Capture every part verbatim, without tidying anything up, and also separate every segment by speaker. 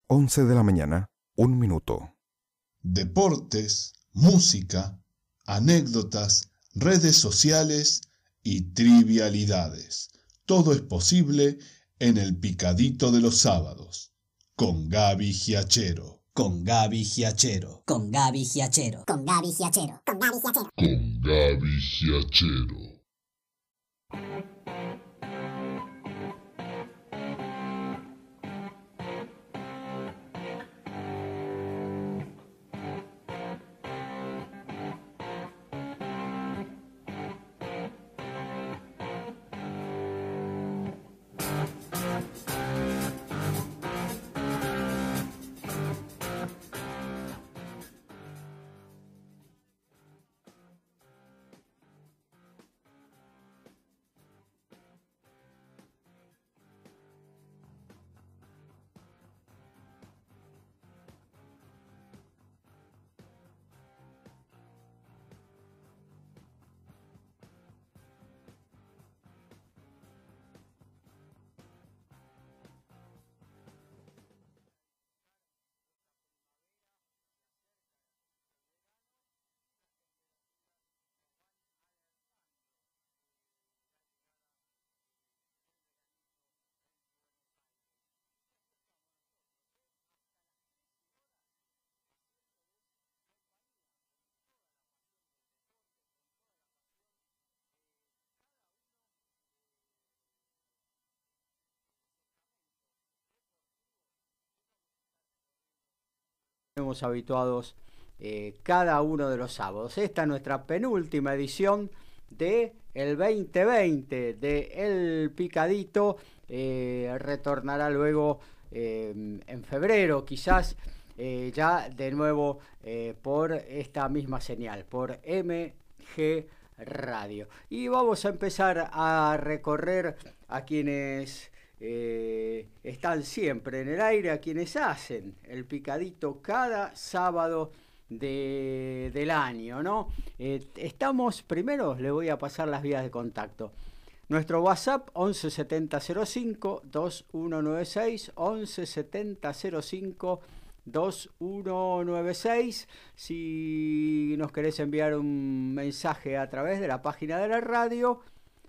Speaker 1: once de la mañana, un minuto.
Speaker 2: Deportes, música, anécdotas, redes sociales y trivialidades. Todo es posible en el Picadito de los Sábados, con Gaby Giachero. Con Gaby Giachero.
Speaker 3: Con Gaby Giachero.
Speaker 4: Con Gaby Giachero. Con Gaby Giachero.
Speaker 5: Con Gaby Giachero.
Speaker 6: Hemos habituados eh, cada uno de los sábados. Esta es nuestra penúltima edición de el veinte veinte de El Picadito. Eh, retornará luego eh, en febrero, quizás eh, ya de nuevo eh, por esta misma señal, por M G Radio. Y vamos a empezar a recorrer a quienes Eh, están siempre en el aire, a quienes hacen el Picadito cada sábado de, del año, ¿no? Eh, estamos, primero les voy a pasar las vías de contacto. Nuestro WhatsApp once setenta cero cinco veintiuno noventa y seis, once setenta cero cinco veintiuno noventa y seis. Si nos querés enviar un mensaje a través de la página de la radio,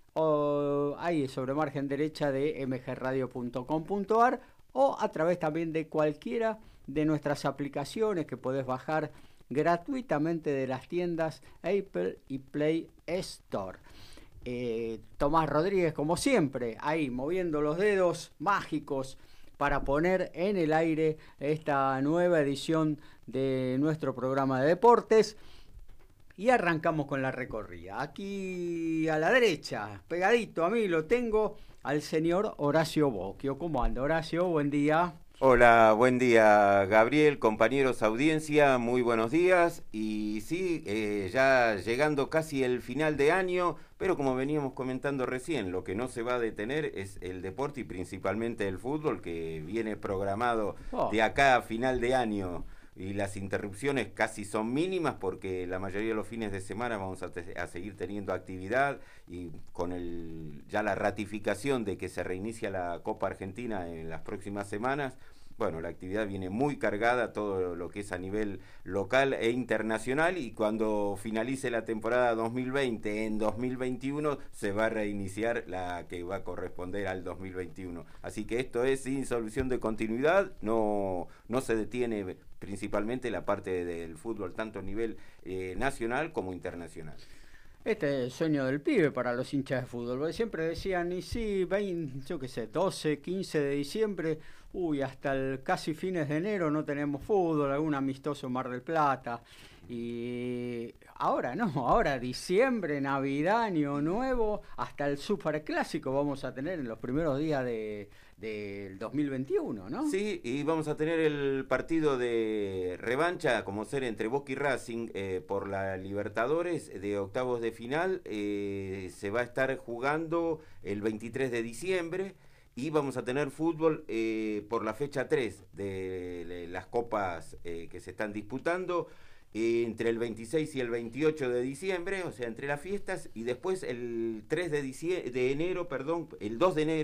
Speaker 6: o ahí sobre margen derecha de m g radio punto com punto a r, o a través también de cualquiera de nuestras aplicaciones que podés bajar gratuitamente de las tiendas Apple y Play Store. Eh, Tomás Rodríguez, como siempre, ahí moviendo los dedos mágicos para poner en el aire esta nueva edición de nuestro programa de deportes. Y arrancamos con la recorrida. Aquí a la derecha, pegadito a mí, lo tengo al señor Horacio Bocchio. ¿Cómo anda, Horacio? Buen día.
Speaker 7: Hola, buen día, Gabriel, compañeros, audiencia, muy buenos días. Y sí, eh, ya llegando casi el final de año, pero como veníamos comentando recién, lo que no se va a detener es el deporte y principalmente el fútbol, que viene programado oh. de acá a final de año. Y las interrupciones casi son mínimas porque la mayoría de los fines de semana vamos a, te- a seguir teniendo actividad, y con el ya la ratificación de que se reinicia la Copa Argentina en las próximas semanas, bueno, la actividad viene muy cargada, todo lo que es a nivel local e internacional, y cuando finalice la temporada dos mil veinte, en dos mil veintiuno se va a reiniciar la que va a corresponder al dos mil veintiuno. Así que esto es sin solución de continuidad, no, no se detiene principalmente la parte del fútbol, tanto a nivel eh, nacional como internacional.
Speaker 6: Este es el sueño del pibe para los hinchas de fútbol, porque siempre decían, y sí, veinte, yo qué sé, doce, quince de diciembre, uy, hasta el casi fines de enero no tenemos fútbol, algún amistoso en Mar del Plata, y ahora no, ahora diciembre, Navidad, Año Nuevo, hasta el Superclásico vamos a tener en los primeros días de del dos mil veintiuno, ¿no?
Speaker 7: Sí, y vamos a tener el partido de revancha, como ser entre Boca y Racing, eh, por la Libertadores de octavos de final. Eh, se va a estar jugando el veintitrés de diciembre, y vamos a tener fútbol eh, por la fecha tres de, de las copas eh, que se están disputando, eh, entre el veintiséis y el veintiocho de diciembre, o sea, entre las fiestas, y después el tres de, dicie- de enero, perdón, el dos de enero,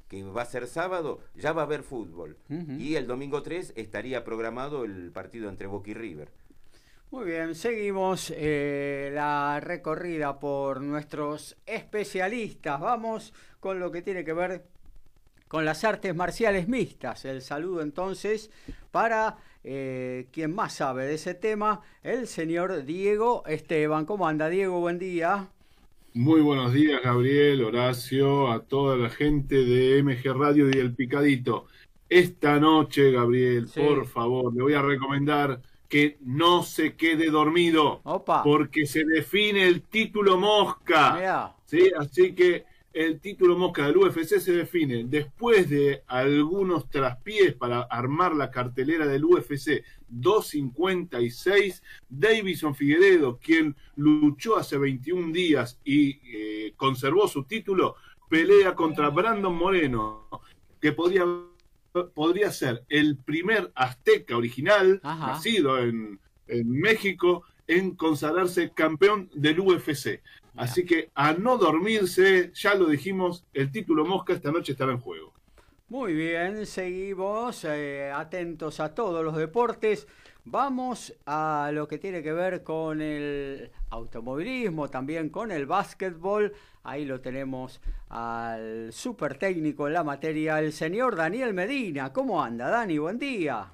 Speaker 7: que va a ser sábado, ya va a haber fútbol. Uh-huh. Y el domingo tres estaría programado el partido entre Boca y River.
Speaker 6: Muy bien, seguimos eh, la recorrida por nuestros especialistas. Vamos con lo que tiene que ver con las artes marciales mixtas. El saludo entonces para eh, quien más sabe de ese tema, el señor Diego Esteban. ¿Cómo anda, Diego? Buen día.
Speaker 3: Muy buenos días, Gabriel, Horacio, a toda la gente de M G Radio y El Picadito. Esta noche, Gabriel, sí. por favor, le voy a recomendar que no se quede dormido.
Speaker 6: Opa.
Speaker 3: Porque se define el título Mosca.
Speaker 6: Mirá.
Speaker 3: ¿Sí? Así que el título Mosca del U F C se define después de algunos traspiés para armar la cartelera del U F C doscientos cincuenta y seis. Davison Figueiredo, quien luchó hace veintiún días y eh, conservó su título, pelea contra Brandon Moreno, que podría, podría ser el primer azteca original, Ajá. nacido en, en México, en consagrarse campeón del U F C. Así que a no dormirse, ya lo dijimos, el título Mosca esta noche estará en juego.
Speaker 6: Muy bien, seguimos eh, atentos a todos los deportes. Vamos a lo que tiene que ver con el automovilismo, también con el básquetbol. Ahí lo tenemos al súper técnico en la materia, el señor Daniel Medina. ¿Cómo anda, Dani? Buen día.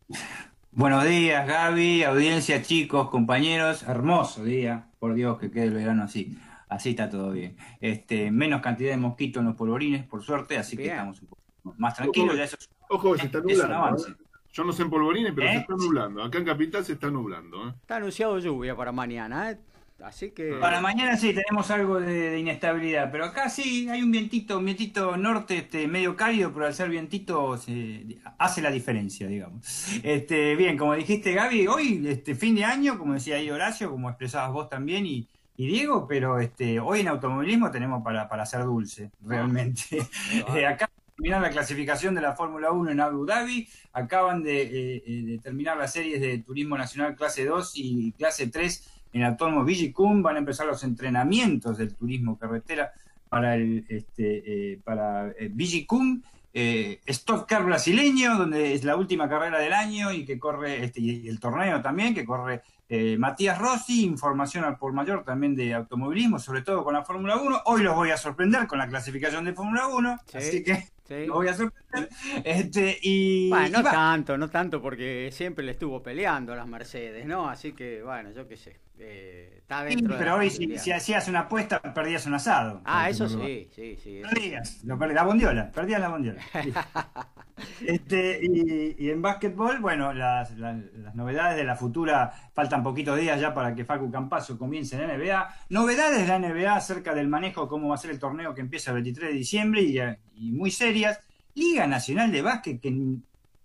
Speaker 8: Buenos días, Gaby, audiencia, chicos, compañeros. Hermoso día, por Dios, que quede el verano así. Así está todo bien. Este, menos cantidad de mosquitos en los polvorines, por suerte, así bien. Que estamos un poco más tranquilos.
Speaker 3: Ojo,
Speaker 8: ya eso es,
Speaker 3: ojo se está nublando. ¿eh? Yo no sé en polvorines, pero
Speaker 8: ¿Eh?
Speaker 3: se está nublando. Acá en Capital se está nublando. ¿eh?
Speaker 6: Está anunciado lluvia para mañana, ¿eh? Así que...
Speaker 8: Para mañana sí tenemos algo de, de inestabilidad, pero acá sí hay un vientito, un vientito norte, este, medio cálido, pero al ser vientito se hace la diferencia, digamos. Este, bien, como dijiste, Gaby, hoy este fin de año, como decía ahí Horacio, como expresabas vos también y, y Diego, pero este, hoy en automovilismo tenemos para, para hacer dulce, realmente. Ah. eh, acá terminar la clasificación de la Fórmula uno en Abu Dhabi, acaban de, eh, de terminar las series de Turismo Nacional clase dos y clase tres en el autónomo Vigicum. Van a empezar los entrenamientos del turismo carretera para el este eh, para eh, Vigicum, eh, Stock Car brasileño, donde es la última carrera del año y que corre este y el torneo también que corre eh, Matías Rossi. Información al por mayor también de automovilismo, sobre todo con la Fórmula uno. Hoy los voy a sorprender con la clasificación de Fórmula uno, sí, así que sí. Los voy a sorprender. Este, y,
Speaker 6: bueno, no
Speaker 8: y
Speaker 6: tanto, no tanto, porque siempre le estuvo peleando a las Mercedes, ¿no? Así que, bueno, yo qué sé. Eh, está dentro
Speaker 8: sí, pero
Speaker 6: de
Speaker 8: hoy si, si hacías una apuesta perdías un asado.
Speaker 6: Ah, eso sí, sí, sí. Eso
Speaker 8: perdías,
Speaker 6: sí.
Speaker 8: Lo perdí, la bondiola, perdías la bondiola. Sí. este, y, y en básquetbol, bueno, las, las, las novedades de la futura, faltan poquitos días ya para que Facu Campazzo comience en la N B A. Novedades de la N B A acerca del manejo, cómo va a ser el torneo que empieza el veintitrés de diciembre y, y muy serias. Liga Nacional de Básquet que en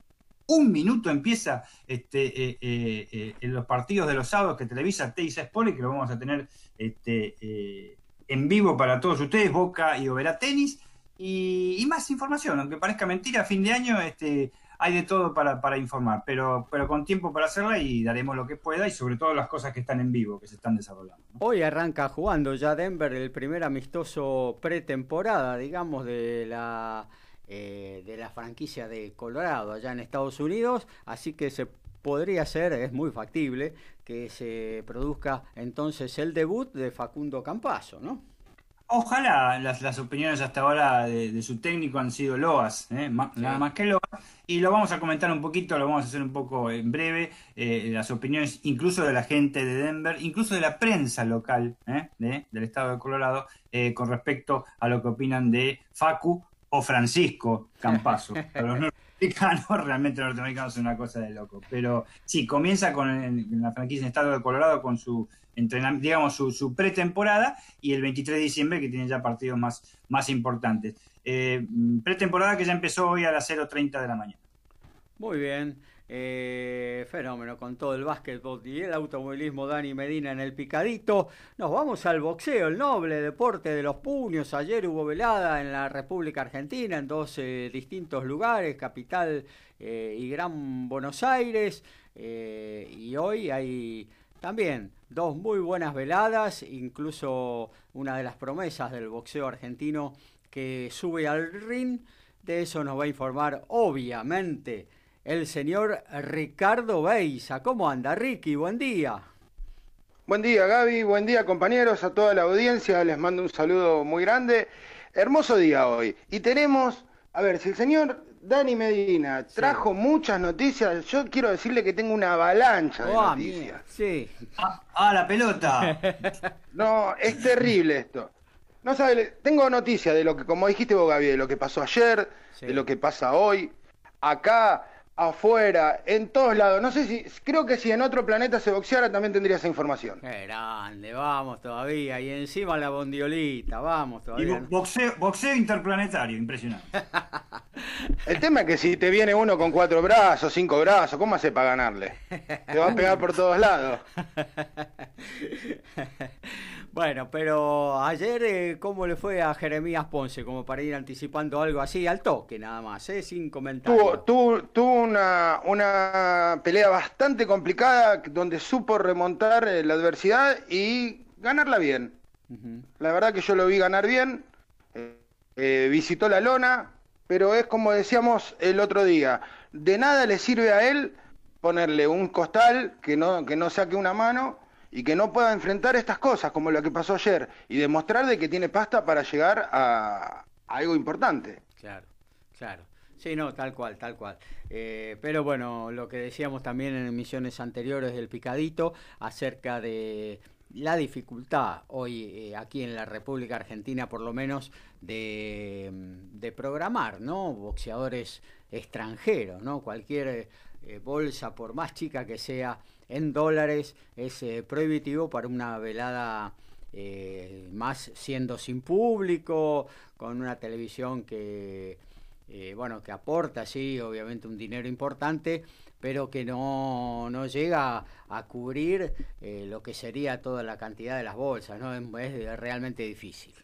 Speaker 8: un minuto empieza este, eh, eh, eh, en los partidos de los sábados que televisa Teis Sport y que lo vamos a tener este, eh, en vivo para todos ustedes, Boca y Oberá Tenis. Y, y más información, aunque parezca mentira, a fin de año este, hay de todo para, para informar, pero, pero con tiempo para hacerla y daremos lo que pueda y sobre todo las cosas que están en vivo, que se están desarrollando, ¿no?
Speaker 6: Hoy arranca jugando ya Denver el primer amistoso pretemporada, digamos, de la... Eh, de la franquicia de Colorado allá en Estados Unidos, así que se podría ser, es muy factible que se produzca entonces el debut de Facundo Campazzo, ¿no?
Speaker 8: Ojalá. Las, las opiniones hasta ahora de, de su técnico han sido loas, ¿eh? Ma, sí. Nada más que loas, y lo vamos a comentar un poquito, lo vamos a hacer un poco en breve, eh, las opiniones incluso de la gente de Denver, incluso de la prensa local ¿eh? de, del estado de Colorado, eh, con respecto a lo que opinan de Facu o Francisco Campazzo. Para los norteamericanos, realmente los norteamericanos son una cosa de loco. Pero sí, comienza con el, en la franquicia en Estado de Colorado con su entrenamiento, digamos, su, su pretemporada, y el veintitrés de diciembre que tiene ya partidos más, más importantes. Eh, pretemporada que ya empezó hoy a las cero treinta de la mañana.
Speaker 6: Muy bien. Eh, fenómeno con todo el básquetbol y el automovilismo. Dani Medina en el Picadito. Nos vamos al boxeo, el noble deporte de los puños. Ayer hubo velada en la República Argentina en dos eh, distintos lugares, Capital eh, y Gran Buenos Aires, eh, y hoy hay también dos muy buenas veladas, incluso una de las promesas del boxeo argentino que sube al ring. De eso nos va a informar, obviamente, el señor Ricardo Beiza. ¿Cómo anda, Ricky? Buen día.
Speaker 9: Buen día, Gaby. Buen día, compañeros. A toda la audiencia les mando un saludo muy grande. Hermoso día hoy. Y tenemos, a ver, si el señor Dani Medina trajo sí. muchas noticias, yo quiero decirle que tengo una avalancha de oh, noticias.
Speaker 6: Mía. Sí.
Speaker 8: Ah, ah, la pelota.
Speaker 9: No, es terrible esto. No sabe, tengo noticias de lo que, como dijiste vos, Gaby, de lo que pasó ayer, sí. de lo que pasa hoy, acá, afuera, en todos lados. No sé si, creo que si en otro planeta se boxeara también tendría esa información.
Speaker 6: Qué grande, vamos todavía. Y encima la bondiolita, vamos todavía.
Speaker 8: Y boxeo, boxeo interplanetario, impresionante.
Speaker 9: El tema es que si te viene uno con cuatro brazos, cinco brazos, ¿cómo hace para ganarle? Te va a pegar por todos lados.
Speaker 6: Bueno, pero ayer, eh, ¿cómo le fue a Jeremías Ponce? Como para ir anticipando algo así, al toque nada más, ¿eh? Sin comentarios.
Speaker 9: Tuvo, tuvo, tuvo una, una pelea bastante complicada donde supo remontar eh, la adversidad y ganarla bien. Uh-huh. La verdad que yo lo vi ganar bien, eh, eh, visitó la lona, pero es como decíamos el otro día, de nada le sirve a él ponerle un costal que no, que no saque una mano y que no pueda enfrentar estas cosas como lo que pasó ayer y demostrar de que tiene pasta para llegar a, a algo importante.
Speaker 6: Claro, claro. Sí, no, tal cual, tal cual. Eh, pero bueno, lo que decíamos también en emisiones anteriores del Picadito acerca de la dificultad hoy eh, aquí en la República Argentina, por lo menos, de, de programar, ¿no? Boxeadores extranjeros, ¿no? Cualquier eh, bolsa, por más chica que sea, en dólares es eh, prohibitivo para una velada eh, más siendo sin público, con una televisión que, eh, bueno, que aporta, sí, obviamente un dinero importante, pero que no, no llega a cubrir eh, lo que sería toda la cantidad de las bolsas, ¿no? Es, es realmente difícil.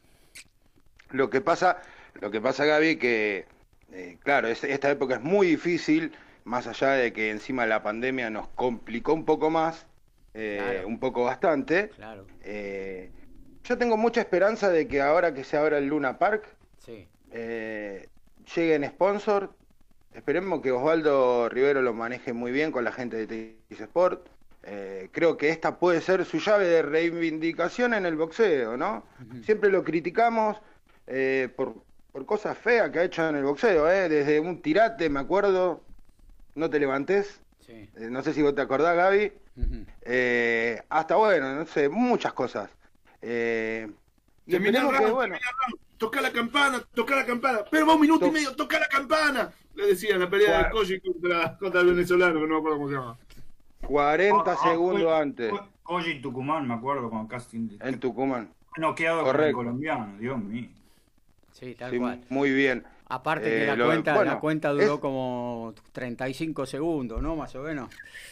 Speaker 9: Lo que pasa, lo que pasa, Gaby, que, eh, claro, es, esta época es muy difícil, más allá de que encima la pandemia nos complicó un poco más, eh, claro. un poco bastante.
Speaker 6: Claro.
Speaker 9: Eh, yo tengo mucha esperanza de que ahora que se abra el Luna Park,
Speaker 6: sí.
Speaker 9: eh, lleguen sponsor. Esperemos que Osvaldo Rivero lo maneje muy bien con la gente de T X Sport. Eh, creo que esta puede ser su llave de reivindicación en el boxeo, ¿no? Uh-huh. Siempre lo criticamos eh, por, por cosas feas que ha hecho en el boxeo, ¿eh? Desde un tirate, me acuerdo... No te levantes, sí. eh, no sé si vos te acordás, Gaby, uh-huh. eh, hasta bueno, no sé, muchas cosas. Eh,
Speaker 3: y esperemos que, bueno, toca la campana, toca la campana, pero va un minuto to- y medio, toca la campana, le decía en la pelea Cuar- de Koji contra, contra el venezolano, que no me acuerdo cómo se llama.
Speaker 9: cuarenta
Speaker 8: oh, oh,
Speaker 9: segundos
Speaker 8: oh,
Speaker 9: antes.
Speaker 8: Koji Tucumán, me acuerdo, con casting.
Speaker 9: En Tucumán.
Speaker 8: Noqueado con el colombiano, Dios mío.
Speaker 6: Sí, tal
Speaker 9: sí,
Speaker 6: cual.
Speaker 9: Muy bien.
Speaker 6: Aparte que eh, la, lo, cuenta, bueno, la cuenta duró es... como treinta y cinco segundos, ¿no? Más o menos.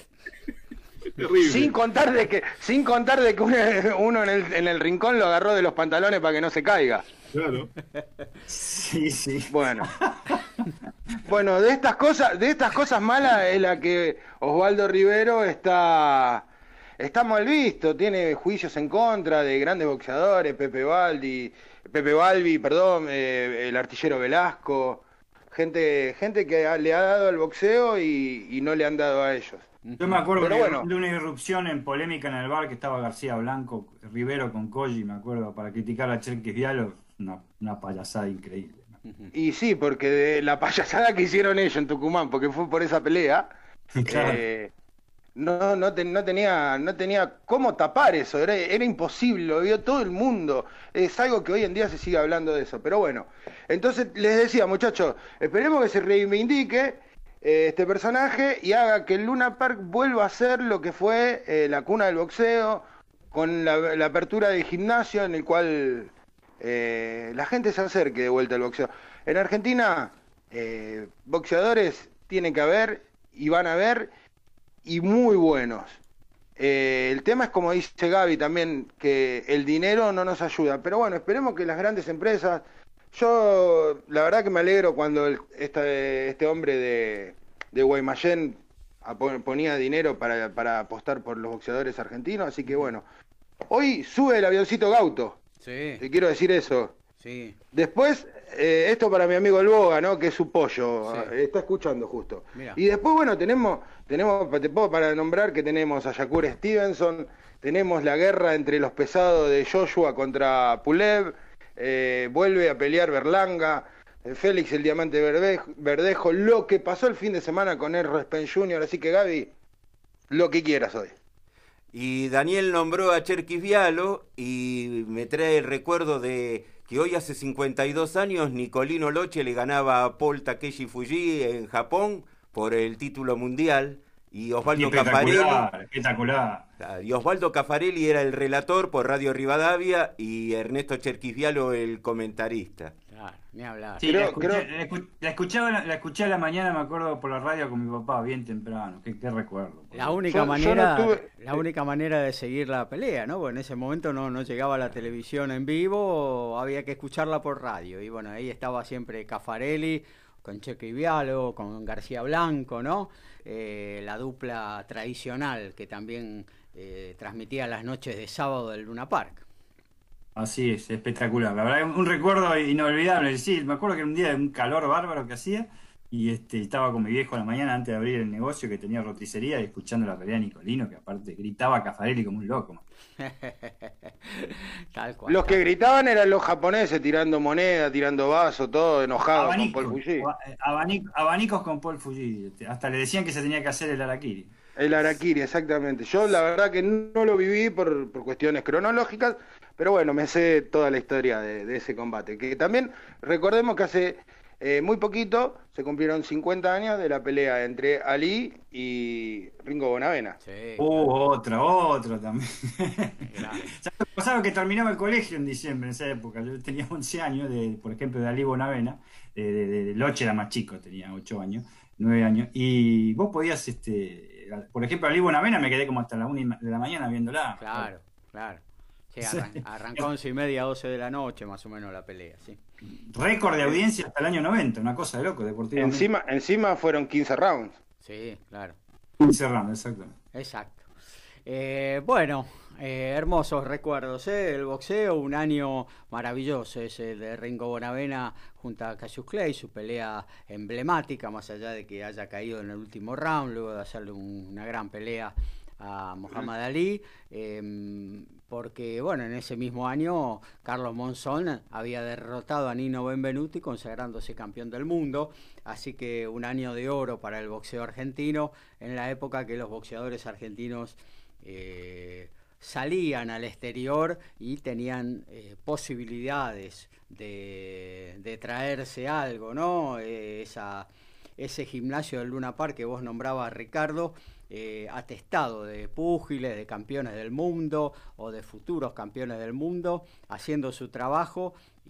Speaker 9: Sin contar de que, sin contar de que uno, uno en, el, en el rincón lo agarró de los pantalones para que no se caiga.
Speaker 3: Claro.
Speaker 8: Sí, sí.
Speaker 9: Bueno. Bueno, de estas cosas, de estas cosas malas es la que Osvaldo Rivero está, está mal visto, tiene juicios en contra de grandes boxeadores, Pepe Baldi. Pepe Balbi, perdón, eh, el artillero Velasco, gente gente que ha, le ha dado al boxeo y, y no le han dado a ellos.
Speaker 8: Yo me acuerdo
Speaker 9: Pero
Speaker 8: de,
Speaker 9: bueno.
Speaker 8: de una irrupción en polémica en el bar que estaba García Blanco, Rivero con Koji, me acuerdo, para criticar a Cherkis Diallo, una, una payasada increíble.
Speaker 9: Y sí, porque de la payasada que hicieron ellos en Tucumán, porque fue por esa pelea, claro. eh, No, no, te, no tenía no tenía cómo tapar eso, era, era imposible, lo vio todo el mundo. Es algo que hoy en día se sigue hablando de eso, pero bueno. Entonces les decía, muchachos, esperemos que se reivindique eh, este personaje y haga que el Luna Park vuelva a ser lo que fue eh, la cuna del boxeo, con la, la apertura del gimnasio en el cual eh, la gente se acerque de vuelta al boxeo. En Argentina, eh, boxeadores tiene que haber y van a haber, y muy buenos. Eh, el tema es como dice Gaby también, que el dinero no nos ayuda, pero bueno, esperemos que las grandes empresas, yo la verdad que me alegro cuando el, este, este hombre de, de Guaymallén ponía dinero para, para apostar por los boxeadores argentinos, así que bueno, hoy sube el avioncito Gauto,
Speaker 6: sí.
Speaker 9: Te quiero decir eso,
Speaker 6: Sí.
Speaker 9: Después, eh, esto para mi amigo el Boga, ¿no? Que es su pollo,
Speaker 6: Sí.
Speaker 9: eh, está escuchando justo.
Speaker 6: Mirá.
Speaker 9: Y después, bueno, tenemos, tenemos, te puedo para nombrar que tenemos a Shakur Stevenson, tenemos la guerra entre los pesados de Joshua contra Pulev, eh, vuelve a pelear Berlanga, eh, Félix el Diamante Verdejo, Verdejo, lo que pasó el fin de semana con Errol Spence junior, así que Gaby, lo que quieras hoy.
Speaker 7: Y Daniel nombró a Cherkis Vialo y me trae el recuerdo de que hoy hace cincuenta y dos años Nicolino Loche le ganaba a Paul Takeshi Fuji en Japón por el título mundial y Osvaldo Caffarelli,
Speaker 8: espectacular.
Speaker 7: y Osvaldo Caffarelli era el relator por Radio Rivadavia y Ernesto Cherkis Vialo el comentarista.
Speaker 6: Claro, ni hablar.
Speaker 8: Sí, la,
Speaker 9: Creo-
Speaker 8: escuché,
Speaker 9: creo-
Speaker 8: la, escu- la escuchaba, la escuché a la mañana, me acuerdo, por la radio con mi papá, bien temprano. Qué, qué recuerdo.
Speaker 6: La única
Speaker 9: Yo- yo
Speaker 6: manera,
Speaker 9: no tuve-
Speaker 6: la única manera de seguir la pelea, ¿no? Porque en ese momento no, no llegaba la televisión en vivo, había que escucharla por radio. Y bueno, ahí estaba siempre Caffarelli, con Cheque Vialo, con García Blanco, ¿no? Eh, la dupla tradicional que también eh, transmitía las noches de sábado del Luna Park.
Speaker 8: Así es, espectacular. La verdad, un recuerdo inolvidable. Sí, me acuerdo que era un día de un calor bárbaro que hacía y este, estaba con mi viejo a la mañana antes de abrir el negocio que tenía roticería y escuchando la pelea de Nicolino, que aparte gritaba a Caffarelli como un loco. Man.
Speaker 6: Tal cual.
Speaker 9: Los que gritaban eran los japoneses tirando moneda, tirando vaso, todo enojado con Paul
Speaker 8: Abanicos,
Speaker 9: Fuji.
Speaker 8: aba- abanic- abanicos con Paul Fuji. Este, Hasta le decían que se tenía que hacer el harakiri.
Speaker 9: El harakiri, exactamente. Yo la verdad que no lo viví por, por cuestiones cronológicas, pero bueno, me sé toda la historia de, de ese combate. Que también recordemos que hace eh, muy poquito se cumplieron cincuenta años de la pelea entre Ali y Ringo Bonavena.
Speaker 6: Sí,
Speaker 8: Uh, otro, otro también.
Speaker 6: claro.
Speaker 8: ¿Sabes lo que pasaba? Que terminaba el colegio en diciembre, en esa época. Yo tenía once años, de, por ejemplo, de Ali Bonavena. De, de, de- de Loche era más chico, tenía ocho años, nueve años. Y vos podías, este, por ejemplo, Ali Bonavena me quedé como hasta la una de la mañana viéndola.
Speaker 6: Claro, claro. Sí,
Speaker 8: Sí.
Speaker 6: arran- arrancó once y media, doce de la noche, más o menos la pelea, sí.
Speaker 8: Récord de audiencia hasta el año noventa, una cosa de loco, deportivamente.
Speaker 9: Encima, encima fueron quince rounds.
Speaker 6: Sí, claro.
Speaker 8: Cerrando, exactamente.
Speaker 6: Exacto. Eh, bueno, eh, hermosos recuerdos, ¿eh? El boxeo, un año maravilloso ese de Ringo Bonavena junto a Cassius Clay, su pelea emblemática, más allá de que haya caído en el último round, luego de hacerle un- una gran pelea a Muhammad Ali, eh, porque bueno, en ese mismo año Carlos Monzón había derrotado a Nino Benvenuti consagrándose campeón del mundo, así que un año de oro para el boxeo argentino en la época que los boxeadores argentinos eh, salían al exterior y tenían eh, posibilidades de, de traerse algo, ¿no? Eh, esa, ese gimnasio del Luna Park que vos nombrabas, Ricardo, eh, atestado de púgiles, de campeones del mundo o de futuros campeones del mundo, haciendo su trabajo,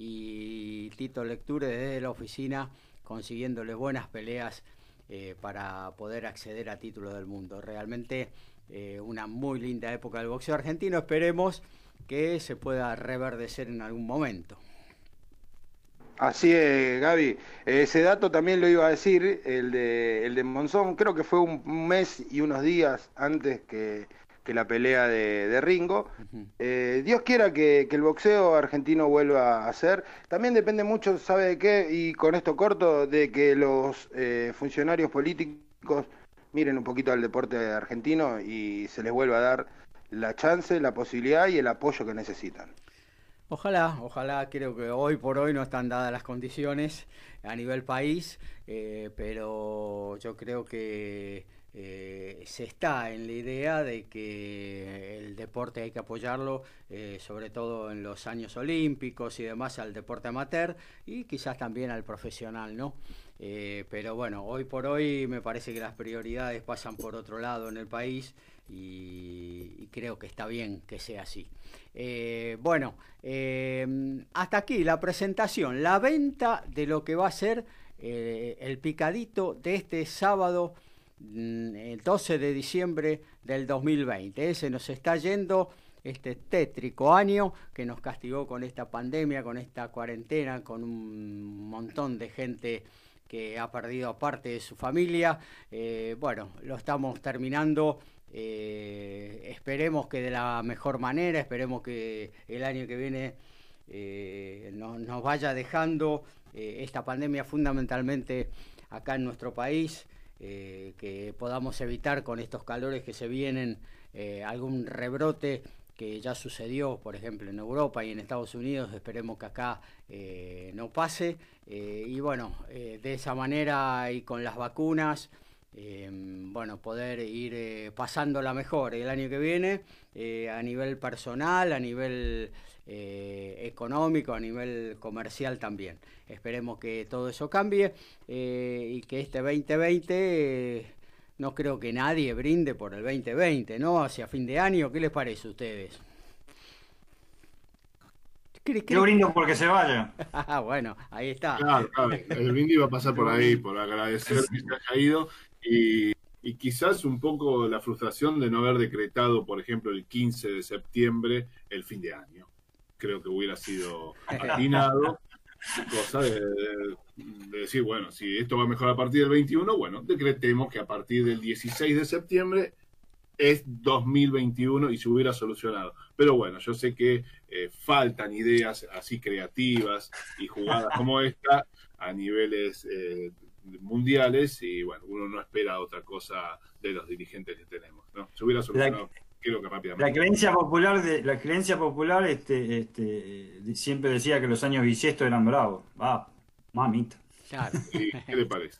Speaker 6: y Tito Lecture desde la oficina consiguiéndole buenas peleas eh, para poder acceder a títulos del mundo. Realmente eh, una muy linda época del boxeo argentino. Esperemos que se pueda reverdecer en algún momento.
Speaker 9: Así es, Gaby. Ese dato también lo iba a decir, el de, el de Monzón, creo que fue un, un mes y unos días antes que, que la pelea de, de Ringo.
Speaker 6: Ujú.
Speaker 9: Eh, Dios quiera que, que el boxeo argentino vuelva a ser. También depende mucho, ¿sabe de qué? Y con esto corto, de que los eh, funcionarios políticos miren un poquito al deporte argentino y se les vuelva a dar la chance, la posibilidad y el apoyo que necesitan.
Speaker 6: Ojalá, ojalá, creo que hoy por hoy no están dadas las condiciones a nivel país, eh, pero yo creo que eh, se está en la idea de que el deporte hay que apoyarlo, eh, sobre todo en los años olímpicos y demás, al deporte amateur y quizás también al profesional, ¿no? Eh, pero bueno, hoy por hoy me parece que las prioridades pasan por otro lado en el país y, y creo que está bien que sea así. Eh, bueno, eh, hasta aquí la presentación, la venta de lo que va a ser eh, el picadito de este sábado, mm, el doce de diciembre del dos mil veinte. Eh, se nos está yendo este tétrico año que nos castigó con esta pandemia, con esta cuarentena, con un montón de gente que ha perdido parte de su familia. Eh, bueno, lo estamos terminando. Eh, esperemos que de la mejor manera, esperemos que el año que viene eh, no, nos vaya dejando eh, esta pandemia fundamentalmente acá en nuestro país, eh, que podamos evitar con estos calores que se vienen eh, algún rebrote que ya sucedió, por ejemplo, en Europa y en Estados Unidos. Esperemos que acá eh, no pase. Eh, y bueno, eh, de esa manera y con las vacunas, eh, bueno, poder ir eh, pasándola mejor el año que viene, eh, a nivel personal, a nivel eh, económico, a nivel comercial también. Esperemos que todo eso cambie eh, y que este veinte veinte... Eh, no creo que nadie brinde por el veinte veinte, ¿no? Hacia fin de año, ¿qué les parece a ustedes?
Speaker 8: Yo brindo porque se vaya.
Speaker 6: Ah, bueno, ahí está.
Speaker 3: Claro, claro. El brindis va a pasar por ahí, por agradecer que se haya ido y, y quizás un poco la frustración de no haber decretado, por ejemplo, el quince de septiembre el fin de año. Creo que hubiera sido atinado. Cosa de, de, de decir, bueno, si esto va a mejorar a partir del veintiuno, bueno, decretemos que a partir del dieciséis de septiembre es dos mil veintiuno y se hubiera solucionado. Pero bueno, yo sé que eh, faltan ideas así creativas y jugadas como esta a niveles eh, mundiales y bueno, uno no espera otra cosa de los dirigentes que tenemos, ¿no? Se hubiera solucionado. La... Creo que rápidamente.
Speaker 8: La creencia popular, de, la creencia popular este, este, siempre decía que los años bisiestos eran bravos. Ah, mamita.
Speaker 6: Claro.
Speaker 3: ¿Y qué le parece?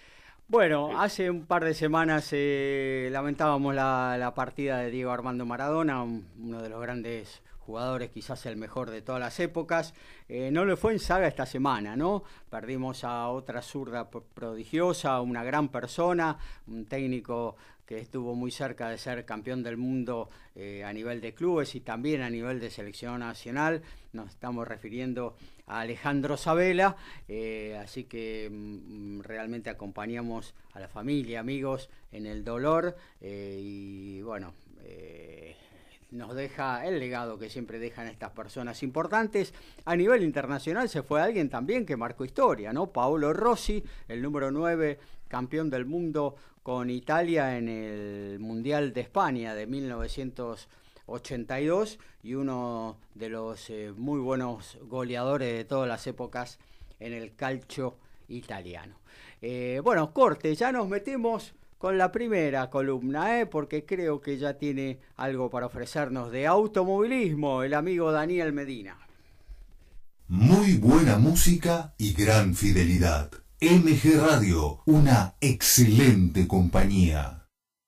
Speaker 6: Bueno, hace un par de semanas eh, lamentábamos la, la partida de Diego Armando Maradona, un, uno de los grandes jugadores, quizás el mejor de todas las épocas. Eh, no le fue en saga esta semana, ¿no? Perdimos a otra zurda prodigiosa, una gran persona, un técnico que estuvo muy cerca de ser campeón del mundo eh, a nivel de clubes y también a nivel de selección nacional. Nos estamos refiriendo a Alejandro Sabela, eh, así que mm, realmente acompañamos a la familia, amigos en el dolor eh, y bueno, eh, nos deja el legado que siempre dejan estas personas importantes. A nivel internacional se fue alguien también que marcó historia, ¿no? Paolo Rossi, el número nueve, campeón del mundo con Italia en el Mundial de España de mil novecientos ochenta y dos y uno de los eh, muy buenos goleadores de todas las épocas en el calcio italiano. Eh, bueno, corte, ya nos metemos con la primera columna, ¿eh? Porque creo que ya tiene algo para ofrecernos de automovilismo el amigo Daniel Medina.
Speaker 10: Muy buena música y gran fidelidad. M G Radio, una excelente compañía.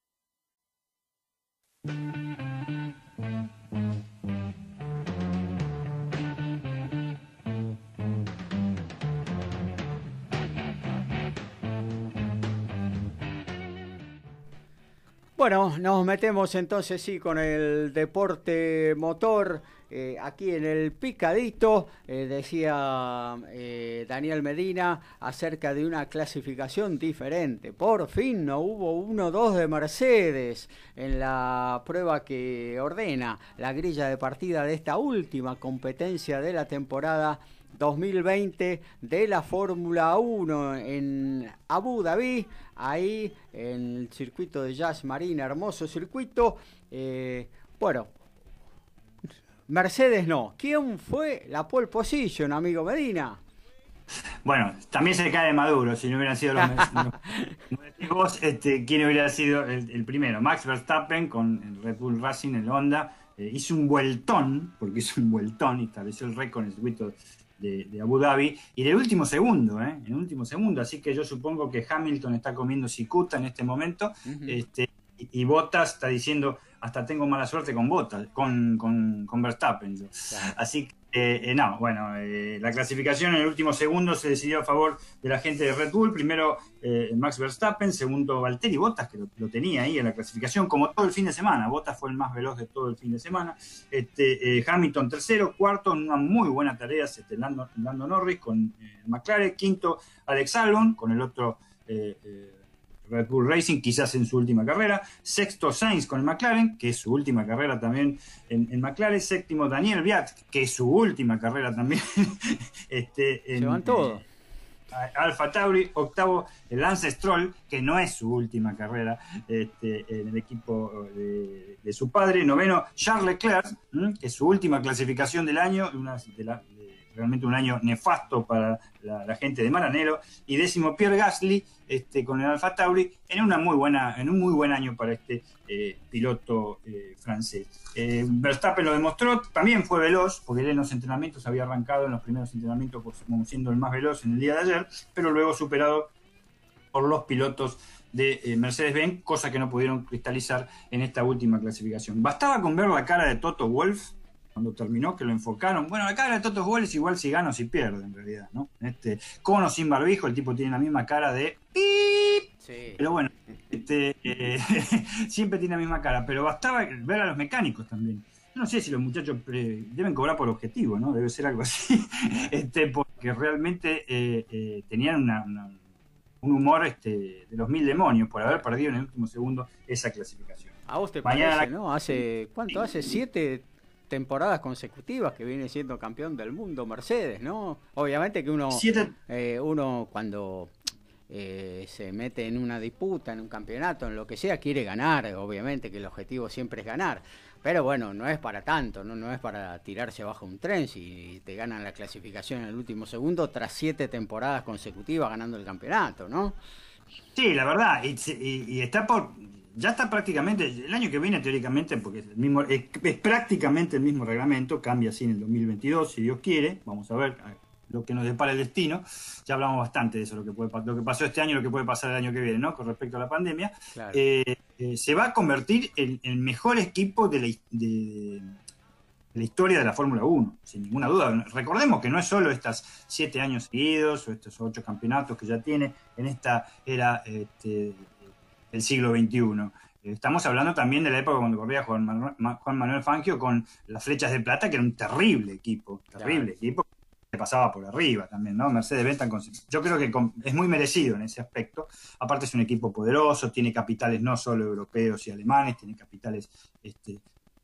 Speaker 6: Bueno, nos metemos entonces sí con el deporte motor. Eh, aquí en el Picadito, eh, decía eh, Daniel Medina acerca de una clasificación diferente. Por fin no hubo uno dos de Mercedes en la prueba que ordena la grilla de partida de esta última competencia de la temporada dos mil veinte de la Fórmula uno en Abu Dhabi, ahí en el circuito de Yas Marina, hermoso circuito. Eh, bueno, Mercedes no. ¿Quién fue la pole position, amigo Medina?
Speaker 8: Bueno, también se cae de Maduro, si no hubieran sido los, los vos, este, ¿quién hubiera sido el, el primero? Max Verstappen con el Red Bull Racing, el Honda, eh, hizo un vueltón, porque hizo un vueltón y estableció el récord en el circuito de, de Abu Dhabi, y en el último segundo, ¿eh? En el último segundo, así que yo supongo que Hamilton está comiendo cicuta en este momento, uh-huh. este, y, y Bottas está diciendo, hasta tengo mala suerte con Bottas, con, con, con Verstappen. Yo. Claro. Así que, eh, eh, no, bueno, eh, la clasificación en el último segundo se decidió a favor de la gente de Red Bull. Primero eh, Max Verstappen, segundo Valtteri Bottas, que lo, lo tenía ahí en la clasificación, como todo el fin de semana. Bottas fue el más veloz de todo el fin de semana. Este, eh, Hamilton tercero, cuarto, en una muy buena tarea, este, Lando, Lando Norris con eh, McLaren, quinto Alex Albon, con el otro eh, eh, Red Bull Racing, quizás en su última carrera. Sexto, Sainz con el McLaren, que es su última carrera también en, en McLaren. Séptimo, Daniel Viat, que es su última carrera también. este, en,
Speaker 6: Se van todos.
Speaker 8: Eh, Alfa Tauri, octavo el Lance Stroll, que no es su última carrera este, en el equipo de, de su padre, noveno Charles Leclerc, ¿m? que es su última clasificación del año, una de la, de, realmente un año nefasto para la, la gente de Maranello, y décimo Pierre Gasly este, con el Alfa Tauri, en, una muy buena, en un muy buen año para este eh, piloto eh, francés. Eh, Verstappen lo demostró, también fue veloz, porque él en los entrenamientos había arrancado en los primeros entrenamientos como siendo el más veloz en el día de ayer, pero luego superado por los pilotos de eh, Mercedes-Benz, cosa que no pudieron cristalizar en esta última clasificación. Bastaba con ver la cara de Toto Wolff cuando terminó, que lo enfocaron. Bueno, la cara de Toto Wolff es igual si gana o si pierde, en realidad, ¿no? Este, con o sin barbijo, el tipo tiene la misma cara de ¡pip! Sí. Pero bueno, este, eh, siempre tiene la misma cara, pero bastaba ver a los mecánicos también. Yo no sé si los muchachos eh, deben cobrar por objetivo, ¿no? Debe ser algo así, este, porque realmente eh, eh, tenían una, una, un humor este, de los mil demonios por haber perdido en el último segundo esa clasificación.
Speaker 6: A vos te
Speaker 8: Mañana
Speaker 6: parece,
Speaker 8: la...
Speaker 6: ¿no? Hace, ¿cuánto? Hace siete temporadas consecutivas que viene siendo campeón del mundo Mercedes, ¿no? Obviamente que uno,
Speaker 8: Siete...
Speaker 6: eh, uno cuando eh, se mete en una disputa, en un campeonato, en lo que sea, quiere ganar, obviamente que el objetivo siempre es ganar, pero bueno, no es para tanto, no, no es para tirarse bajo un tren si te ganan la clasificación en el último segundo tras siete temporadas consecutivas ganando el campeonato, ¿no?
Speaker 8: Sí, la verdad, y, y, y está por... Ya está prácticamente, el año que viene teóricamente, porque es, el mismo, es, es prácticamente el mismo reglamento, cambia así en el dos mil veintidós, si Dios quiere, vamos a ver lo que nos depara el destino. Ya hablamos bastante de eso, lo que, puede, lo que pasó este año y lo que puede pasar el año que viene, ¿no? Con respecto a la pandemia. Claro. Eh, eh, se va a convertir en el mejor equipo de la, de, de la historia de la Fórmula uno, sin ninguna duda. Recordemos que no es solo estos siete años seguidos o estos ocho campeonatos que ya tiene en esta era... Este, el siglo veintiuno. Estamos hablando también de la época cuando corría Juan Manuel, Juan Manuel Fangio con las Flechas de Plata, que era un terrible equipo, terrible claro. equipo, que pasaba por arriba también, ¿no? Mercedes-Benz, yo creo que es muy merecido en ese aspecto. Aparte es un equipo poderoso, tiene capitales no solo europeos y alemanes, tiene capitales este,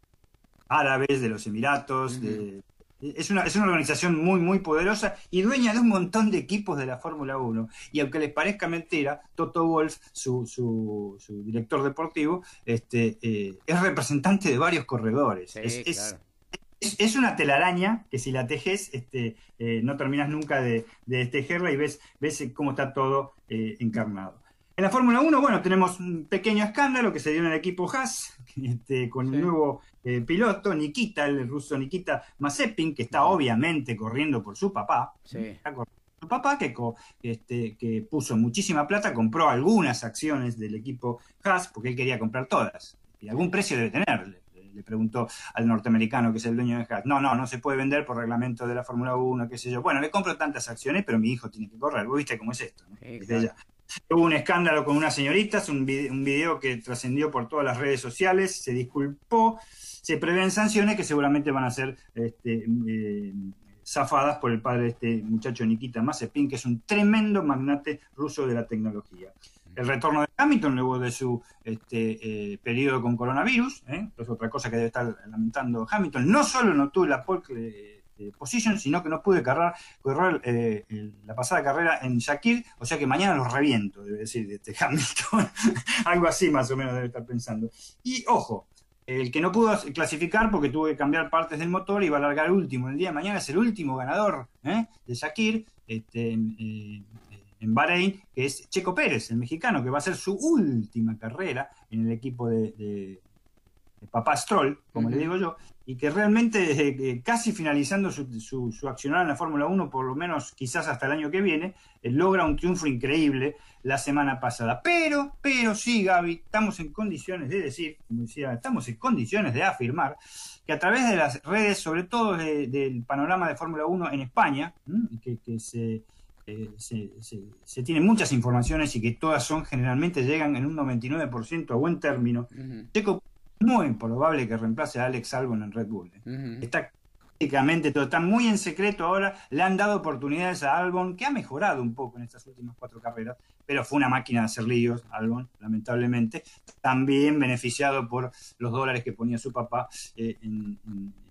Speaker 8: árabes, de los Emiratos, uh-huh. de... Es una, es una organización muy, muy poderosa y dueña de un montón de equipos de la Fórmula uno. Y aunque les parezca mentira, Toto Wolff, su, su, su director deportivo, este, eh, es representante de varios corredores. Sí, es, claro. es, es una telaraña que si la tejes este, eh, no terminas nunca de, de tejerla y ves, ves cómo está todo eh, encarnado. En la Fórmula uno, bueno, tenemos un pequeño escándalo que se dio en el equipo Haas, este, con sí. un nuevo eh, piloto, Nikita, el ruso Nikita Mazepin, que está obviamente corriendo por su papá. Sí. Está corriendo por su papá, que, este, que puso muchísima plata, compró algunas acciones del equipo Haas, porque él quería comprar todas. Y algún precio debe tener, le, le preguntó al norteamericano, que es el dueño de Haas. No, no, no se puede vender por reglamento de la Fórmula uno, qué sé yo. Bueno, le compro tantas acciones, pero mi hijo tiene que correr. ¿Vos viste cómo es esto? ¿No? Sí, Desde claro. Hubo un escándalo con unas señoritas, un video, un video que trascendió por todas las redes sociales, se disculpó, se prevén sanciones que seguramente van a ser este, eh, zafadas por el padre de este muchacho Nikita Mazepin, que es un tremendo magnate ruso de la tecnología. El retorno de Hamilton luego de su este, eh, periodo con coronavirus, ¿eh? es otra cosa que debe estar lamentando Hamilton, no solo no tuvo la pole position, sino que no pude correr, correr eh, la pasada carrera en Shakir, o sea que mañana los reviento, debe decir este Hamilton, algo así más o menos debe estar pensando. Y ojo, el que no pudo clasificar porque tuvo que cambiar partes del motor y va a largar último el día de mañana, es el último ganador ¿eh? de Shakir este, eh, en Bahrein, que es Checo Pérez, el mexicano, que va a hacer su última carrera en el equipo de, de, de Papá Stroll, como uh-huh. le digo yo, y que realmente eh, casi finalizando su, su, su accionar en la Fórmula uno, por lo menos quizás hasta el año que viene, eh, logra un triunfo increíble la semana pasada. Pero, pero sí, Gaby, estamos en condiciones de decir, como decía, estamos en condiciones de afirmar que a través de las redes, sobre todo de, del panorama de Fórmula uno en España, ¿m? que, que se, eh, se, se, se tienen muchas informaciones y que todas son, generalmente llegan en un noventa y nueve por ciento a buen término, uh-huh. Checo muy probable que reemplace a Alex Albon en Red Bull. Uh-huh. Está prácticamente todo, está muy en secreto ahora, le han dado oportunidades a Albon, que ha mejorado un poco en estas últimas cuatro carreras, pero fue una máquina de hacer líos, Albon, lamentablemente, también beneficiado por los dólares que ponía su papá eh, en, en,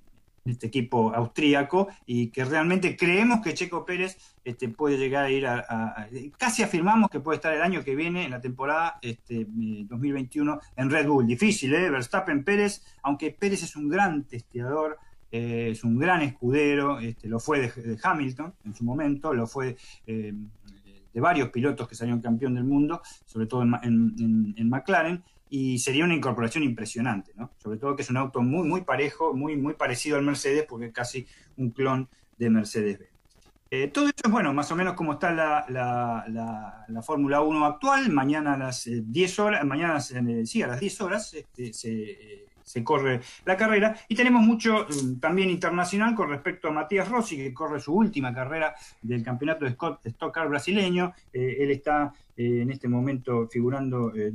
Speaker 8: este equipo austríaco, y que realmente creemos que Checo Pérez este, puede llegar a ir a, a, a... Casi afirmamos que puede estar el año que viene, en la temporada este, dos mil veintiuno, en Red Bull. Difícil, ¿eh? Verstappen, Pérez, aunque Pérez es un gran testeador, eh, es un gran escudero, este, lo fue de, de Hamilton en su momento, lo fue... Eh, de varios pilotos que salieron campeón del mundo, sobre todo en, en, en, en McLaren, y sería una incorporación impresionante, ¿no? Sobre todo que es un auto muy, muy parejo, muy, muy parecido al Mercedes, porque es casi un clon de Mercedes-Benz. Eh, todo esto es, bueno, más o menos como está la, la, la, la Fórmula uno actual. Mañana a las eh, diez horas, mañana eh, sí, a las diez horas este, se... Eh, se corre la carrera, y tenemos mucho um, también internacional con respecto a Matías Rossi, que corre su última carrera del campeonato de Scott, Stock Car brasileño. Eh, él está eh, en este momento figurando eh,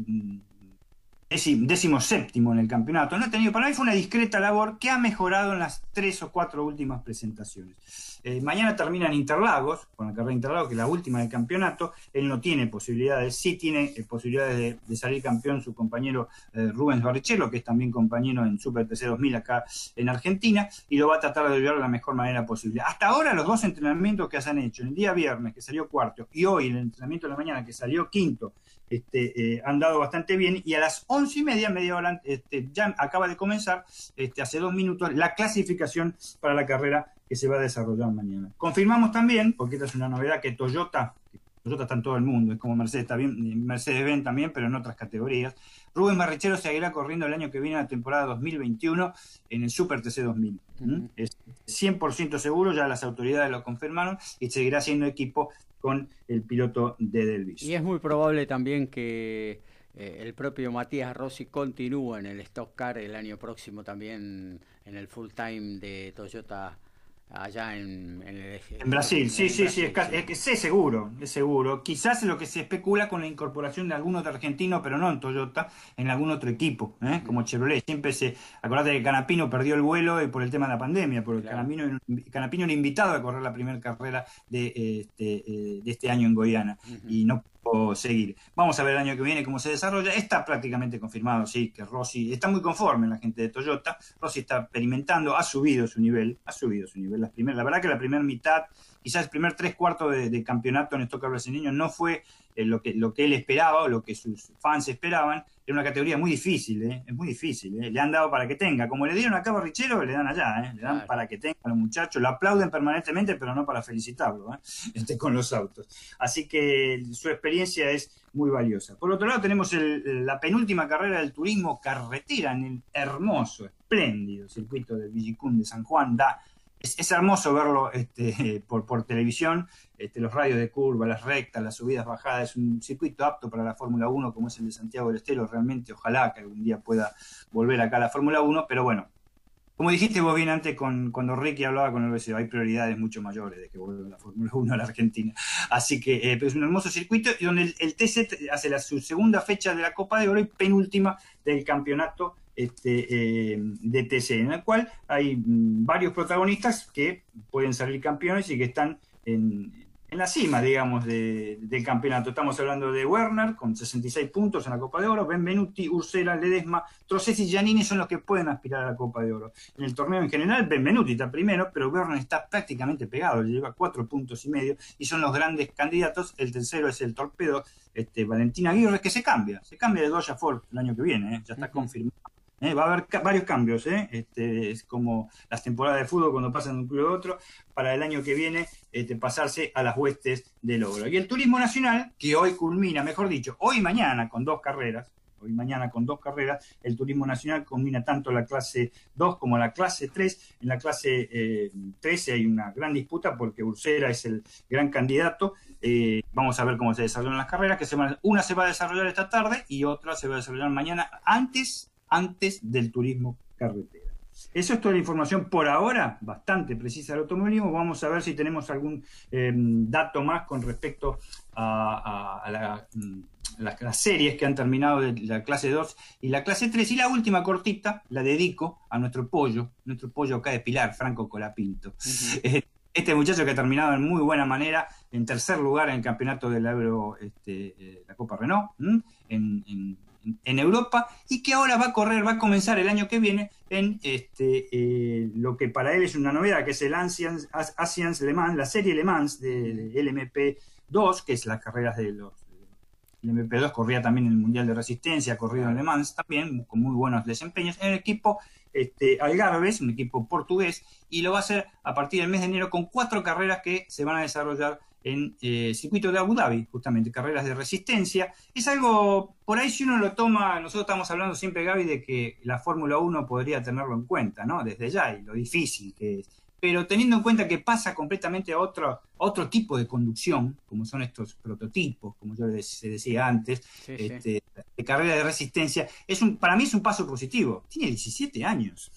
Speaker 8: décimo séptimo en el campeonato. No ha tenido, para mí fue una discreta labor que ha mejorado en las tres o cuatro últimas presentaciones. Eh, mañana termina en Interlagos, con la carrera de Interlagos, que es la última del campeonato. Él no tiene posibilidades, sí tiene eh, posibilidades de, de salir campeón su compañero eh, Rubens Barrichello, que es también compañero en Super T C dos mil acá en Argentina, y lo va a tratar de ayudar de la mejor manera posible. Hasta ahora los dos entrenamientos que se han hecho, el día viernes que salió cuarto, y hoy el entrenamiento de la mañana que salió quinto, este, eh, han dado bastante bien, y a las once y media, media hora, este, ya acaba de comenzar, este, hace dos minutos, la clasificación para la carrera que se va a desarrollar mañana. Confirmamos también, porque esta es una novedad, que Toyota, Toyota está en todo el mundo, es como Mercedes, está bien, Mercedes-Benz también, pero en otras categorías. Rubén Barrichello seguirá corriendo el año que viene, la temporada dos mil veintiuno, en el Super T C dos mil. ¿Mm? Es cien por ciento seguro, ya las autoridades lo confirmaron, y seguirá siendo equipo con el piloto de Delvis.
Speaker 6: Y es muy probable también que eh, el propio Matías Rossi continúe en el Stock Car el año próximo también en el full time de Toyota allá en, en, el,
Speaker 8: en Brasil. En, sí, en sí, Brasil, sí, es, sí. Es, es, es seguro, es seguro. Quizás lo que se especula con la incorporación de algún otro argentino, pero no en Toyota, en algún otro equipo, ¿eh? Como Chevrolet. Siempre se, acordate que Canapino perdió el vuelo por el tema de la pandemia, porque claro. Canapino, Canapino era invitado a correr la primera carrera de este, de este año en Goiânia, uh-huh. y no pudo seguir. Vamos a ver el año que viene cómo se desarrolla. Está prácticamente confirmado, sí, que Rossi está muy conforme, la gente de Toyota. Rossi está experimentando, ha subido su nivel, ha subido su nivel. Las primeras, la verdad que la primera mitad, quizás el primer tres cuartos de, de campeonato en Stock Car brasileño no fue eh, lo, que, lo que él esperaba o lo que sus fans esperaban. Era una categoría muy difícil, ¿eh? Es muy difícil, ¿eh? Le han dado para que tenga. Como le dieron acá a Barrichello, le dan allá, ¿eh? Le dan claro. para que tenga a los muchachos. Lo aplauden permanentemente, pero no para felicitarlo, ¿eh? Este, con los autos. Así que su experiencia es muy valiosa. Por otro lado, tenemos el, la penúltima carrera del turismo carretera en el hermoso, espléndido circuito del Villicún de San Juan. Da Es, es hermoso verlo este, por, por televisión, este, los radios de curva, las rectas, las subidas, bajadas. Es un circuito apto para la Fórmula uno, como es el de Santiago del Estero. Realmente, ojalá que algún día pueda volver acá a la Fórmula uno, pero bueno, como dijiste vos bien antes, con, cuando Ricky hablaba con el B C, hay prioridades mucho mayores de que vuelva la Fórmula uno a la Argentina. Así que eh, es un hermoso circuito, y donde el, el T C hace la, su segunda fecha de la Copa de Oro y penúltima del campeonato Este, eh, de T C, en el cual hay mm, varios protagonistas que pueden salir campeones y que están en, en la cima, digamos, de, del campeonato. Estamos hablando de Werner con sesenta y seis puntos en la Copa de Oro, Benvenuti, Ursera, Ledesma, Trocesi y Giannini son los que pueden aspirar a la Copa de Oro. En el torneo en general, Benvenuti está primero, pero Werner está prácticamente pegado, le lleva cuatro puntos y medio, y son los grandes candidatos. El tercero es el torpedo, este, Valentín Aguirre, que se cambia, se cambia de Dodge a Ford el año que viene, ¿eh? Ya está confirmado. Eh, va a haber ca- varios cambios, ¿eh? Este, es como las temporadas de fútbol cuando pasan de un club a otro, para el año que viene este, pasarse a las huestes del oro. Y el turismo nacional, que hoy culmina, mejor dicho, hoy y mañana con dos carreras, hoy y mañana con dos carreras, el turismo nacional culmina tanto la clase dos como la clase tres. En la clase eh, trece hay una gran disputa porque Ursera es el gran candidato. Eh, vamos a ver cómo se desarrollan las carreras, que se van, una se va a desarrollar esta tarde y otra se va a desarrollar mañana, antes antes del turismo carretera. Eso es toda la información por ahora, bastante precisa del automovilismo. Vamos a ver si tenemos algún eh, dato más con respecto a, a, a, la, a las, las series que han terminado de la clase dos y la clase tres. Y la última cortita la dedico a nuestro pollo, nuestro pollo acá de Pilar, Franco Colapinto. Uh-huh. Este muchacho que ha terminado en muy buena manera, en tercer lugar en el campeonato del Euro, este, eh, la Copa Renault, ¿m? en... en en Europa y que ahora va a correr, va a comenzar el año que viene en este eh, lo que para él es una novedad, que es el Asians, Asians Le Mans, la serie Le Mans de, de L M P dos, que es las carreras de los... El M P dos corría también en el Mundial de Resistencia, ha corrido en Le Mans también, con muy buenos desempeños, en el equipo este, Algarves, un equipo portugués, y lo va a hacer a partir del mes de enero con cuatro carreras que se van a desarrollar en el eh, circuito de Abu Dhabi, justamente, carreras de resistencia. Es algo, por ahí si uno lo toma, nosotros estamos hablando siempre, Gaby, de que la Fórmula uno podría tenerlo en cuenta, ¿no? Desde ya, y lo difícil que es. Pero teniendo en cuenta que pasa completamente a otro, a otro tipo de conducción, como son estos prototipos, como yo les decía antes,
Speaker 6: Sí,
Speaker 8: este,
Speaker 6: sí.
Speaker 8: de carrera de resistencia, es un, para mí es un paso positivo. Tiene diecisiete años.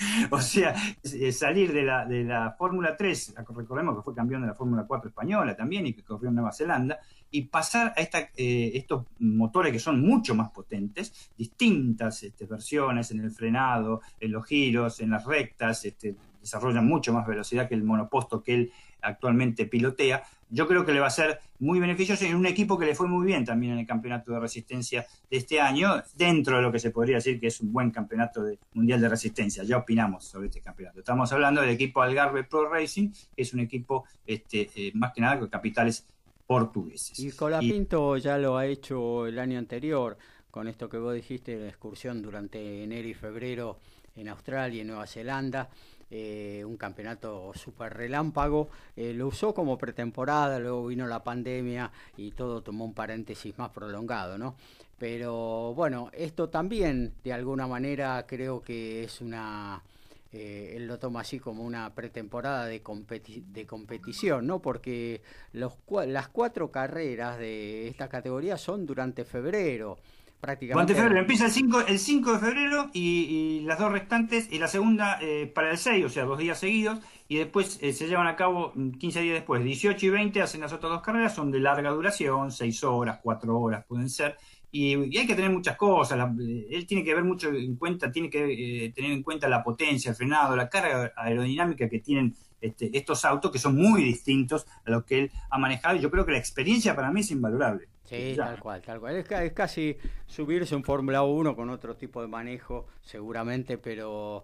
Speaker 8: O sea, salir de la, de la Fórmula tres, recordemos que fue campeón de la Fórmula cuatro española también y que corrió en Nueva Zelanda, y pasar a esta, eh, estos motores que son mucho más potentes, distintas este, versiones en el frenado, en los giros, en las rectas, este, desarrollan mucho más velocidad que el monoposto que él actualmente pilotea. Yo creo que le va a ser muy beneficioso en un equipo que le fue muy bien también en el campeonato de resistencia de este año, dentro de lo que se podría decir que es un buen campeonato de, mundial de resistencia. Ya opinamos sobre este campeonato. Estamos hablando del equipo Algarve Pro Racing, que es un equipo este, eh, más que nada con capitales portugueses.
Speaker 6: Y Colapinto y... ya lo ha hecho el año anterior, con esto que vos dijiste, la excursión durante enero y febrero en Australia y Nueva Zelanda. Eh, un campeonato súper relámpago, eh, lo usó como pretemporada, luego vino la pandemia y todo tomó un paréntesis más prolongado, ¿no? Pero bueno, esto también de alguna manera creo que es una, eh, él lo toma así como una pretemporada de, competi de competición, ¿no? Porque los, las cuatro carreras de esta categoría son durante febrero. Prácticamente.
Speaker 8: Durante febrero, empieza el cinco, el cinco de febrero y, y las dos restantes, y la segunda eh, para el seis, o sea, dos días seguidos, y después eh, se llevan a cabo quince días después, dieciocho y veinte hacen las otras dos carreras, son de larga duración, seis horas, cuatro horas pueden ser, y, y hay que tener muchas cosas, la, él tiene que ver mucho en cuenta, tiene que eh, tener en cuenta la potencia, el frenado, la carga aerodinámica que tienen este, estos autos, que son muy distintos a los que él ha manejado, y yo creo que la experiencia para mí es invalorable.
Speaker 6: Sí, ya. tal cual, tal cual. Es, es casi subirse un Fórmula uno con otro tipo de manejo, seguramente, pero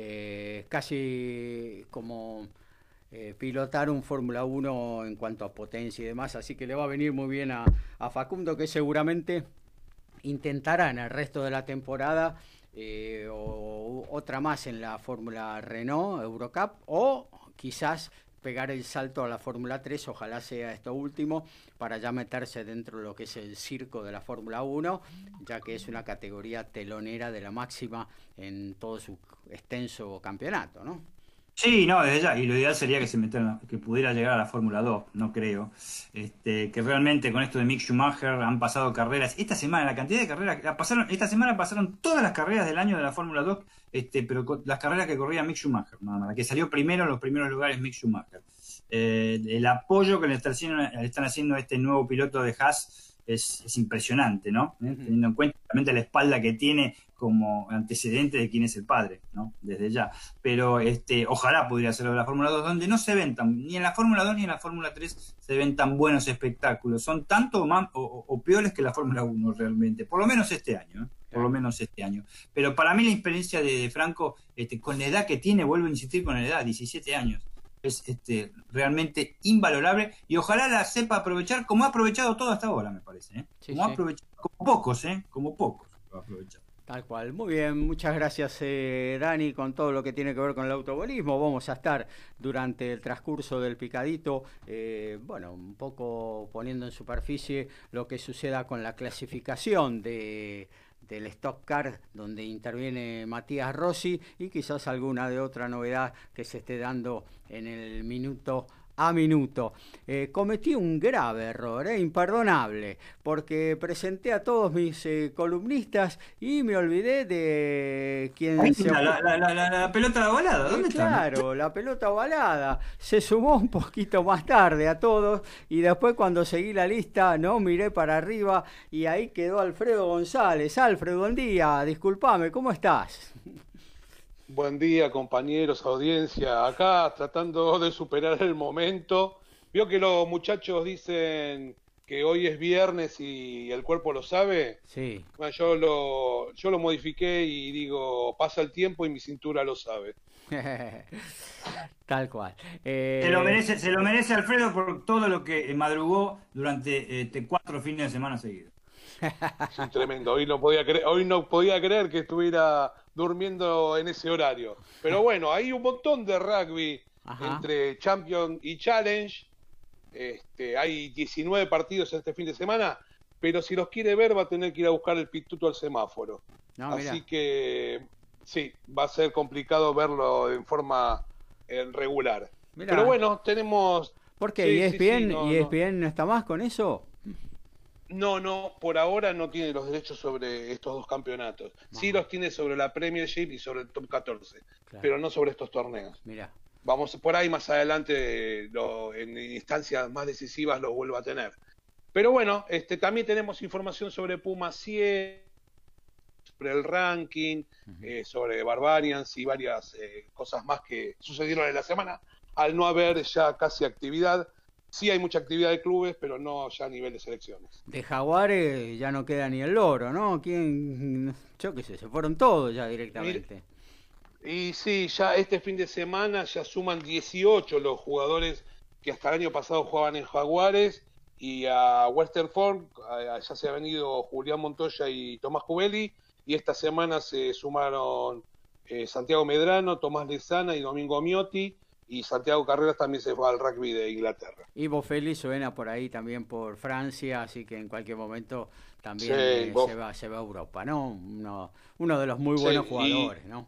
Speaker 6: eh, casi como eh, pilotar un Fórmula uno en cuanto a potencia y demás. Así que le va a venir muy bien a, a Facundo, que seguramente intentará en el resto de la temporada eh, o otra más en la Fórmula Renault Eurocup, o quizás pegar el salto a la Fórmula tres, ojalá sea esto último, para ya meterse dentro de lo que es el circo de la Fórmula uno, ya que es una categoría telonera de la máxima en todo su extenso campeonato, ¿no?
Speaker 8: Sí, no, desde ya, y lo ideal sería que se metiera, que pudiera llegar a la Fórmula dos, no creo. Este, que realmente con esto de Mick Schumacher han pasado carreras, esta semana, la cantidad de carreras, la pasaron, esta semana pasaron todas las carreras del año de la Fórmula dos, este, pero con, las carreras que corría Mick Schumacher, nada más, la que salió primero en los primeros lugares Mick Schumacher. Eh, el apoyo que le están haciendo, le están haciendo a este nuevo piloto de Haas es, es impresionante, ¿no? ¿Eh? Uh-huh. Teniendo en cuenta realmente la espalda que tiene como antecedente de quién es el padre, ¿no? Desde ya. Pero este, ojalá pudiera hacerlo de la Fórmula dos, donde no se ven tan, ni en la Fórmula dos ni en la Fórmula tres se ven tan buenos espectáculos. Son tanto o, más, o, o peores que la Fórmula uno realmente, por lo menos este año, ¿eh? Por lo menos este año. Pero para mí la experiencia de, de Franco, este, con la edad que tiene, vuelvo a insistir con la edad, diecisiete años, es este, realmente invalorable, y ojalá la sepa aprovechar como ha aprovechado todo hasta ahora, me parece, ¿eh?
Speaker 6: Sí,
Speaker 8: como
Speaker 6: sí.
Speaker 8: ha aprovechado, como pocos, ¿eh? Como pocos lo ha aprovechado.
Speaker 6: Tal cual. Muy bien, muchas gracias eh, Dani, con todo lo que tiene que ver con el automovilismo. Vamos a estar durante el transcurso del picadito, eh, bueno, un poco poniendo en superficie lo que suceda con la clasificación de del Stock Car, donde interviene Matías Rossi, y quizás alguna de otra novedad que se esté dando en el minuto a minuto. Eh, cometí un grave error, eh, imperdonable, porque presenté a todos mis eh, columnistas y me olvidé de quien
Speaker 8: Ahí
Speaker 6: se
Speaker 8: la, la, la, la, la pelota ovalada, ¿dónde
Speaker 6: eh,
Speaker 8: está?
Speaker 6: Claro, la pelota ovalada se sumó un poquito más tarde a todos, y después cuando seguí la lista no miré para arriba y ahí quedó Alfredo González. Alfredo, buen día, disculpame, ¿cómo estás?
Speaker 11: Buen día, compañeros, audiencia. Acá tratando de superar el momento. Vio que los muchachos dicen que hoy es viernes y el cuerpo lo sabe.
Speaker 6: Sí.
Speaker 11: Bueno, yo lo, yo lo modifiqué y digo, pasa el tiempo y mi cintura lo sabe.
Speaker 6: Tal cual. Eh...
Speaker 8: Se lo merece, se lo merece Alfredo por todo lo que madrugó durante este, cuatro fines de semana seguidos.
Speaker 11: Sí, tremendo. Hoy no podía creer, hoy no podía creer que estuviera durmiendo en ese horario. Pero bueno, hay un montón de rugby. Ajá. Entre Champion y Challenge. Este, hay diecinueve partidos este fin de semana, pero si los quiere ver va a tener que ir a buscar el pituto al semáforo. No, Así mira. que sí, va a ser complicado verlo en forma eh, regular. Mirá. Pero bueno, tenemos...
Speaker 6: ¿Por qué? Sí, ¿Y E S P N, sí, sí, no, ¿Y E S P N no. no está más con eso?
Speaker 11: No, no, por ahora no tiene los derechos sobre estos dos campeonatos. Ajá. Sí los tiene sobre la Premiership y sobre el Top catorce, claro. pero no sobre estos torneos.
Speaker 6: Mira.
Speaker 11: Vamos por ahí más adelante, lo, en instancias más decisivas los vuelvo a tener. Pero bueno, este, también tenemos información sobre Puma cien, sobre el ranking, uh-huh. eh, sobre Barbarians y varias eh, cosas más que sucedieron en la semana. Al no haber ya casi actividad, sí hay mucha actividad de clubes, pero no ya a nivel de selecciones.
Speaker 6: De Jaguares ya no queda ni el loro, ¿no? ¿Quién? Yo qué sé, se fueron todos ya directamente.
Speaker 11: Mira, y sí, ya este fin de semana ya suman dieciocho los jugadores que hasta el año pasado jugaban en Jaguares, y a Western Form ya se han venido Julián Montoya y Tomás Cubelli, y esta semana se sumaron eh, Santiago Medrano, Tomás Lezana y Domingo Miotti, y Santiago Carreras también se fue al rugby de Inglaterra.
Speaker 6: Ivo Félix suena por ahí también por Francia, así que en cualquier momento también sí, eh, se, va, se va a Europa, ¿no? Uno, uno de los muy buenos sí, jugadores,
Speaker 11: y...
Speaker 6: ¿no?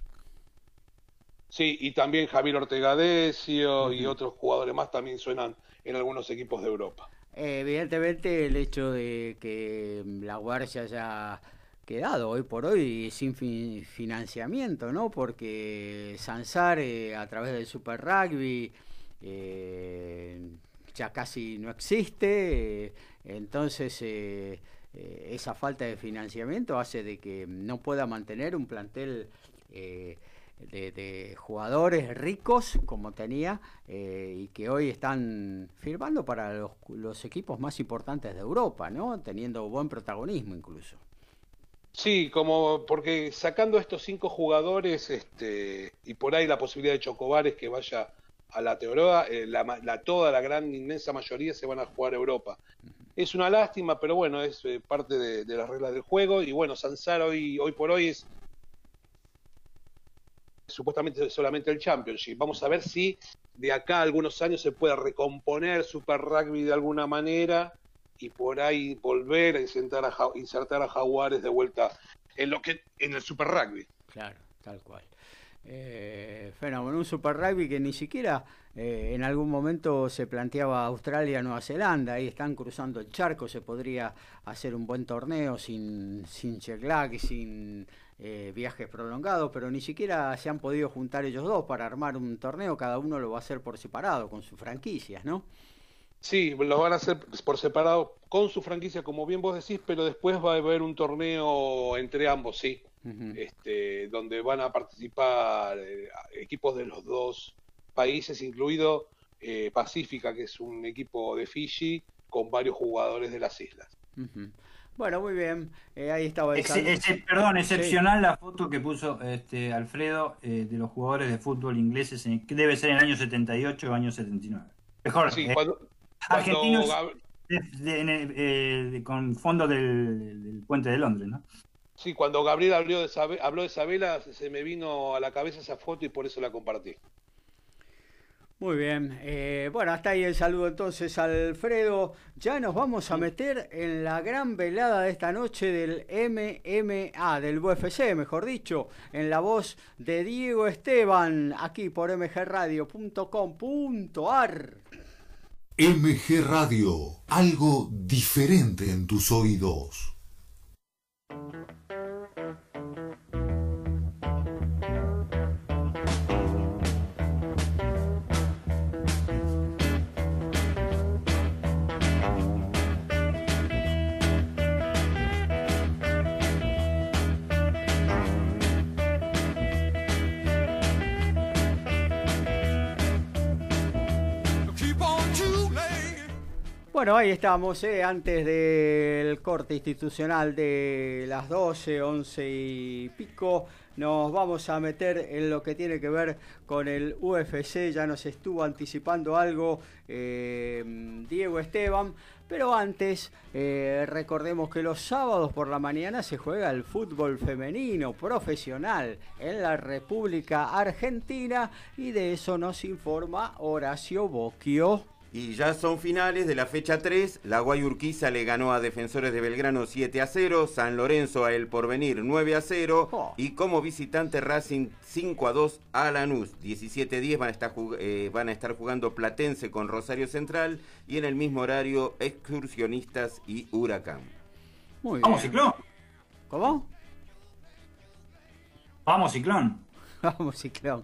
Speaker 11: Sí, y también Javier Ortega Decio uh-huh. y otros jugadores más también suenan en algunos equipos de Europa.
Speaker 6: Eh, evidentemente el hecho de que la U A R se haya quedado hoy por hoy sin fi- financiamiento, ¿no? Porque Sansar eh, a través del Super Rugby eh, ya casi no existe, eh, entonces eh, eh, esa falta de financiamiento hace de que no pueda mantener un plantel eh, De, de jugadores ricos como tenía eh, y que hoy están firmando para los, los equipos más importantes de Europa, ¿no? Teniendo buen protagonismo incluso.
Speaker 11: Sí, como porque sacando estos cinco jugadores este y por ahí la posibilidad de Chocobares que vaya a la Teoroa, eh, la, la toda la gran inmensa mayoría se van a jugar a Europa. Uh-huh. Es una lástima, pero bueno, es eh, parte de, de las reglas del juego. Y bueno, Sansar hoy hoy por hoy es supuestamente solamente el Championship. Vamos a ver si de acá a algunos años se puede recomponer Super Rugby de alguna manera y por ahí volver a insertar a, insertar a Jaguares de vuelta en lo que en el Super Rugby.
Speaker 6: Claro, tal cual. Eh, fenómeno, un Super Rugby que ni siquiera eh, en algún momento se planteaba Australia, Nueva Zelanda, ahí están cruzando el charco, se podría hacer un buen torneo sin, sin jet lag y sin eh, viajes prolongados, pero ni siquiera se han podido juntar ellos dos para armar un torneo, cada uno lo va a hacer por separado, con sus franquicias, ¿no?
Speaker 11: Sí, lo van a hacer por separado con su franquicia, como bien vos decís, pero después va a haber un torneo entre ambos, sí. Uh-huh. Este, donde van a participar eh, equipos de los dos países, incluido eh, Pacífica, que es un equipo de Fiji con varios jugadores de las islas.
Speaker 6: Uh-huh. Bueno, muy bien, eh, ahí estaba el
Speaker 8: Ex- ese, perdón, excepcional sí. La foto que puso este Alfredo eh, de los jugadores de fútbol ingleses, en, que debe ser en el año setenta y ocho o año setenta y nueve. Mejor,
Speaker 11: sí,
Speaker 8: eh,
Speaker 11: cuando,
Speaker 8: argentinos
Speaker 11: cuando...
Speaker 8: de, de, de, de, con fondo del, del puente de Londres, ¿no?
Speaker 11: Sí, cuando Gabriel habló de, Sabe, habló de Sabela, se me vino a la cabeza esa foto y por eso la compartí.
Speaker 6: Muy bien, eh, bueno, hasta ahí el saludo entonces, Alfredo. Ya nos vamos a meter en la gran velada de esta noche del M M A, del U F C, mejor dicho, en la voz de Diego Esteban, aquí por m g radio punto com punto a r.
Speaker 10: M G Radio, algo diferente en tus oídos.
Speaker 6: Bueno, ahí estamos, ¿eh? Antes del corte institucional de las doce, once y pico, nos vamos a meter en lo que tiene que ver con el U F C. Ya nos estuvo anticipando algo eh, Diego Esteban, pero antes eh, recordemos que los sábados por la mañana se juega el fútbol femenino profesional en la República Argentina, y de eso nos informa Horacio Bocchio.
Speaker 7: Y ya son finales de la fecha tres. La Guayurquiza le ganó a Defensores de Belgrano siete a cero. San Lorenzo a El Porvenir nueve a cero. Oh. Y como visitante Racing cinco a dos a Lanús. diecisiete a diez van a estar, eh, van a estar jugando Platense con Rosario Central. Y en el mismo horario Excursionistas y Huracán.
Speaker 8: Muy bien. Vamos, Ciclón.
Speaker 6: ¿Cómo?
Speaker 8: Vamos, Ciclón.
Speaker 6: Vamos, Ciclón.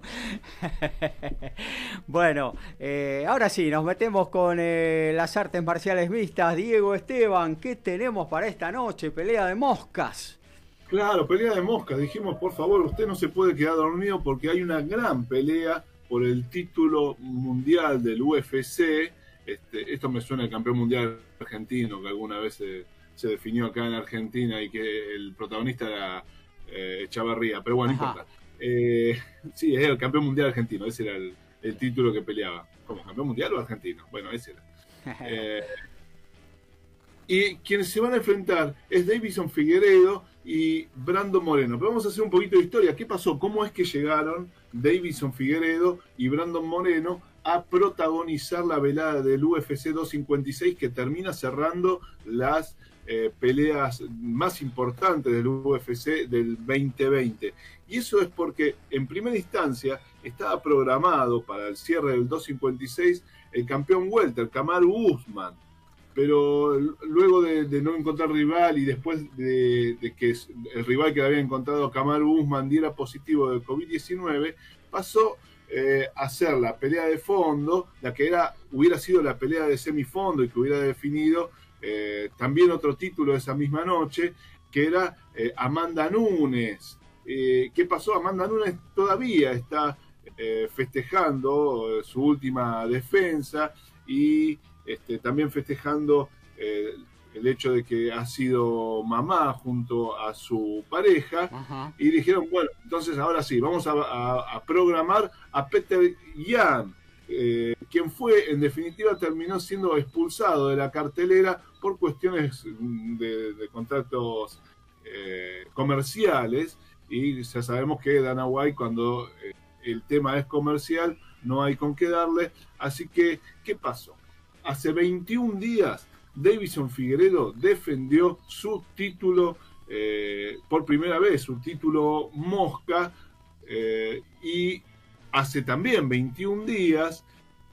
Speaker 6: Bueno, eh, ahora sí, nos metemos con eh, las artes marciales mixtas. Diego Esteban, ¿qué tenemos para esta noche? Pelea de moscas.
Speaker 3: Claro, pelea de moscas. Dijimos, por favor, usted no se puede quedar dormido porque hay una gran pelea por el título mundial del U F C. Este, esto me suena al campeón mundial argentino, que alguna vez se, se definió acá en Argentina y que el protagonista era eh, Echavarría. Pero bueno, no importa. Eh, sí, es el campeón mundial argentino, ese era el, el título que peleaba. ¿Como campeón mundial o argentino? Bueno, ese era. Eh, y quienes se van a enfrentar es Deiveson Figueiredo y Brandon Moreno. Pero vamos a hacer un poquito de historia. ¿Qué pasó? ¿Cómo es que llegaron Deiveson Figueiredo y Brandon Moreno a protagonizar la velada del U F C doscientos cincuenta y seis que termina cerrando las Eh, peleas más importantes del U F C del veinte veinte? Y eso es porque en primera instancia estaba programado para el cierre del doscientos cincuenta y seis el campeón welter, Kamaru Usman, pero luego de, de no encontrar rival y después de, de que el rival que le había encontrado Kamaru Usman diera positivo de COVID diecinueve, pasó eh, a hacer la pelea de fondo, la que era hubiera sido la pelea de semifondo y que hubiera definido Eh, también otro título de esa misma noche, que era eh, Amanda Nunes. Eh, ¿Qué pasó? Amanda Nunes todavía está eh, festejando eh, su última defensa y este, también festejando eh, el hecho de que ha sido mamá junto a su pareja. Ajá. Y dijeron, bueno, entonces ahora sí, vamos a, a, a programar a Peter Yan, Eh, quien fue, en definitiva, terminó siendo expulsado de la cartelera por cuestiones de, de contratos eh, comerciales, y ya sabemos que Dana White, cuando eh, el tema es comercial, no hay con qué darle. Así que, ¿qué pasó? Hace veintiún días, Deiveson Figueiredo defendió su título eh, por primera vez, su título mosca, eh, y hace también veintiún días,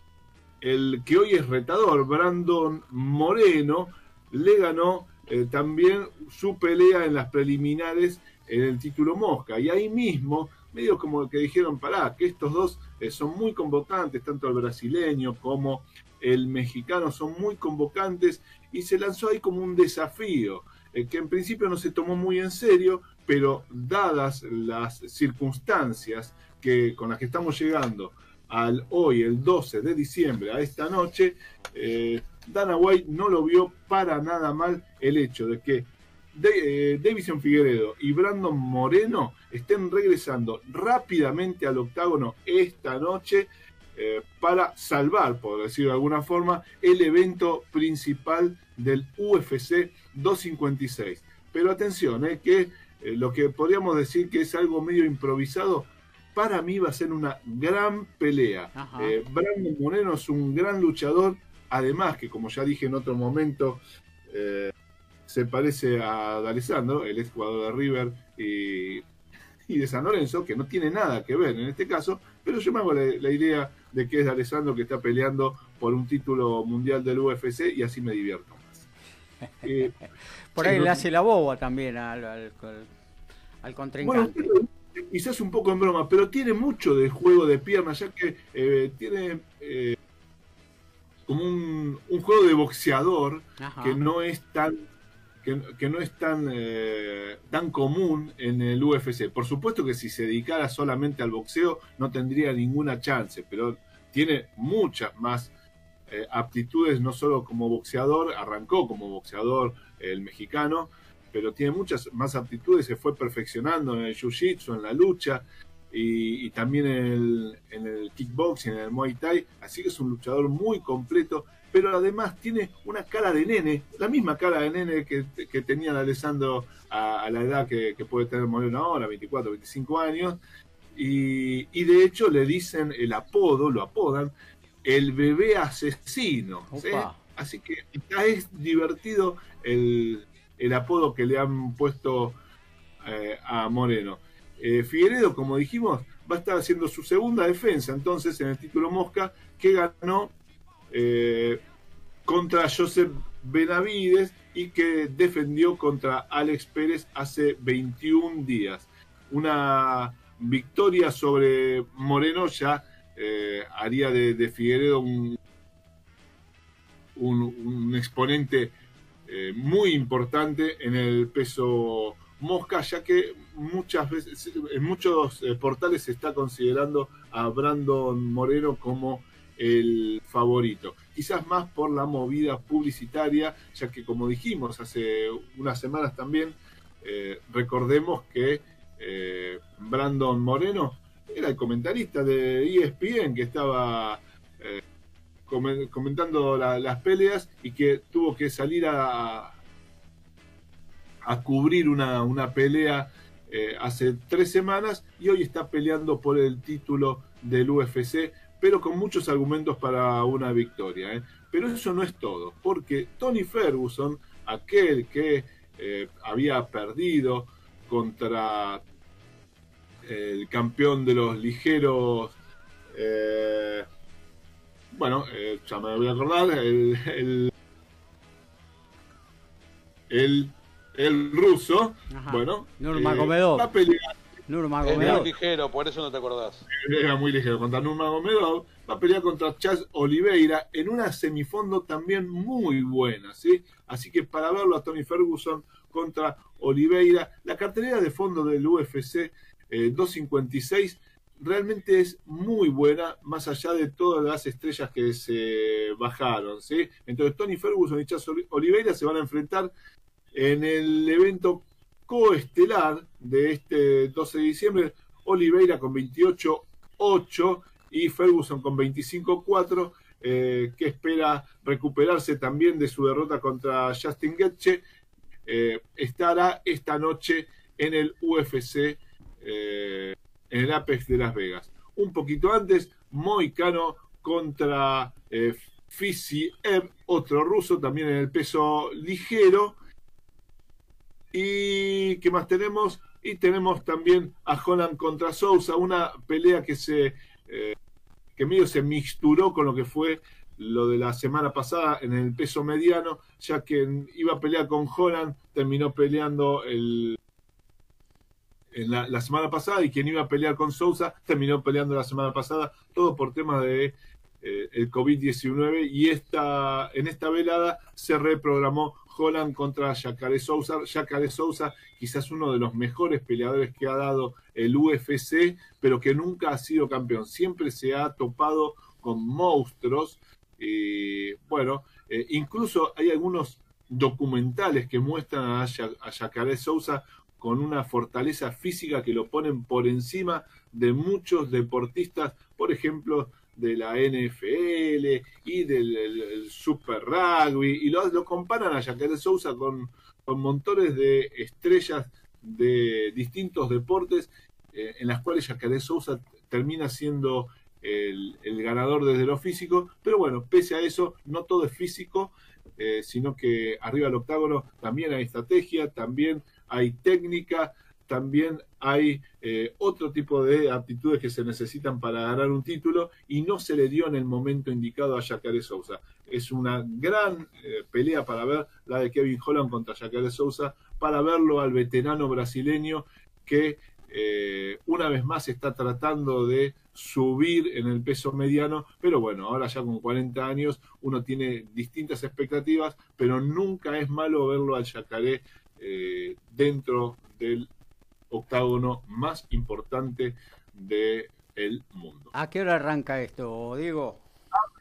Speaker 3: el que hoy es retador, Brandon Moreno, le ganó eh, también su pelea en las preliminares en el título mosca. Y ahí mismo, medio como que dijeron, pará, que estos dos eh, son muy convocantes, tanto el brasileño como el mexicano son muy convocantes, y se lanzó ahí como un desafío, eh, que en principio no se tomó muy en serio, pero dadas las circunstancias que con las que estamos llegando al hoy, el doce de diciembre, a esta noche, eh, Dana White no lo vio para nada mal el hecho de que de, eh, Deiveson Figueiredo y Brandon Moreno estén regresando rápidamente al octágono esta noche eh, para salvar, por decirlo de alguna forma, el evento principal del U F C doscientos cincuenta y seis. Pero atención, eh, que eh, lo que podríamos decir que es algo medio improvisado, para mí va a ser una gran pelea. Eh, Brandon Moreno es un gran luchador, además que, como ya dije en otro momento, eh, se parece a D'Alessandro, el ex jugador de River y, y de San Lorenzo, que no tiene nada que ver en este caso, pero yo me hago la, la idea de que es D'Alessandro que está peleando por un título mundial del U F C, y así me divierto más. Eh,
Speaker 6: por ahí sí, le no, hace la boba también al, al, al contrincante.
Speaker 3: Bueno, quizás un poco en broma, pero tiene mucho de juego de piernas, ya que eh, tiene eh, como un, un juego de boxeador. Ajá. que no es tan que, que no es tan eh, tan común en el U F C. Por supuesto que si se dedicara solamente al boxeo no tendría ninguna chance, pero tiene muchas más eh, aptitudes no solo como boxeador, arrancó como boxeador el mexicano, pero tiene muchas más aptitudes, se fue perfeccionando en el jiu-jitsu, en la lucha, y, y también en el, en el kickboxing, en el muay thai, así que es un luchador muy completo, pero además tiene una cara de nene, la misma cara de nene que, que tenía Alessandro a, a la edad que, que puede tener Moreno ahora, veinticuatro, veinticinco años, y, y de hecho le dicen el apodo, lo apodan, el bebé asesino, ¿sí? Así que ya es divertido el, el apodo que le han puesto eh, a Moreno. Eh, Figueiredo, como dijimos, va a estar haciendo su segunda defensa entonces en el título Mosca, que ganó eh, contra Joseph Benavides y que defendió contra Alex Pérez hace veintiún días. Una victoria sobre Moreno ya eh, haría de, de Figueiredo un, un, un exponente eh, muy importante en el peso Mosca, ya que muchas veces en muchos eh, portales se está considerando a Brandon Moreno como el favorito, quizás más por la movida publicitaria, ya que como dijimos hace unas semanas también, eh, recordemos que eh, Brandon Moreno era el comentarista de E S P N que estaba eh, comentando la, las peleas y que tuvo que salir a a cubrir una, una pelea eh, hace tres semanas y hoy está peleando por el título del U F C, pero con muchos argumentos para una victoria, ¿eh? Pero eso no es todo, porque Tony Ferguson, aquel que eh, había perdido contra el campeón de los ligeros, eh, bueno, eh, ya me voy a acordar, el, el, el el ruso, Ajá. bueno,
Speaker 6: Nurmagomedov.
Speaker 3: Eh, va a pelear.
Speaker 6: Nurmagomedov.
Speaker 11: Era muy ligero, por eso no te acordás.
Speaker 3: Era muy ligero. Contra Nurmagomedov va a pelear contra Chaz Oliveira en una semifondo también muy buena, ¿sí? Así que para verlo a Tony Ferguson contra Oliveira, la cartelera de fondo del U F C eh, doscientos cincuenta y seis realmente es muy buena, más allá de todas las estrellas que se bajaron, ¿sí? Entonces Tony Ferguson y Chaz Oliveira se van a enfrentar en el evento coestelar de este doce de diciembre, Oliveira con veintiocho ocho y Ferguson con veinticinco cuatro, eh, que espera recuperarse también de su derrota contra Justin Gaethje, eh, estará esta noche en el U F C, eh, en el Apex de Las Vegas. Un poquito antes, Moicano contra eh, Fiziev, otro ruso, también en el peso ligero. ¿Y qué más tenemos? Y tenemos también a Holland contra Sousa, una pelea que se eh, que medio se mixturó con lo que fue lo de la semana pasada en el peso mediano, ya que iba a pelear con Holland, terminó peleando el, en la, la semana pasada, y quien iba a pelear con Sousa terminó peleando la semana pasada, todo por temas de eh, el COVID diecinueve, y esta, en esta velada se reprogramó Holland contra Jacare Sousa. Jacare Sousa, quizás uno de los mejores peleadores que ha dado el U F C, pero que nunca ha sido campeón. Siempre se ha topado con monstruos. Eh, bueno, eh, incluso hay algunos documentales que muestran a, a Jacare Sousa con una fortaleza física que lo ponen por encima de muchos deportistas, por ejemplo, de la N F L y del el, el Super Rugby, y lo, lo comparan a Jacare Sousa con, con montones de estrellas de distintos deportes, eh, en las cuales Jacare Sousa termina siendo el, el ganador desde lo físico, pero bueno, pese a eso, no todo es físico, eh, sino que arriba del octágono también hay estrategia, también hay técnica, también hay eh, otro tipo de aptitudes que se necesitan para ganar un título, y no se le dio en el momento indicado a Jacare Sousa. Es una gran eh, pelea para ver, la de Kevin Holland contra Jacare Sousa, para verlo al veterano brasileño que eh, una vez más está tratando de subir en el peso mediano, pero bueno, ahora ya con cuarenta años uno tiene distintas expectativas, pero nunca es malo verlo al Jacare eh, dentro del octágono más importante del mundo.
Speaker 6: ¿A qué hora arranca esto, Diego?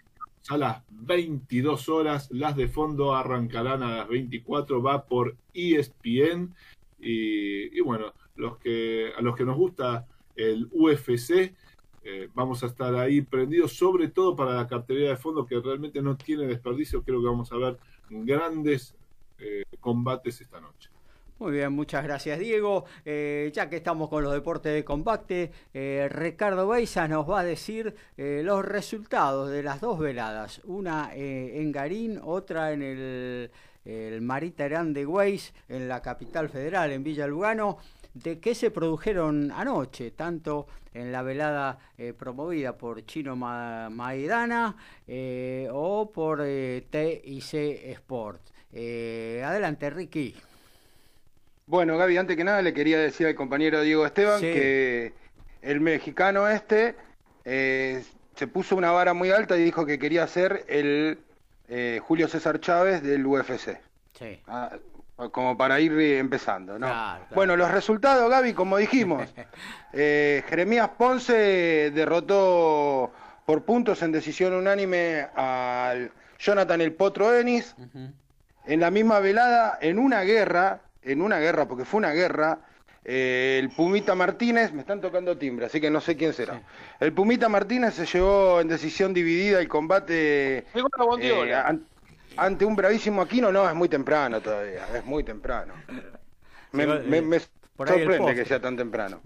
Speaker 3: a las veintidós horas. Las de fondo arrancarán a las veinticuatro. Va por E S P N. Y, y bueno, los que, a los que nos gusta el U F C, eh, vamos a estar ahí prendidos, sobre todo para la cartelera de fondo, que realmente no tiene desperdicio. Creo que vamos a ver grandes eh, combates esta noche.
Speaker 6: Muy bien, muchas gracias, Diego. Eh, ya que estamos con los deportes de combate, eh, Ricardo Beiza nos va a decir eh, los resultados de las dos veladas, una eh, en Garín, otra en el, el Mariterán de Güeys, en la capital federal, en Villa Lugano, de qué se produjeron anoche, tanto en la velada eh, promovida por Chino Ma Maidana eh, o por eh, T I C Sport. Eh, adelante, Ricky.
Speaker 9: Bueno, Gaby, antes que nada le quería decir al compañero Diego Esteban sí. que el mexicano este eh, se puso una vara muy alta y dijo que quería ser el eh, Julio César Chávez del U F C.
Speaker 6: Sí.
Speaker 9: Ah, como para ir empezando, ¿no?
Speaker 6: Claro, claro.
Speaker 9: Bueno, los resultados, Gaby, como dijimos, eh, Jeremías Ponce derrotó por puntos en decisión unánime al Jonathan El Potro Ennis. Uh-huh. En la misma velada, en una guerra... en una guerra, porque fue una guerra, eh, el Pumita Martínez, me están tocando timbre, así que no sé quién será. Sí. El Pumita Martínez se llevó en decisión dividida el combate eh, an, ante un bravísimo Aquino. No, es muy temprano todavía, es muy temprano. Me, sí, me, me sorprende que sea tan temprano.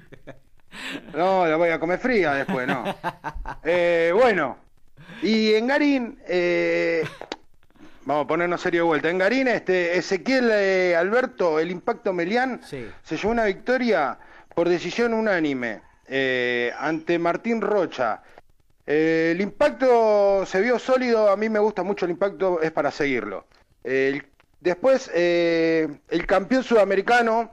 Speaker 9: No, la voy a comer fría después, no. Eh, bueno, y en Garín... Eh, vamos a ponernos serio de vuelta. En Garín, este, Ezequiel eh, Alberto, el Impacto Melián, sí. se llevó una victoria por decisión unánime eh, ante Martín Rocha. Eh, el Impacto se vio sólido, a mí me gusta mucho el Impacto, es para seguirlo. Eh, el, después, eh, el campeón sudamericano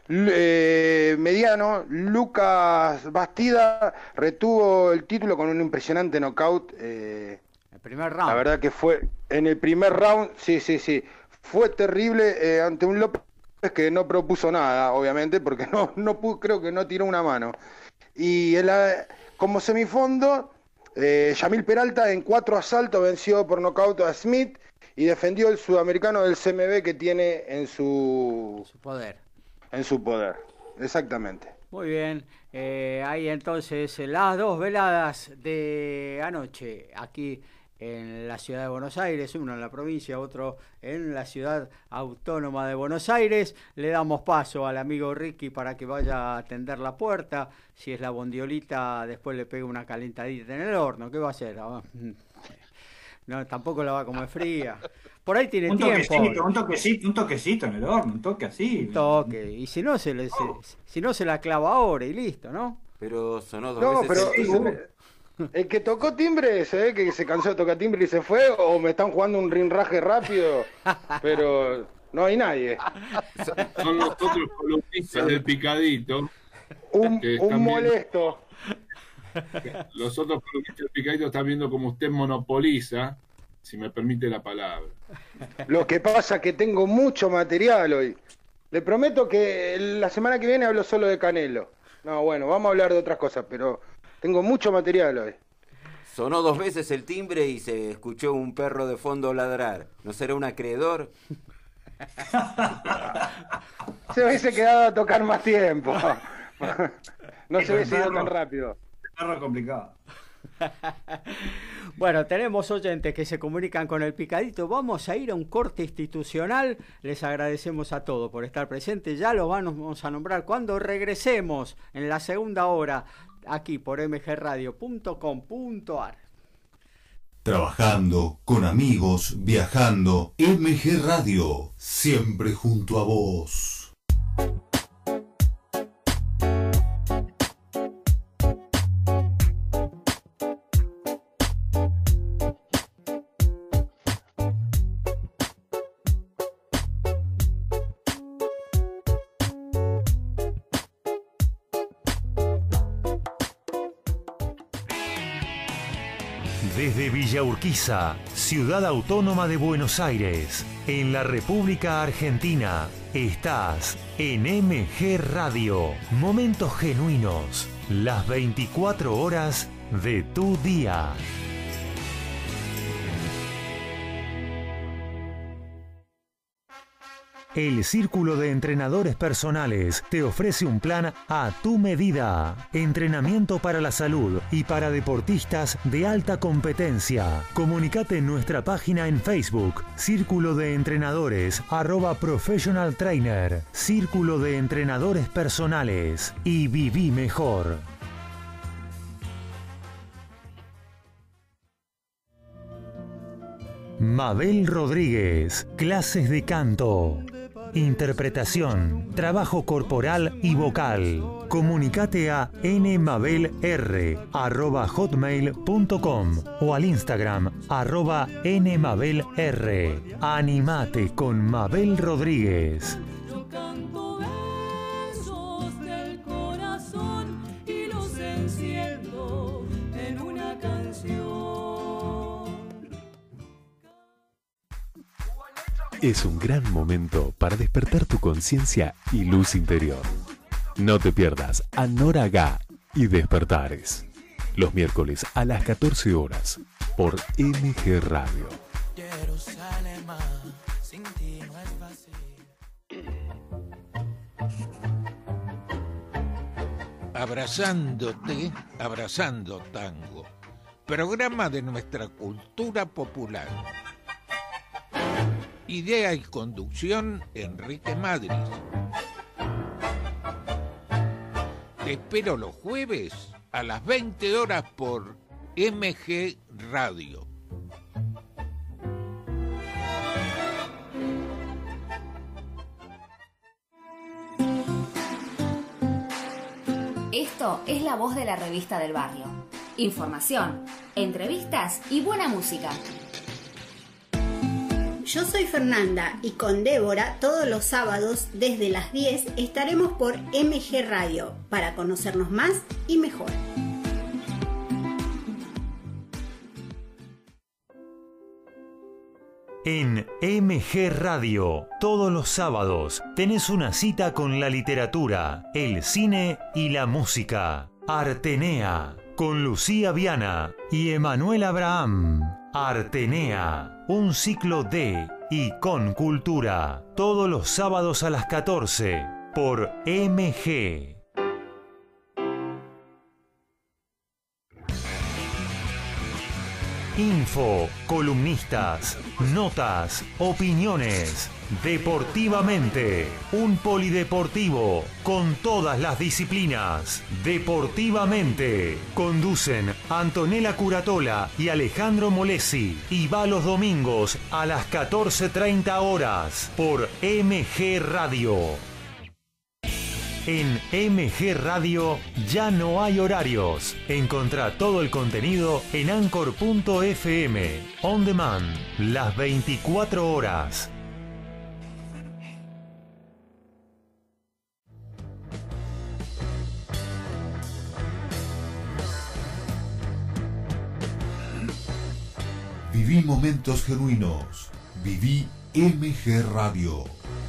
Speaker 9: eh, mediano, Lucas Bastida, retuvo el título con un impresionante knockout. Eh,
Speaker 6: Primer round.
Speaker 9: La verdad que fue en el primer round, sí, sí, sí, fue terrible eh, ante un López que no propuso nada, obviamente, porque no, no pudo, creo que no tiró una mano. Y en la, como semifondo, eh, Yamil Peralta en cuatro asaltos venció por nocaut a Smith y defendió el sudamericano del C M B que tiene en su,
Speaker 6: su poder.
Speaker 9: En su poder, exactamente.
Speaker 6: Muy bien, eh, ahí entonces las dos veladas de anoche aquí en la ciudad de Buenos Aires, uno en la provincia, otro en la ciudad autónoma de Buenos Aires. Le damos paso al amigo Ricky para que vaya a atender la puerta. Si es la bondiolita, después le pega una calentadita en el horno. ¿Qué va a hacer? No, tampoco la va a comer fría. Por ahí tiene
Speaker 8: un
Speaker 6: tiempo.
Speaker 8: Toquecito, un toquecito, un toquecito en el horno, un toque así.
Speaker 6: Un toque. Y si no se le, oh. se, si no se la clava ahora y listo, ¿no?
Speaker 7: Pero sonó dos
Speaker 9: no,
Speaker 7: veces.
Speaker 9: Pero, el, el que tocó timbre, se ve que se cansó de tocar timbre y se fue, o me están jugando un rinraje rápido, pero no hay nadie.
Speaker 3: Son los otros columnistas del Picadito.
Speaker 9: Un, un molesto.
Speaker 3: Viendo, los otros columnistas del Picadito están viendo como usted monopoliza, si me permite la palabra.
Speaker 9: Lo que pasa es que tengo mucho material hoy. Le prometo que la semana que viene hablo solo de Canelo. No, bueno, vamos a hablar de otras cosas, pero tengo mucho material hoy.
Speaker 7: Sonó dos veces el timbre y se escuchó un perro de fondo ladrar. ¿No será un acreedor?
Speaker 9: Se hubiese quedado a tocar más tiempo. No se hubiese ido tan rápido.
Speaker 8: Perro complicado.
Speaker 6: Bueno, tenemos oyentes que se comunican con el Picadito. Vamos a ir a un corte institucional. Les agradecemos a todos por estar presentes. Ya los vamos a nombrar cuando regresemos en la segunda hora aquí por m g radio punto com punto a r.
Speaker 10: Trabajando, con amigos, viajando. M G Radio, siempre junto a vos.
Speaker 12: Desde Villa Urquiza, ciudad autónoma de Buenos Aires, en la República Argentina, estás en M G Radio. Momentos genuinos, las veinticuatro horas de tu día. El Círculo de Entrenadores Personales te ofrece un plan a tu medida. Entrenamiento para la salud y para deportistas de alta competencia. Comunicate en nuestra página en Facebook, Círculo de Entrenadores, arroba Professional Trainer, Círculo de Entrenadores Personales, y viví mejor. Mabel Rodríguez, clases de canto, interpretación, trabajo corporal y vocal. Comunicate a nmabelr arroba hotmail punto com o al Instagram arroba nmabelr. Animate con Mabel Rodríguez.
Speaker 13: Yo canto versos del corazón y los enciendo en una canción.
Speaker 14: Es un gran momento para despertar tu conciencia y luz interior. No te pierdas a Nora Gá y Despertares. Los miércoles a las catorce horas por M G Radio.
Speaker 15: Abrazándote, abrazando tango. Programa de nuestra cultura popular. Idea y conducción, Enrique Madrid. Te espero los jueves a las veinte horas por M G Radio.
Speaker 16: Esto es La Voz de la Revista del Barrio. Información, entrevistas y buena música.
Speaker 17: Yo soy Fernanda y con Débora todos los sábados desde las diez estaremos por M G Radio para conocernos más y mejor.
Speaker 12: En M G Radio, todos los sábados, tenés una cita con la literatura, el cine y la música. Artenea, con Lucía Viana y Emanuel Abraham. Artenea, un ciclo de y con cultura, todos los sábados a las catorce, por M G. Info, columnistas, notas, opiniones. Deportivamente, un polideportivo con todas las disciplinas. Deportivamente, conducen Antonella Curatola y Alejandro Molesi, y va los domingos a las catorce treinta horas por M G Radio. En M G Radio ya no hay horarios. Encontrá todo el contenido en anchor punto f m, on demand, las veinticuatro horas.
Speaker 10: Viví momentos genuinos. Viví M G Radio.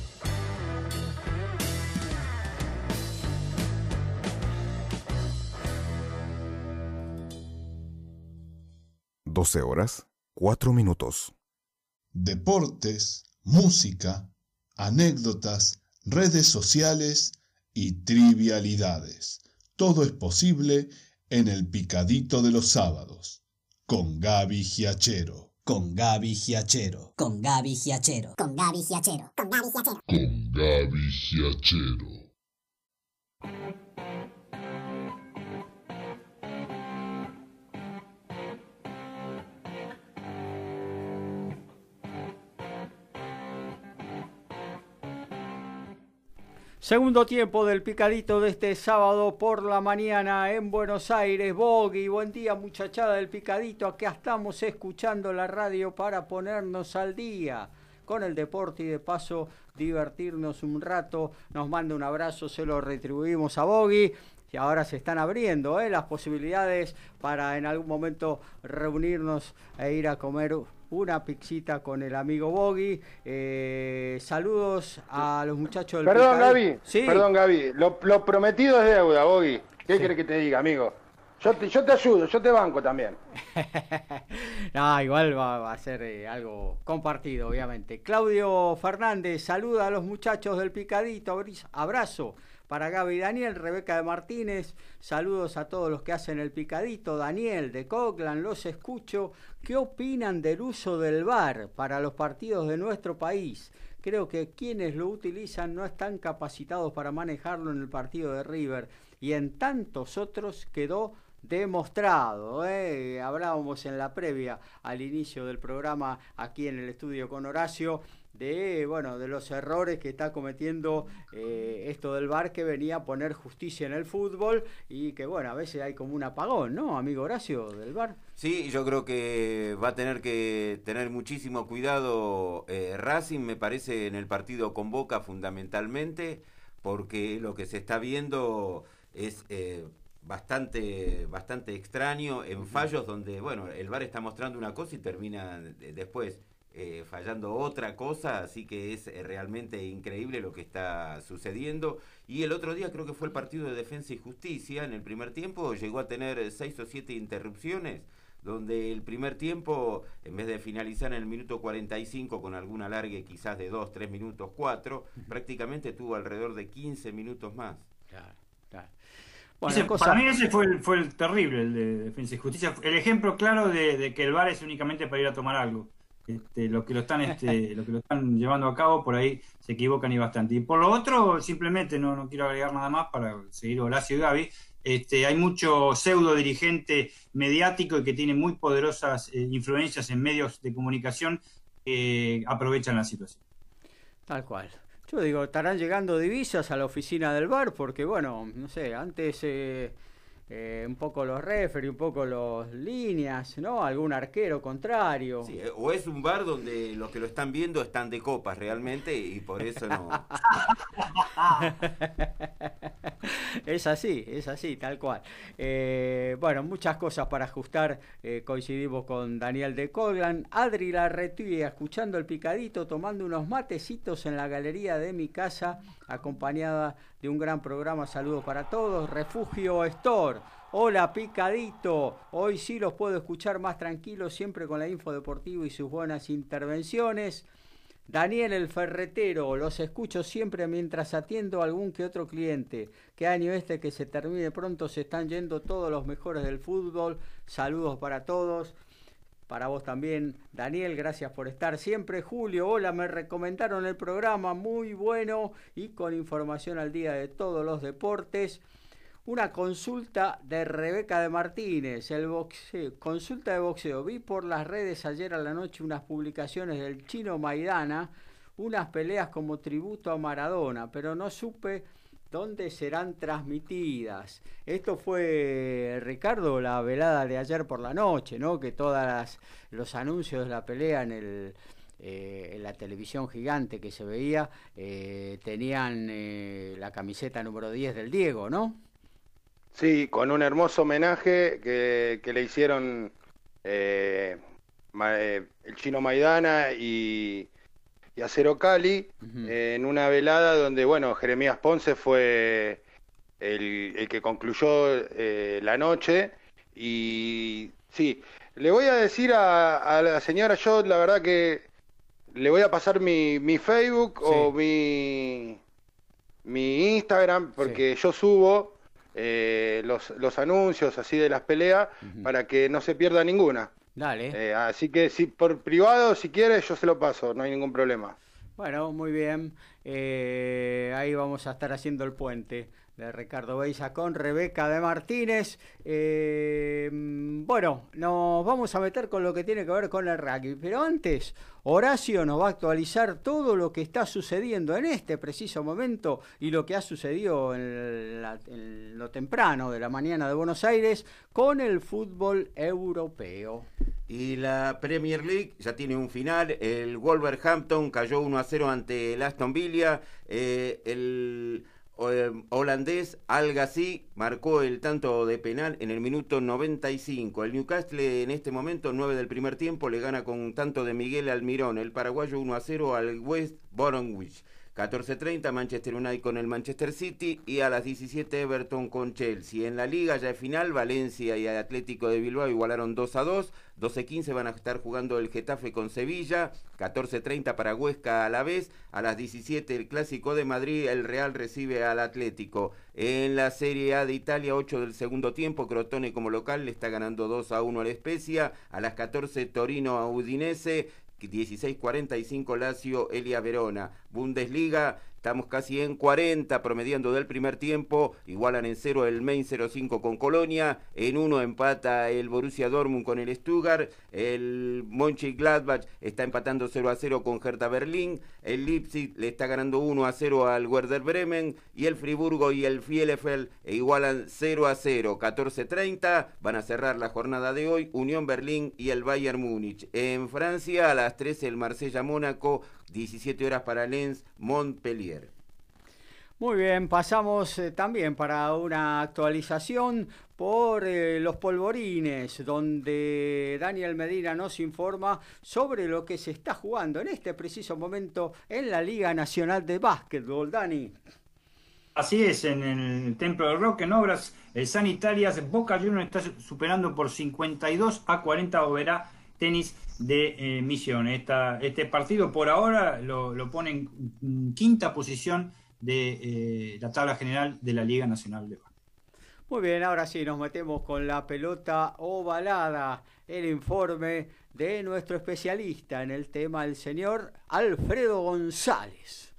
Speaker 1: doce horas, cuatro minutos.
Speaker 2: Deportes, música, anécdotas, redes sociales y trivialidades. Todo es posible en el Picadito de los Sábados. Con Gaby Giachero.
Speaker 18: Con Gaby Giachero.
Speaker 4: Con Gaby Giachero. Con Gaby Giachero. Con Gaby Giachero.
Speaker 5: Con Gaby Giachero.
Speaker 6: Segundo tiempo del Picadito de este sábado por la mañana en Buenos Aires. Boggy, buen día muchachada del Picadito. Acá estamos escuchando la radio para ponernos al día con el deporte y de paso divertirnos un rato. Nos manda un abrazo, se lo retribuimos a Boggy. Y ahora se están abriendo ¿eh? las posibilidades para en algún momento reunirnos e ir a comer una pixita con el amigo Boggy. Eh, saludos a los muchachos del
Speaker 9: Perdón,
Speaker 6: Picadito.
Speaker 9: Gaby.
Speaker 6: ¿Sí?
Speaker 9: Perdón, Gaby. Lo, lo prometido es deuda, Boggy. ¿Qué
Speaker 6: Sí.
Speaker 9: querés que te diga, amigo? Yo te, yo te ayudo, yo te banco también.
Speaker 6: No, igual va, va a ser eh, algo compartido, obviamente. Claudio Fernández, saluda a los muchachos del Picadito, abrazo para Gaby y Daniel, Rebeca de Martínez, saludos a todos los que hacen el Picadito, Daniel de Coglan, los escucho. ¿Qué opinan del uso del V A R para los partidos de nuestro país? Creo que quienes lo utilizan no están capacitados para manejarlo en el partido de River y en tantos otros quedó demostrado, ¿eh? Hablábamos en la previa al inicio del programa aquí en el estudio con Horacio de bueno de los errores que está cometiendo eh, esto del V A R, que venía a poner justicia en el fútbol y que bueno, a veces hay como un apagón, ¿no, amigo Horacio, del V A R?
Speaker 7: Sí, yo creo que va a tener que tener muchísimo cuidado eh, Racing, me parece, en el partido con Boca fundamentalmente, porque lo que se está viendo es eh, bastante bastante extraño en fallos donde, bueno, el V A R está mostrando una cosa y termina después eh, fallando otra cosa, así que es eh, realmente increíble lo que está sucediendo. Y el otro día creo que fue el partido de Defensa y Justicia, en el primer tiempo llegó a tener seis o siete interrupciones, donde el primer tiempo, en vez de finalizar en el minuto cuarenta y cinco con algún alargue quizás de dos, tres minutos, cuatro, prácticamente tuvo alrededor de quince minutos más.
Speaker 6: Claro, claro.
Speaker 8: Bueno, ese, cosa... Para mí ese fue el, fue el terrible, el de Defensa y Justicia, el ejemplo claro de, de que el V A R es únicamente para ir a tomar algo. Este, lo que lo están este, lo que lo están llevando a cabo, por ahí se equivocan y bastante. Y por lo otro, simplemente, no, no quiero agregar nada más para seguir Horacio y Gaby, este, hay mucho pseudo dirigente mediático y que tiene muy poderosas eh, influencias en medios de comunicación que aprovechan la situación.
Speaker 6: Tal cual. Yo digo, estarán llegando divisas a la oficina del V A R porque, bueno, no sé, antes eh, eh, un poco los referees, un poco los líneas, ¿no? Algún arquero contrario.
Speaker 7: Sí, o es un V A R donde los que lo están viendo están de copas realmente y por eso no...
Speaker 6: Es así, es así, tal cual. Eh, bueno, muchas cosas para ajustar. Eh, coincidimos con Daniel de Coglan. Adri Larretía, escuchando el Picadito, tomando unos matecitos en la galería de mi casa, acompañada de un gran programa. Saludos para todos. Refugio Store. Hola Picadito, hoy sí los puedo escuchar más tranquilos, siempre con la info deportiva y sus buenas intervenciones. Daniel el Ferretero, los escucho siempre mientras atiendo a algún que otro cliente. Qué año este que se termine pronto, se están yendo todos los mejores del fútbol. Saludos para todos. Para vos también, Daniel, gracias por estar siempre. Julio, hola, me recomendaron el programa, muy bueno y con información al día de todos los deportes. Una consulta de Rebeca de Martínez, el boxeo, consulta de boxeo. Vi por las redes ayer a la noche unas publicaciones del Chino Maidana, unas peleas como tributo a Maradona, pero no supe dónde serán transmitidas. Esto fue, Ricardo, la velada de ayer por la noche, ¿no? Que todos los anuncios de la pelea en el... Eh, en la televisión gigante que se veía, eh, tenían eh, la camiseta número diez del Diego, ¿no?
Speaker 9: Sí, con un hermoso homenaje que, que le hicieron eh, ma, eh, el Chino Maidana y, y Acero Cali, uh-huh. eh, en una velada donde, bueno, Jeremías Ponce fue el, el que concluyó eh, la noche. Y sí, le voy a decir a, a la señora, yo la verdad que le voy a pasar mi, mi Facebook sí. o mi, mi Instagram, porque sí. yo subo Eh, los, los anuncios así de las peleas uh-huh. para que no se pierda ninguna.
Speaker 6: Dale.
Speaker 9: Eh, así que si por privado, si quieres, yo se lo paso, no hay ningún problema.
Speaker 6: Bueno, muy bien. Eh, ahí vamos a estar haciendo el puente de Ricardo Beiza con Rebeca de Martínez. Eh, bueno, nos vamos a meter con lo que tiene que ver con el rugby, pero antes Horacio nos va a actualizar todo lo que está sucediendo en este preciso momento y lo que ha sucedido en, la, en lo temprano de la mañana de Buenos Aires con el fútbol europeo.
Speaker 7: Y la Premier League ya tiene un final. El Wolverhampton cayó uno a cero ante el Aston Villa. Eh, el holandés Al Ghazi marcó el tanto de penal en el minuto noventa y cinco. El Newcastle en este momento, nueve del primer tiempo, le gana con un tanto de Miguel Almirón. El paraguayo uno a cero al West Bromwich. catorce treinta Manchester United con el Manchester City y a las diecisiete Everton con Chelsea. En la Liga ya es final, Valencia y Atlético de Bilbao igualaron dos a dos, doce quince van a estar jugando el Getafe con Sevilla, catorce treinta para Huesca a la vez, a las diecisiete el Clásico de Madrid, el Real recibe al Atlético. En la Serie A de Italia, ocho del segundo tiempo, Crotone como local le está ganando dos a uno al Spezia, a las catorce Torino a Udinese, dieciséis cuarenta y cinco Lazio Elia Verona. Bundesliga, estamos casi en cuarenta promediando del primer tiempo, igualan en cero el Mainz cero cinco con Colonia, en uno empata el Borussia Dortmund con el Stuttgart, el Mönchengladbach está empatando cero a cero con Hertha Berlín, el Leipzig le está ganando uno a cero al Werder Bremen y el Friburgo y el Bielefeld igualan cero a cero. catorce treinta van a cerrar la jornada de hoy Unión Berlín y el Bayern Múnich. En Francia a las trece el Marsella Mónaco, diecisiete horas para Lens Montpellier.
Speaker 6: Muy bien, pasamos eh, también para una actualización por eh, los polvorines, donde Daniel Medina nos informa sobre lo que se está jugando en este preciso momento en la Liga Nacional de Básquetbol. Dani.
Speaker 8: Así es, en el Templo del Rock, en Obras eh, Sanitarias, Boca Juniors está superando por cincuenta y dos a cuarenta Oberá Tenis de eh, Misiones. Esta, este partido por ahora lo, lo pone en quinta posición de eh, la tabla general de la Liga Nacional de Básquet.
Speaker 6: Muy bien, ahora sí nos metemos con la pelota ovalada, el informe de nuestro especialista en el tema, el señor Alfredo González.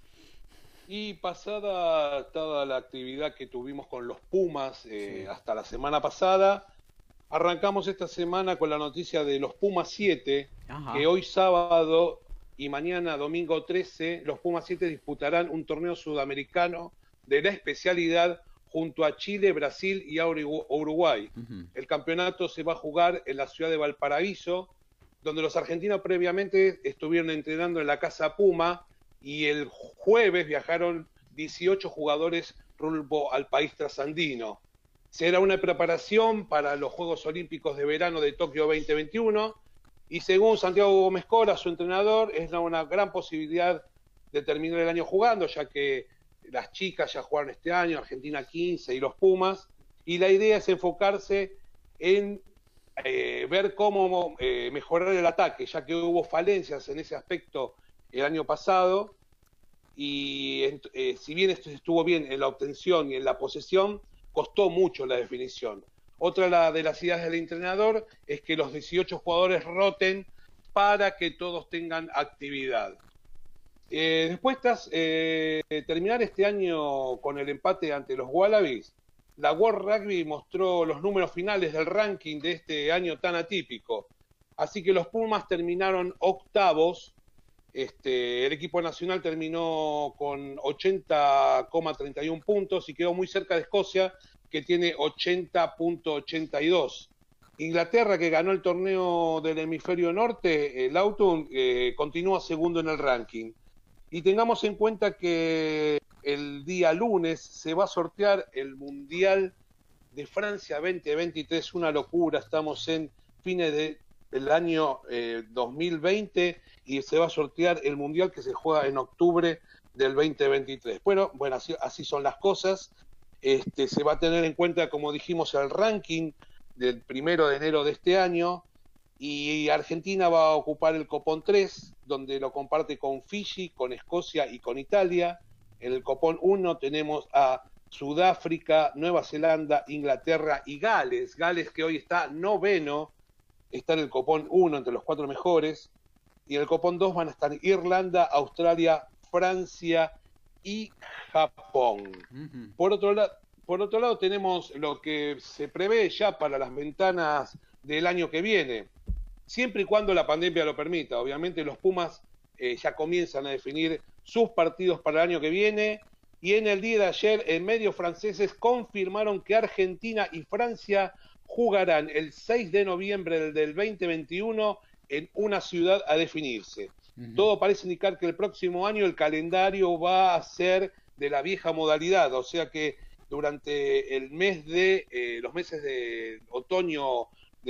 Speaker 11: Y pasada toda la actividad que tuvimos con los Pumas eh, sí. hasta la semana pasada, arrancamos esta semana con la noticia de los Pumas siete, Ajá. que hoy sábado y mañana domingo trece, los Pumas siete disputarán un torneo sudamericano de la especialidad junto a Chile, Brasil y a Uruguay. Uh-huh. El campeonato se va a jugar en la ciudad de Valparaíso, donde los argentinos previamente estuvieron entrenando en la Casa Puma y el jueves viajaron dieciocho jugadores rumbo al país trasandino. Será una preparación para los Juegos Olímpicos de Verano de Tokio veinte veintiuno y según Santiago Gómez Cora, su entrenador, es una gran posibilidad de terminar el año jugando, ya que las chicas ya jugaron este año, Argentina quince y los Pumas, y la idea es enfocarse en eh, ver cómo eh, mejorar el ataque, ya que hubo falencias en ese aspecto el año pasado, y eh, si bien esto estuvo bien en la obtención y en la posesión, costó mucho la definición. Otra de las ideas del entrenador es que los dieciocho jugadores roten para que todos tengan actividad. Eh, después tras eh, terminar este año con el empate ante los Wallabies, la World Rugby mostró los números finales del ranking de este año tan atípico. Así que los Pumas terminaron octavos. Este, el equipo nacional terminó con ochenta coma treinta y uno puntos y quedó muy cerca de Escocia, que tiene ochenta coma ochenta y dos. Inglaterra, que ganó el torneo del hemisferio norte, el Autumn, eh, continúa segundo en el ranking. Y tengamos en cuenta que el día lunes se va a sortear el Mundial de Francia veinte veintitrés, una locura, estamos en fines de, del año eh, dos mil veinte y se va a sortear el Mundial que se juega en octubre del veinte veintitrés. Bueno, bueno así, así son las cosas. Este, se va a tener en cuenta, como dijimos, el ranking del primero de enero de este año, y Argentina va a ocupar el copón tres, donde lo comparte con Fiji, con Escocia y con Italia. En el copón uno tenemos a Sudáfrica, Nueva Zelanda, Inglaterra y Gales. Gales, que hoy está noveno, está en el copón uno entre los cuatro mejores. Y en el copón dos van a estar Irlanda, Australia, Francia y Japón. Uh-huh. Por otro lado, por otro lado tenemos lo que se prevé ya para las ventanas del año que viene, siempre y cuando la pandemia lo permita. Obviamente los Pumas eh, ya comienzan a definir sus partidos para el año que viene, y en el día de ayer en medios franceses confirmaron que Argentina y Francia jugarán el seis de noviembre del, del veinte veintiuno en una ciudad a definirse. Uh-huh. Todo parece indicar que el próximo año el calendario va a ser de la vieja modalidad, o sea que durante el mes de eh, los meses de otoño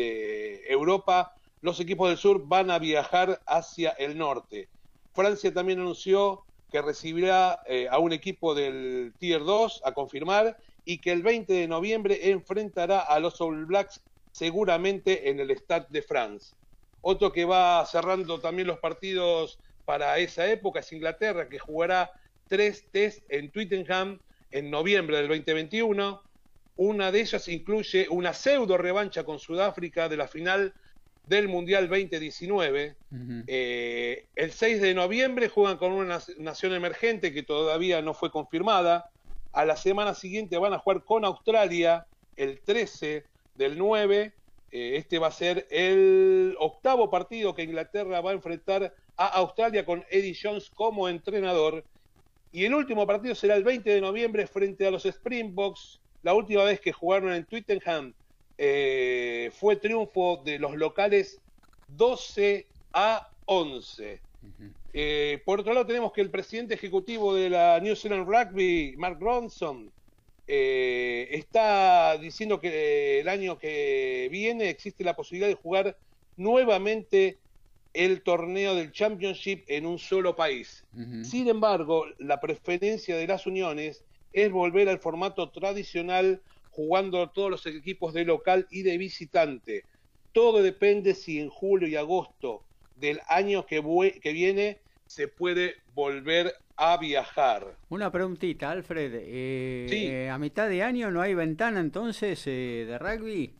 Speaker 11: de Europa, los equipos del sur van a viajar hacia el norte. Francia también anunció que recibirá eh, a un equipo del Tier dos a confirmar y que el veinte de noviembre enfrentará a los All Blacks seguramente en el Stade de France. Otro que va cerrando también los partidos para esa época es Inglaterra, que jugará tres test en Twickenham en noviembre del veinte veintiuno. Una de ellas incluye una pseudo revancha con Sudáfrica de la final del Mundial veinte diecinueve. Uh-huh. Eh, el seis de noviembre juegan con una nación emergente que todavía no fue confirmada. A la semana siguiente van a jugar con Australia el trece del nueve. Eh, este va a ser el octavo partido que Inglaterra va a enfrentar a Australia con Eddie Jones como entrenador. Y el último partido será el veinte de noviembre frente a los Springboks. La última vez que jugaron en Twickenham eh, fue triunfo de los locales doce a once. Uh-huh. Eh, por otro lado tenemos que el presidente ejecutivo de la New Zealand Rugby, Mark Ronson, eh, está diciendo que el año que viene existe la posibilidad de jugar nuevamente el torneo del Championship en un solo país. Uh-huh. Sin embargo, la preferencia de las uniones es volver al formato tradicional, jugando todos los equipos de local y de visitante. Todo depende si en julio y agosto del año que, que viene se puede volver a viajar.
Speaker 6: Una preguntita, Alfred. Eh,
Speaker 11: sí.
Speaker 6: eh, ¿A mitad de año no hay ventana entonces eh, de rugby?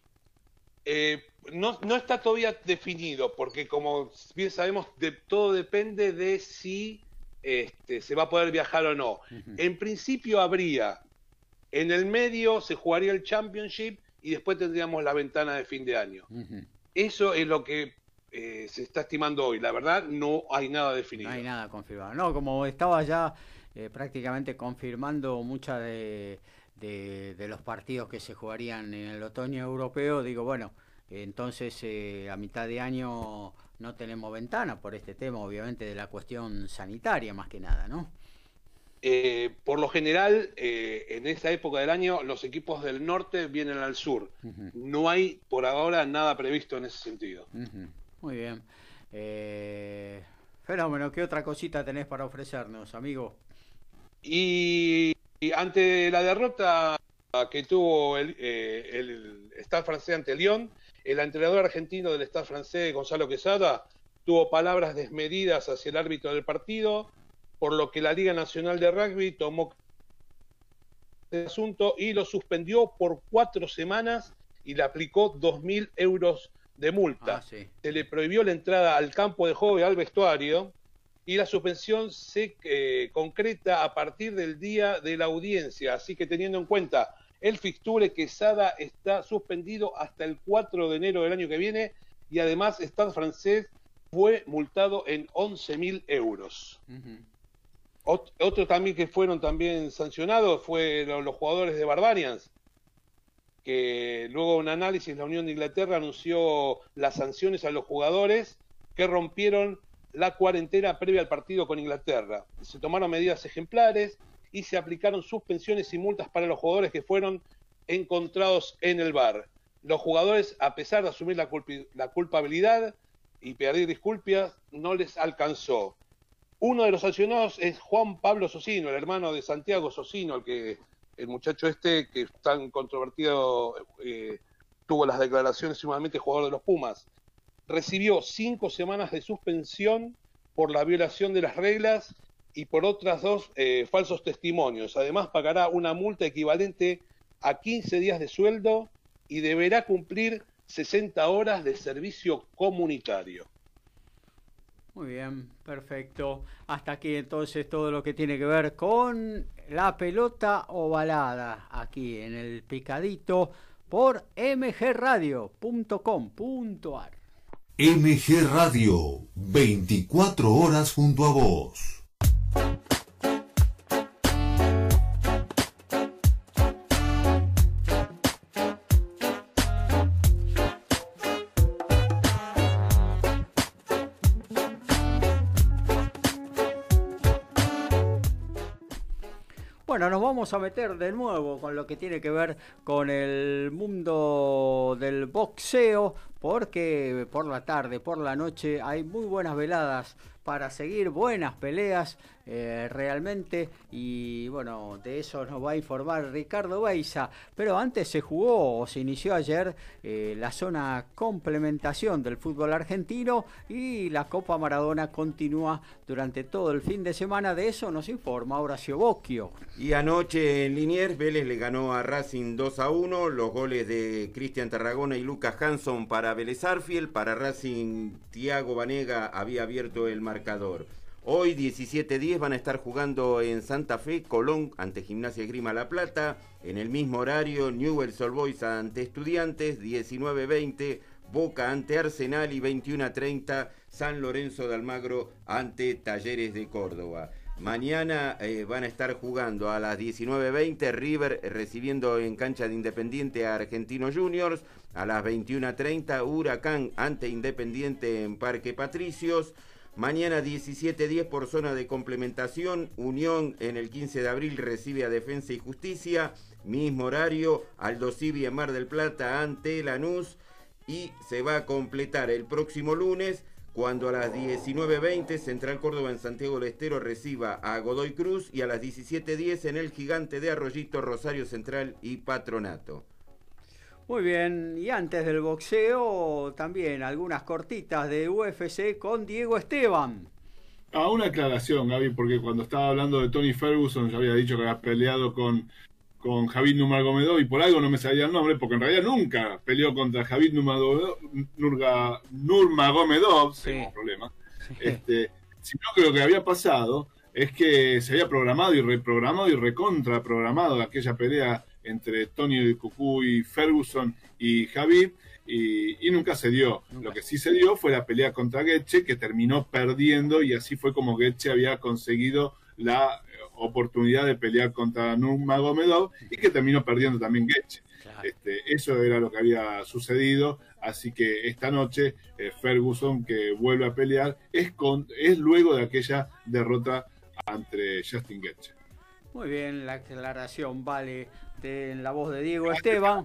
Speaker 11: Eh, no, no está todavía definido, porque como bien sabemos, de, todo depende de si este, se va a poder viajar o no. Uh-huh. En principio habría, en el medio se jugaría el Championship y después tendríamos la ventana de fin de año. Uh-huh. Eso es lo que eh, se está estimando hoy. La verdad, no hay nada definido.
Speaker 6: No hay nada confirmado. No, como estaba ya eh, prácticamente confirmando muchas de, de, de los partidos que se jugarían en el otoño europeo, digo, bueno, entonces eh, a mitad de año no tenemos ventana por este tema, obviamente, de la cuestión sanitaria más que nada, ¿no?
Speaker 11: Eh, por lo general, eh, en esa época del año, los equipos del norte vienen al sur. Uh-huh. No hay, por ahora, nada previsto en ese sentido.
Speaker 6: Uh-huh. Muy bien. Eh, fenómeno, ¿qué otra cosita tenés para ofrecernos, amigo?
Speaker 11: Y, y ante la derrota que tuvo el, eh, el Stade francés ante Lyon, el entrenador argentino del Stade francés, Gonzalo Quesada, tuvo palabras desmedidas hacia el árbitro del partido, por lo que la Liga Nacional de Rugby tomó el asunto y lo suspendió por cuatro semanas y le aplicó dos mil euros de multa.
Speaker 6: Ah, sí.
Speaker 11: Se le prohibió la entrada al campo de juego y al vestuario, y la suspensión se eh, concreta a partir del día de la audiencia. Así que, teniendo en cuenta el fixture, Quesada está suspendido hasta el cuatro de enero del año que viene, y además Stade francés fue multado en once mil euros. Uh-huh. Ot- otro también que fueron también sancionados fueron los jugadores de Barbarians, que luego de un análisis la Unión de Inglaterra anunció las sanciones a los jugadores que rompieron la cuarentena previa al partido con Inglaterra. Se tomaron medidas ejemplares y se aplicaron suspensiones y multas para los jugadores que fueron encontrados en el bar. Los jugadores, a pesar de asumir la, culpi- la culpabilidad y pedir disculpas, no les alcanzó. Uno de los sancionados es Juan Pablo Socino, el hermano de Santiago Socino, el que el muchacho este que tan controvertido eh, tuvo las declaraciones sumamente jugador de los Pumas. Recibió cinco semanas de suspensión por la violación de las reglas y por otras dos eh, falsos testimonios. Además, pagará una multa equivalente a quince días de sueldo y deberá cumplir sesenta horas de servicio comunitario.
Speaker 6: Muy bien, perfecto. Hasta aquí entonces todo lo que tiene que ver con la pelota ovalada, aquí en el Picadito por m g radio punto com punto a r.
Speaker 10: M G Radio, veinticuatro horas junto a vos.
Speaker 6: Bueno, nos vamos a meter de nuevo con lo que tiene que ver con el mundo del boxeo, porque por la tarde, por la noche, hay muy buenas veladas para seguir buenas peleas eh, realmente, y bueno, de eso nos va a informar Ricardo Beiza. Pero antes se jugó o se inició ayer eh, la zona complementación del fútbol argentino, y la Copa Maradona continúa durante todo el fin de semana. De eso nos informa Horacio Bocchio.
Speaker 7: Y anoche en Liniers, Vélez le ganó a Racing dos a uno, los goles de Cristian Tarragona y Lucas Hanson para Vélez Arfield. Para Racing, Thiago Banega había abierto el marcador. Hoy diecisiete diez van a estar jugando en Santa Fe Colón ante Gimnasia Esgrima La Plata. En el mismo horario, Newell's Old Boys ante Estudiantes, diecinueve veinte Boca ante Arsenal, y veintiuno a treinta San Lorenzo de Almagro ante Talleres de Córdoba. Mañana eh, van a estar jugando a las diecinueve veinte River recibiendo en cancha de Independiente a Argentinos Juniors. A las veintiuno a treinta Huracán ante Independiente en Parque Patricios. Mañana diecisiete diez por zona de complementación, Unión en el quince de abril recibe a Defensa y Justicia. Mismo horario, Aldo Civi en Mar del Plata ante Lanús. Y se va a completar el próximo lunes, cuando a las diecinueve veinte Central Córdoba en Santiago del Estero reciba a Godoy Cruz, y a las diecisiete diez en el Gigante de Arroyito, Rosario Central y Patronato.
Speaker 6: Muy bien, y antes del boxeo, también algunas cortitas de U F C con Diego Esteban.
Speaker 3: Ah, una aclaración, Gaby, porque cuando estaba hablando de Tony Ferguson, yo había dicho que había peleado con, con Khabib Nurmagomedov, y por algo no me salía el nombre, porque en realidad nunca peleó contra Khabib Nurmagomedov, Nurga, Nurmagomedov, sí. Tengo un problema. Sí. Este, sino que lo que había pasado es que se había programado y reprogramado y recontraprogramado aquella pelea entre Tony el Cucuy Ferguson y Khabib, y, y nunca se dio. Nunca. Lo que sí se dio fue la pelea contra Getche, que terminó perdiendo, y así fue como Getche había conseguido la oportunidad de pelear contra Nurmagomedov, y que terminó perdiendo también Getche. Claro. Este, eso era lo que había sucedido, así que esta noche eh, Ferguson, que vuelve a pelear, es, con, es luego de aquella derrota ante Justin Getche.
Speaker 6: Muy bien, la aclaración vale de, en la voz de Diego Esteban.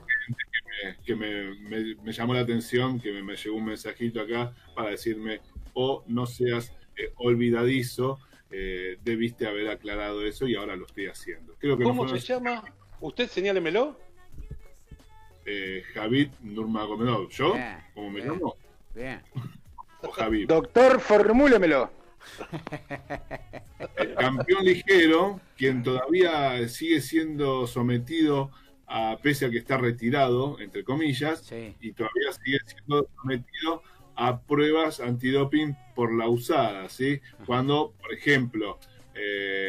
Speaker 3: Que me, me, me llamó la atención, que me, me llegó un mensajito acá para decirme: oh, no seas eh, olvidadizo, eh, debiste haber aclarado eso, y ahora lo estoy haciendo. Creo que
Speaker 11: ¿Cómo
Speaker 3: no
Speaker 11: se llama? ¿Usted señálemelo?
Speaker 3: Eh, Khabib Nurmagomedov. ¿Yo?
Speaker 6: Bien,
Speaker 3: ¿Cómo me
Speaker 6: bien,
Speaker 3: llamo?
Speaker 6: Bien.
Speaker 3: O Khabib.
Speaker 9: Doctor, formúlemelo.
Speaker 3: El campeón ligero, quien todavía sigue siendo sometido a, pese a que está retirado, entre comillas, sí. y todavía sigue siendo sometido a pruebas antidoping por la usada, ¿sí? Cuando, por ejemplo, eh,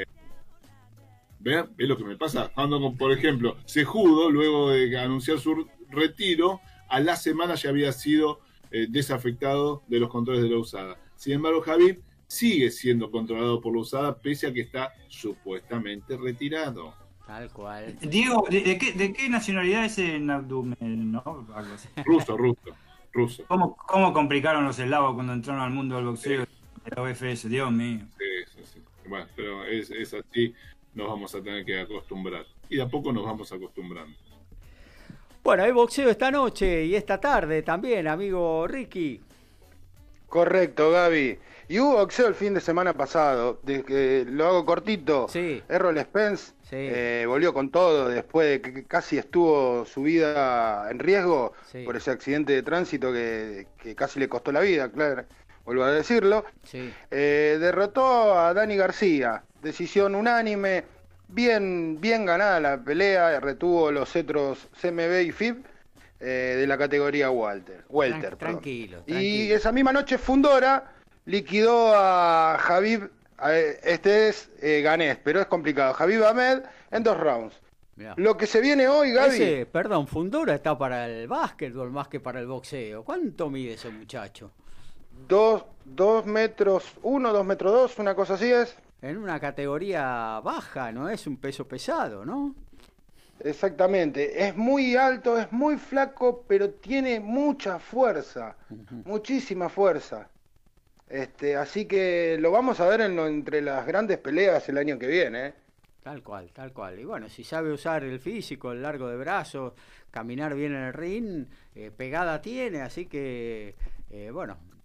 Speaker 3: ¿ve? ¿Ve lo que me pasa? Cuando, por ejemplo, Cejudo, luego de anunciar su retiro, a la semana ya había sido eh, desafectado de los controles de la usada. Sin embargo, Khabib sigue siendo controlado por la usada, pese a que está supuestamente retirado.
Speaker 6: Tal cual.
Speaker 8: Diego, ¿de, de, qué, ¿de qué nacionalidad es el abdomen? ¿No? Algo así.
Speaker 3: Ruso, ruso, ruso.
Speaker 8: ¿Cómo, ¿Cómo complicaron los eslavos cuando entraron al mundo del boxeo de la U F S? Dios mío.
Speaker 3: Sí, sí, sí. Bueno, pero es, es así, nos vamos a tener que acostumbrar. Y de a poco nos vamos acostumbrando.
Speaker 6: Bueno, hay boxeo esta noche y esta tarde también, amigo Ricky.
Speaker 9: Correcto, Gaby. Y hubo boxeo el fin de semana pasado, de que lo hago cortito.
Speaker 6: Sí.
Speaker 9: Errol Spence sí. eh, volvió con todo después de que casi estuvo su vida en riesgo sí. por ese accidente de tránsito que, que casi le costó la vida, claro, vuelvo a decirlo. Sí. Eh, derrotó a Dani García, decisión unánime, bien, bien ganada la pelea, retuvo los cetros C M B y F I B eh, de la categoría Walter, Welter.
Speaker 6: Tran tranquilo,
Speaker 9: tranquilo. Y esa misma noche Fundora liquidó a Khabib, este es eh, ganés, pero es complicado, Khabib Ahmed en dos rounds. Mirá. Lo que se viene hoy, Gaby...
Speaker 6: Ese, perdón, Fundora está para el básquetbol más que para el boxeo. ¿Cuánto mide ese muchacho?
Speaker 9: Dos, dos metros uno, dos metros dos, una cosa así es.
Speaker 6: En una categoría baja, no es un peso pesado, ¿no?
Speaker 9: Exactamente, es muy alto, es muy flaco, pero tiene mucha fuerza, uh-huh. muchísima fuerza. Este, así que lo vamos a ver en lo, entre las grandes peleas el año que viene. ¿eh?
Speaker 6: Tal cual, tal cual. Y bueno, si sabe usar el físico, el largo de brazos, caminar bien en el ring, eh, pegada tiene, así que, eh, bueno,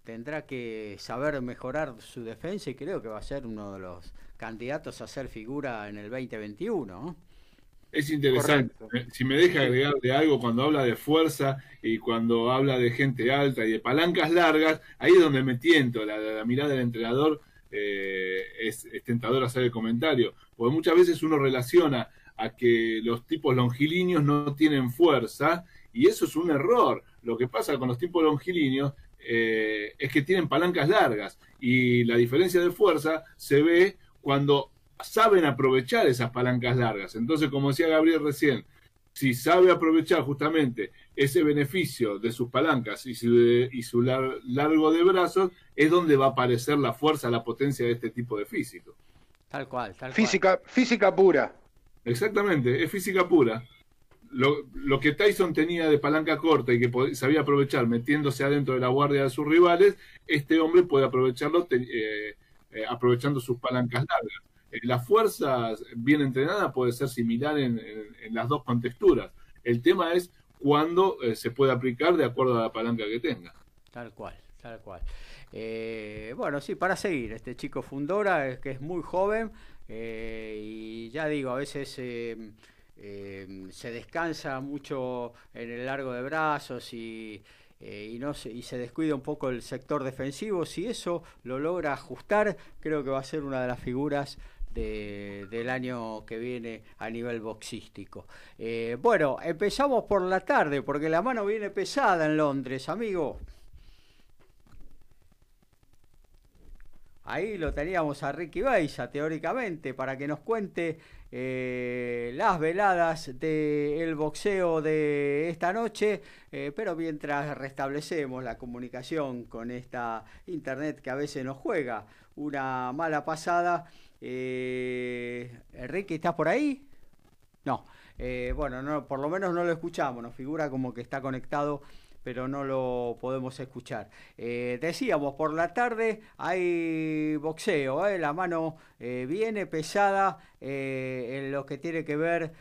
Speaker 6: tendrá que saber mejorar su defensa y creo que va a ser uno de los candidatos a ser figura en el veinte veintiuno, ¿no?
Speaker 3: Es interesante. Correcto. Si me deja agregarle algo, cuando habla de fuerza y cuando habla de gente alta y de palancas largas, ahí es donde me tiento. La, la mirada del entrenador eh, es, es tentador hacer el comentario. Porque muchas veces uno relaciona a que los tipos longilíneos no tienen fuerza y eso es un error. Lo que pasa con los tipos longilíneos eh, es que tienen palancas largas y la diferencia de fuerza se ve cuando saben aprovechar esas palancas largas. Entonces, como decía Gabriel recién, si sabe aprovechar justamente ese beneficio de sus palancas y su, y su lar, largo de brazos, es donde va a aparecer la fuerza, la potencia de este tipo de físico.
Speaker 6: Tal cual, tal
Speaker 9: física,
Speaker 6: cual.
Speaker 9: Física pura.
Speaker 3: Exactamente, es física pura. Lo, lo que Tyson tenía de palanca corta y que pod- sabía aprovechar metiéndose adentro de la guardia de sus rivales, este hombre puede aprovecharlo te, eh, eh, aprovechando sus palancas largas. La fuerza bien entrenada puede ser similar en, en, en las dos contexturas. El tema es cuándo eh, se puede aplicar de acuerdo a la palanca que tenga.
Speaker 6: Tal cual, tal cual. Eh, bueno, sí, para seguir, este chico Fundora, es que es muy joven eh, y ya digo, a veces eh, eh, se descansa mucho en el largo de brazos y... Eh, y, no se, y se descuida un poco el sector defensivo. Si eso lo logra ajustar, creo que va a ser una de las figuras de, del año que viene a nivel boxístico. Eh, bueno, empezamos por la tarde, porque la mano viene pesada en Londres, amigo. Ahí lo teníamos a Ricky Beiza, teóricamente, para que nos cuente eh, las veladas del boxeo de esta noche, eh, pero mientras restablecemos la comunicación con esta internet que a veces nos juega una mala pasada. Eh, Ricky, ¿estás por ahí? No, eh, bueno, no, por lo menos no lo escuchamos, nos figura como que está conectado, pero no lo podemos escuchar. Eh, decíamos, por la tarde hay boxeo, ¿eh? La mano eh, viene pesada eh, en lo que tiene que ver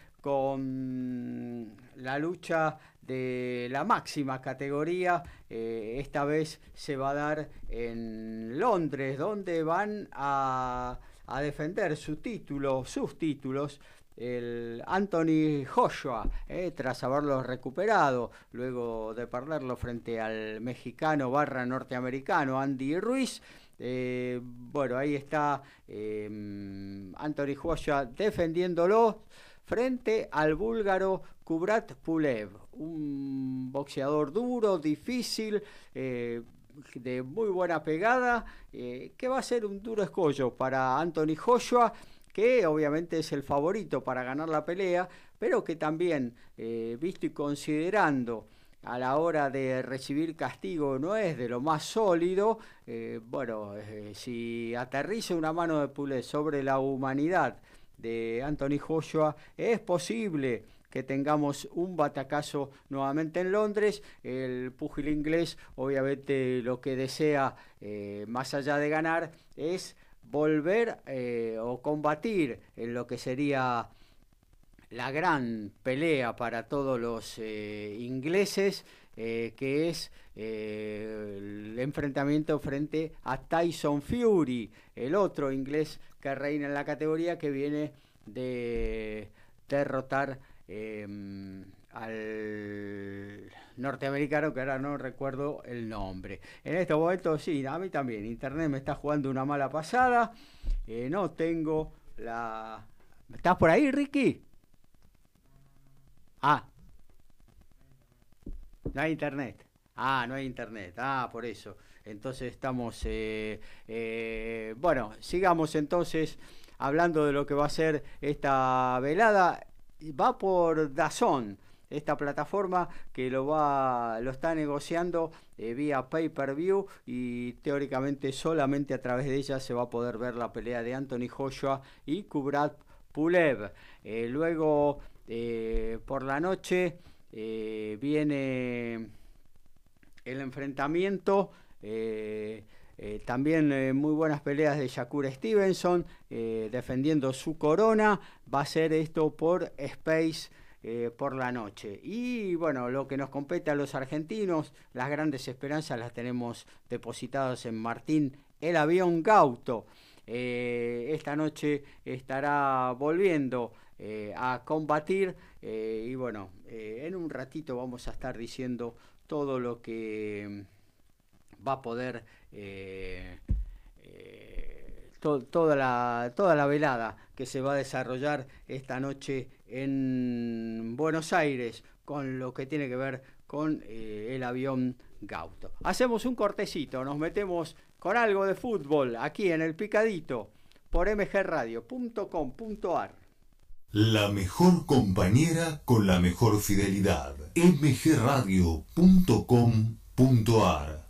Speaker 6: con la lucha de la máxima categoría. Eh, esta vez se va a dar en Londres, donde van a, a defender su título, sus títulos, el Anthony Joshua, eh, tras haberlo recuperado luego de perderlo frente al mexicano barra norteamericano Andy Ruiz. Eh, bueno, ahí está eh, Anthony Joshua defendiéndolo frente al búlgaro Kubrat Pulev, un boxeador duro, difícil, eh, de muy buena pegada, eh, que va a ser un duro escollo para Anthony Joshua, que obviamente es el favorito para ganar la pelea, pero que también, eh, visto y considerando a la hora de recibir castigo, no es de lo más sólido. Eh, bueno, eh, si aterriza una mano de Pulev sobre la humanidad de Anthony Joshua, es posible que tengamos un batacazo nuevamente en Londres. El púgil inglés obviamente lo que desea, eh, más allá de ganar, es volver eh, o combatir en lo que sería la gran pelea para todos los eh, ingleses, eh, que es eh, el enfrentamiento frente a Tyson Fury, el otro inglés que reina en la categoría, que viene de derrotar eh, al norteamericano, que ahora no recuerdo el nombre. En estos momentos, sí, a mí también, internet me está jugando una mala pasada, eh, no tengo la... ¿Estás por ahí, Ricky? Ah, no hay internet. Ah, no hay internet. Ah, por eso. Entonces estamos... Eh, eh, bueno, sigamos entonces hablando de lo que va a ser esta velada. Va por DAZN, esta plataforma que lo va lo está negociando eh, vía pay-per-view, y teóricamente solamente a través de ella se va a poder ver la pelea de Anthony Joshua y Kubrat Pulev. Eh, luego, eh, por la noche, eh, viene el enfrentamiento. Eh, Eh, también eh, muy buenas peleas de Shakur Stevenson, eh, defendiendo su corona. Va a ser esto por Space eh, por la noche. Y bueno, lo que nos compete a los argentinos, las grandes esperanzas las tenemos depositadas en Martín el Avión Gauto. Eh, esta noche estará volviendo eh, a combatir eh, y bueno, eh, en un ratito vamos a estar diciendo todo lo que va a poder eh, eh, to, toda la toda la velada que se va a desarrollar esta noche en Buenos Aires con lo que tiene que ver con eh, el Avión Gauto. Hacemos un cortecito, nos metemos con algo de fútbol aquí en El Picadito por m g radio punto com punto a r.
Speaker 10: La mejor compañera con la mejor fidelidad. m g radio punto com punto a r.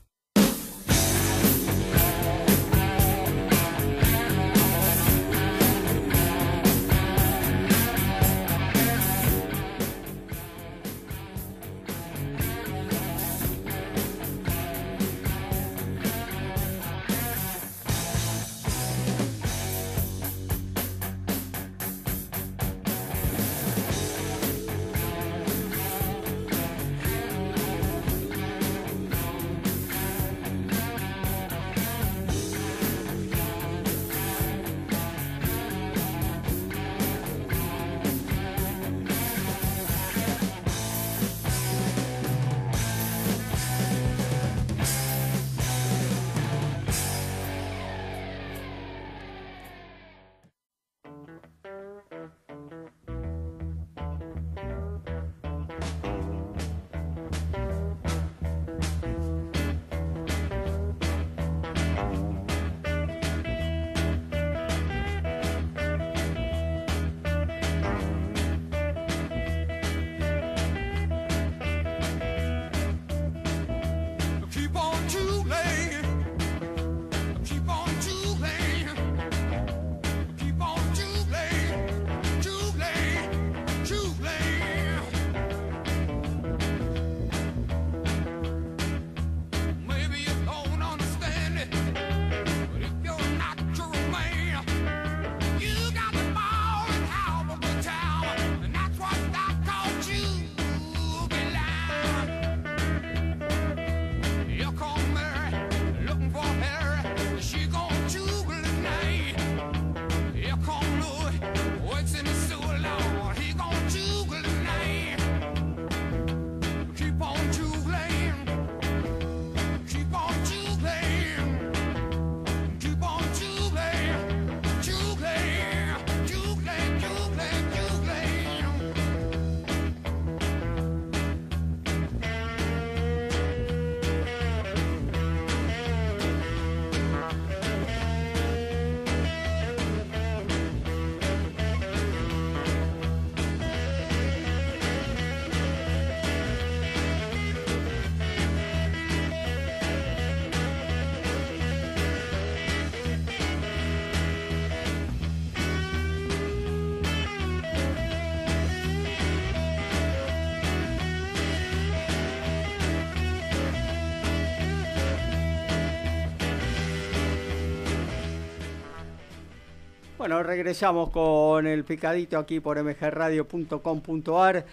Speaker 6: Bueno, regresamos con el Picadito aquí por m g radio punto com punto a r.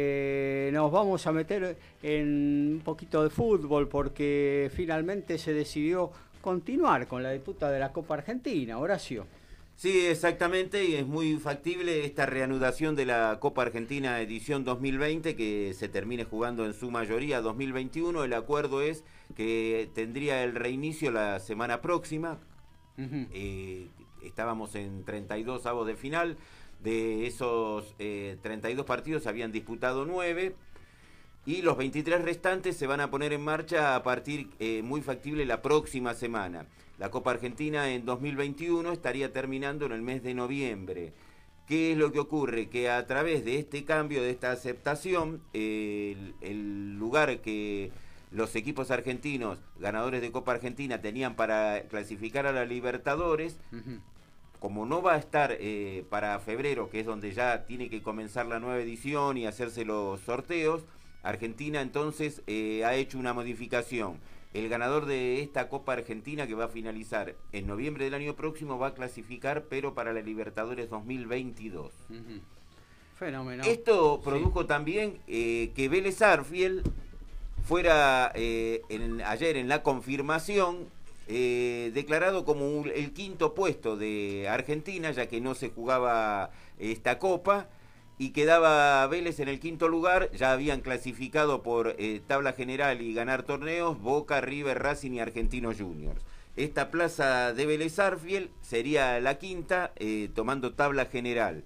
Speaker 6: Eh, nos vamos a meter en un poquito de fútbol porque finalmente se decidió continuar con la disputa de la Copa Argentina. Horacio.
Speaker 7: Sí, exactamente, y es muy factible esta reanudación de la Copa Argentina edición dos mil veinte, que se termine jugando en su mayoría dos mil veintiuno. El acuerdo es que tendría el reinicio la semana próxima. Uh-huh. eh, estábamos en treinta y dos avos de final. De esos eh, treinta y dos partidos se habían disputado nueve. Y los veintitrés restantes se van a poner en marcha a partir, eh, muy factible, la próxima semana. La Copa Argentina en dos mil veintiuno estaría terminando en el mes de noviembre. ¿Qué es lo que ocurre? Que a través de este cambio, de esta aceptación, eh, el, el lugar que los equipos argentinos, ganadores de Copa Argentina, tenían para clasificar a la Libertadores, uh-huh. como no va a estar eh, para febrero, que es donde ya tiene que comenzar la nueva edición y hacerse los sorteos, Argentina entonces eh, ha hecho una modificación. El ganador de esta Copa Argentina, que va a finalizar en noviembre del año próximo, va a clasificar, pero para la Libertadores dos mil veintidós.
Speaker 6: Uh-huh. Fenómeno.
Speaker 7: Esto produjo sí. también eh, que Vélez Sarsfield fuera eh, en, ayer en la confirmación eh, declarado como un, el quinto puesto de Argentina, ya que no se jugaba esta copa, y quedaba Vélez en el quinto lugar. Ya habían clasificado por eh, tabla general y ganar torneos Boca, River, Racing y Argentinos Juniors. Esta plaza de Vélez Sarsfield sería la quinta, eh, tomando tabla general.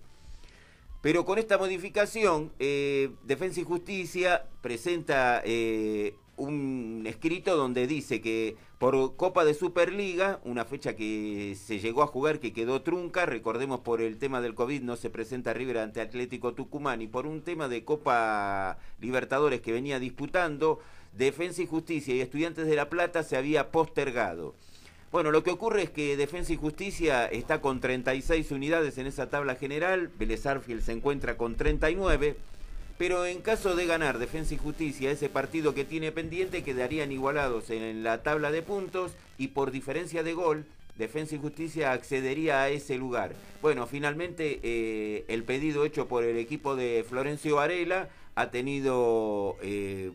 Speaker 7: Pero con esta modificación, eh, Defensa y Justicia presenta eh, un escrito donde dice que por Copa de Superliga, una fecha que se llegó a jugar que quedó trunca, recordemos por el tema del COVID no se presenta River ante Atlético Tucumán, y por un tema de Copa Libertadores que venía disputando, Defensa y Justicia y Estudiantes de La Plata se había postergado. Bueno, lo que ocurre es que Defensa y Justicia está con treinta y seis unidades en esa tabla general, Vélez Sarsfield se encuentra con treinta y nueve, pero en caso de ganar Defensa y Justicia ese partido que tiene pendiente, quedarían igualados en la tabla de puntos, y por diferencia de gol, Defensa y Justicia accedería a ese lugar. Bueno, finalmente eh, el pedido hecho por el equipo de Florencio Varela ha tenido Eh,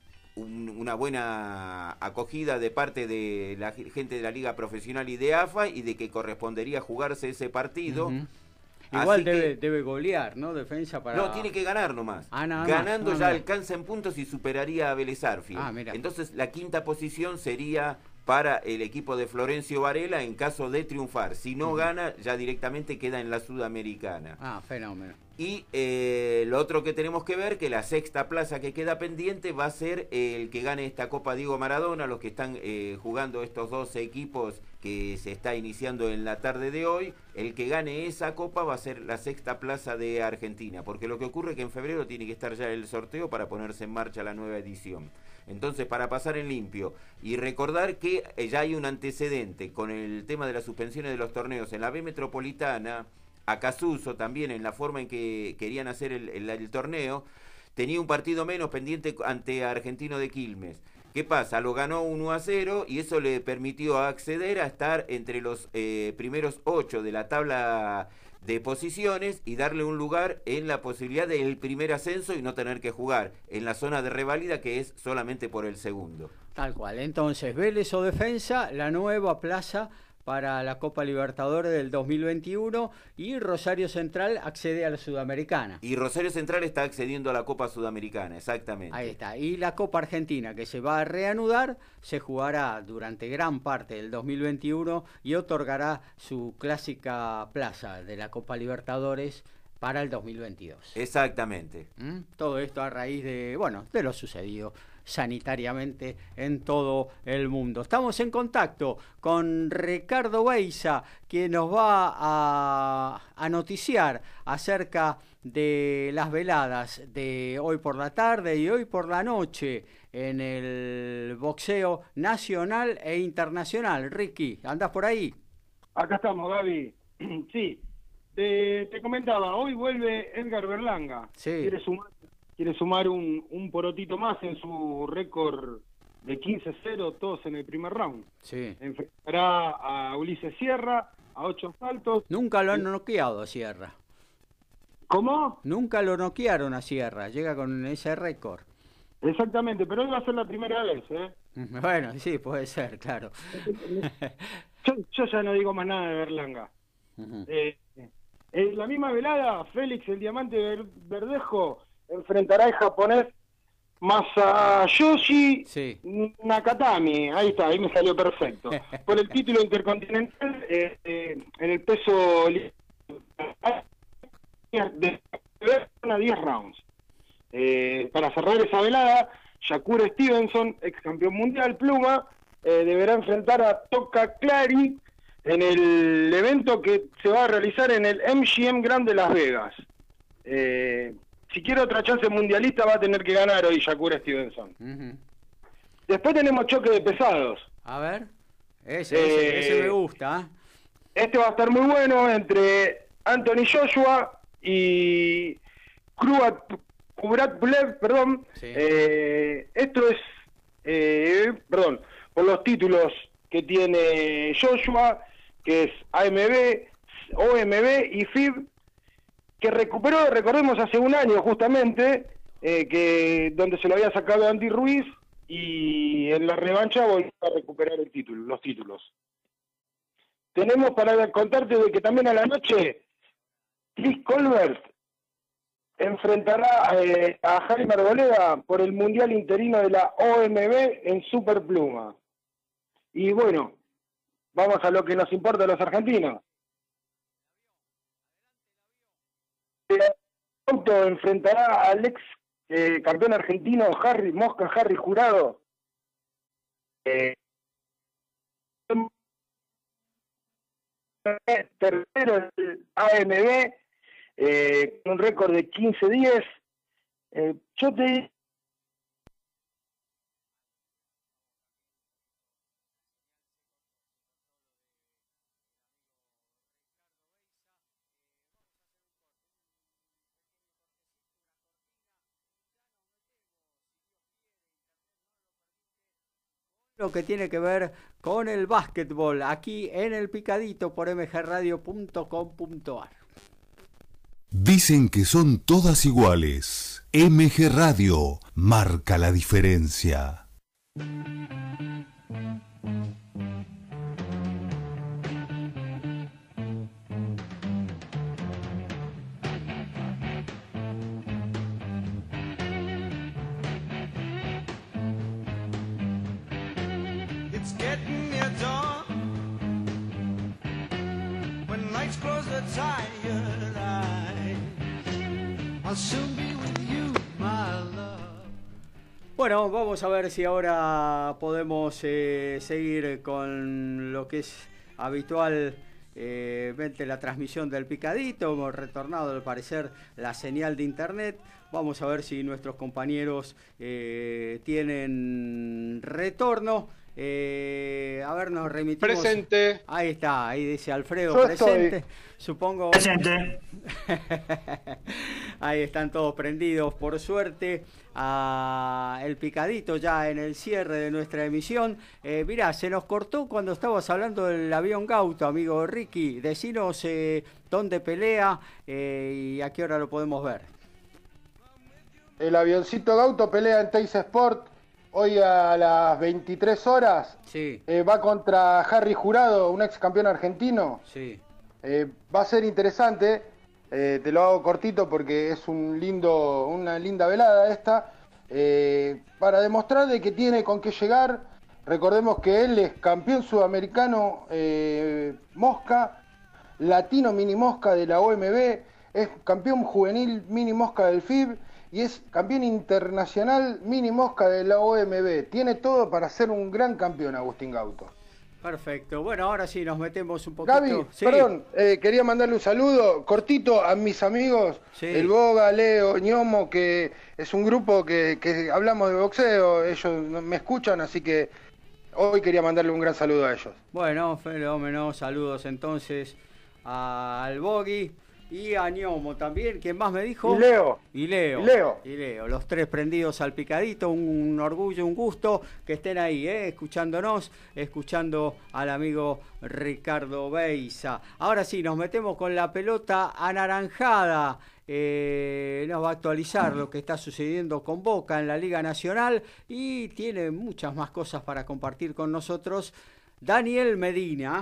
Speaker 7: Un, una buena acogida de parte de la gente de la Liga Profesional y de A F A, y de que correspondería jugarse ese partido.
Speaker 6: Uh-huh. Igual debe,
Speaker 7: que,
Speaker 6: debe golear, ¿no? Defensa para...
Speaker 7: No, tiene que ganar nomás.
Speaker 6: Ah, nada
Speaker 7: Ganando
Speaker 6: más.
Speaker 7: ya
Speaker 6: Ah,
Speaker 7: alcanza en puntos y superaría a Vélez Sarsfield.
Speaker 6: Ah, mira.
Speaker 7: Entonces la quinta posición sería para el equipo de Florencio Varela en caso de triunfar. Si no uh-huh. gana, ya directamente queda en la Sudamericana.
Speaker 6: Ah, fenómeno.
Speaker 7: Y eh, lo otro que tenemos que ver, que la sexta plaza que queda pendiente va a ser el que gane esta Copa Diego Maradona, los que están eh, jugando estos dos equipos que se está iniciando en la tarde de hoy. El que gane esa Copa va a ser la sexta plaza de Argentina, porque lo que ocurre es que en febrero tiene que estar ya el sorteo para ponerse en marcha la nueva edición. Entonces, para pasar en limpio y recordar que ya hay un antecedente con el tema de las suspensiones de los torneos en la B Metropolitana. Acasuso también, en la forma en que querían hacer el, el, el torneo, tenía un partido menos pendiente ante Argentino de Quilmes. ¿Qué pasa? Lo ganó uno a cero y eso le permitió acceder a estar entre los eh, primeros ocho de la tabla de posiciones y darle un lugar en la posibilidad del primer ascenso y no tener que jugar en la zona de reválida, que es solamente por el segundo.
Speaker 6: Tal cual. Entonces, Vélez o Defensa, la nueva plaza para la Copa Libertadores del dos mil veintiuno, y Rosario Central accede a la Sudamericana.
Speaker 7: Y Rosario Central está accediendo a la Copa Sudamericana, exactamente.
Speaker 6: Ahí está. Y la Copa Argentina, que se va a reanudar, se jugará durante gran parte del dos mil veintiuno y otorgará su clásica plaza de la Copa Libertadores para el dos mil veintidós.
Speaker 7: Exactamente.
Speaker 6: ¿Mm? Todo esto a raíz de, bueno, de lo sucedido sanitariamente en todo el mundo. Estamos en contacto con Ricardo Beiza, que nos va a, a noticiar acerca de las veladas de hoy por la tarde y hoy por la noche en el boxeo nacional e internacional. Ricky, ¿andás por ahí?
Speaker 19: Acá estamos, Gaby. Sí, te, te comentaba, hoy vuelve Edgar Berlanga.
Speaker 6: Sí.
Speaker 19: Quiere sumar Quiere sumar un, un porotito más en su récord de quince cero, todos en el primer round.
Speaker 6: Sí.
Speaker 19: Enfrentará a Ulises Sierra, a ocho asaltos.
Speaker 6: Nunca lo han noqueado a Sierra.
Speaker 19: ¿Cómo?
Speaker 6: Nunca lo noquearon a Sierra, llega con ese récord.
Speaker 19: Exactamente, pero hoy va a ser la primera vez, ¿eh?
Speaker 6: Bueno, sí, puede ser, claro.
Speaker 19: yo, yo ya no digo más nada de Berlanga. Uh-huh. eh, en la misma velada, Félix el Diamante Verdejo enfrentará al japonés Masayoshi
Speaker 6: sí.
Speaker 19: Nakatami. Ahí está, ahí me salió perfecto. Por el título intercontinental eh, eh, en el peso de diez rounds. Eh, para cerrar esa velada, Shakur Stevenson, ex campeón mundial pluma, eh, deberá enfrentar a Toka Clary en el evento que se va a realizar en el M G M Grand de Las Vegas. Eh, Si quiere otra chance mundialista va a tener que ganar hoy Shakur Stevenson. Uh-huh. Después tenemos choque de pesados.
Speaker 6: A ver, ese, ese, eh, ese me gusta.
Speaker 19: Este va a estar muy bueno entre Anthony Joshua y Kuratpulev, perdón.
Speaker 6: Sí.
Speaker 19: Eh, esto es, eh, perdón, por los títulos que tiene Joshua, que es A M B, O M B y F I B. que recuperó, recordemos, hace un año justamente, eh, que donde se lo había sacado a Andy Ruiz, y en la revancha volvió a recuperar el título, los títulos. Tenemos para contarte de que también a la noche Chris Colbert enfrentará eh, a Jaime Arboleda por el Mundial Interino de la O M B en Superpluma. Y bueno, vamos a lo que nos importa a los argentinos. Auto enfrentará al ex eh, campeón argentino Harry Mosca, Harry Jurado. Eh, tercero del A M B, eh, con un récord de quince diez. Eh, yo te
Speaker 6: lo que tiene que ver con el básquetbol aquí en el Picadito por m g radio punto com punto a r.
Speaker 10: Dicen que son todas iguales. M G Radio marca la diferencia.
Speaker 20: It's getting near dawn. When nights close the tired eyes, I'll soon be with you, my love.
Speaker 6: Bueno, vamos a ver si ahora podemos eh, seguir con lo que es habitual. Eh, la transmisión del Picadito, hemos retornado al parecer la señal de internet. Vamos a ver si nuestros compañeros eh, tienen retorno. Eh, a ver, nos remitimos.
Speaker 11: Presente.
Speaker 6: Ahí está, ahí dice Alfredo,
Speaker 19: Yo
Speaker 6: presente.
Speaker 19: estoy.
Speaker 6: Supongo.
Speaker 8: Presente.
Speaker 6: Ahí están todos prendidos, por suerte. A el Picadito ya en el cierre de nuestra emisión. Eh, mirá, se nos cortó cuando estábamos hablando del avión Gauto, amigo Ricky. Decinos eh, dónde pelea eh, y a qué hora lo podemos ver.
Speaker 9: El avioncito Gauto pelea en Teis Sport hoy a las veintitrés horas.
Speaker 6: Sí.
Speaker 9: Eh, va contra Harry Jurado, un ex campeón argentino.
Speaker 6: Sí.
Speaker 9: Eh, va a ser interesante. Eh, te lo hago cortito porque es un lindo, una linda velada esta. Eh, para demostrar de que tiene con qué llegar. Recordemos que él es campeón sudamericano eh, mosca, latino mini mosca de la O M B, es campeón juvenil mini mosca del F I B y es campeón internacional mini mosca de la O M B. Tiene todo para ser un gran campeón, Agustín Gauto.
Speaker 6: Perfecto. Bueno, ahora sí nos metemos un poquito.
Speaker 9: Gaby,
Speaker 6: sí.
Speaker 9: perdón, eh, quería mandarle un saludo cortito a mis amigos,
Speaker 6: Sí.
Speaker 9: el Boga, Leo, Ñomo, que es un grupo que, que hablamos de boxeo, ellos me escuchan, así que hoy quería mandarle un gran saludo a ellos.
Speaker 6: Bueno, fenómeno. Saludos entonces al Bogi y a Ñomo también. ¿Quién más me dijo?
Speaker 9: Y Leo.
Speaker 6: Y Leo.
Speaker 9: Y Leo.
Speaker 6: Y Leo. Los tres prendidos al Picadito. Un orgullo, un gusto que estén ahí, ¿eh? Escuchándonos, escuchando al amigo Ricardo Beiza. Ahora sí, nos metemos con la pelota anaranjada. Eh, nos va a actualizar lo que está sucediendo con Boca en la Liga Nacional y tiene muchas más cosas para compartir con nosotros Daniel Medina.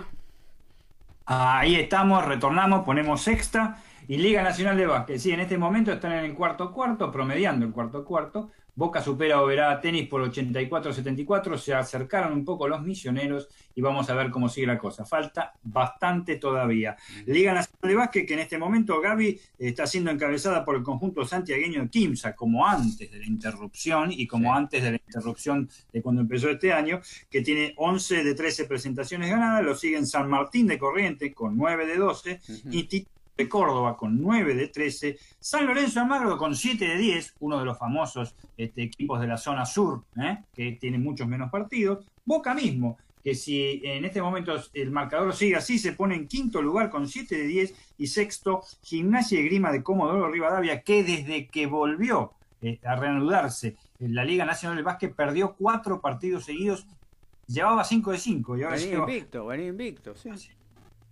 Speaker 8: Ahí estamos, retornamos, ponemos sexta y Liga Nacional de Básquet. Sí, en este momento están en el cuarto cuarto, promediando el cuarto cuarto. Boca supera a Oberá Tenis por ochenta y cuatro a setenta y cuatro, se acercaron un poco los misioneros y vamos a ver cómo sigue la cosa. Falta bastante todavía. Liga Nacional de Básquet que en este momento, Gaby, está siendo encabezada por el conjunto santiagueño de Quimsa, como antes de la interrupción y como sí. antes de la interrupción de cuando empezó este año, que tiene once de trece presentaciones ganadas, lo siguen San Martín de Corrientes con nueve de doce, uh-huh. y Tito de Córdoba con nueve de trece, San Lorenzo de Almagro con siete de diez, uno de los famosos este, equipos de la zona sur, ¿eh? que tiene muchos menos partidos. Boca mismo, que si en este momento el marcador sigue así, se pone en quinto lugar con siete de diez, y sexto, Gimnasia y Grima de Comodoro Rivadavia, que desde que volvió eh, a reanudarse en la Liga Nacional de Básquet perdió cuatro partidos seguidos, llevaba cinco de cinco. Y ahora
Speaker 6: venía
Speaker 8: lleva...
Speaker 6: invicto, venía invicto, sí.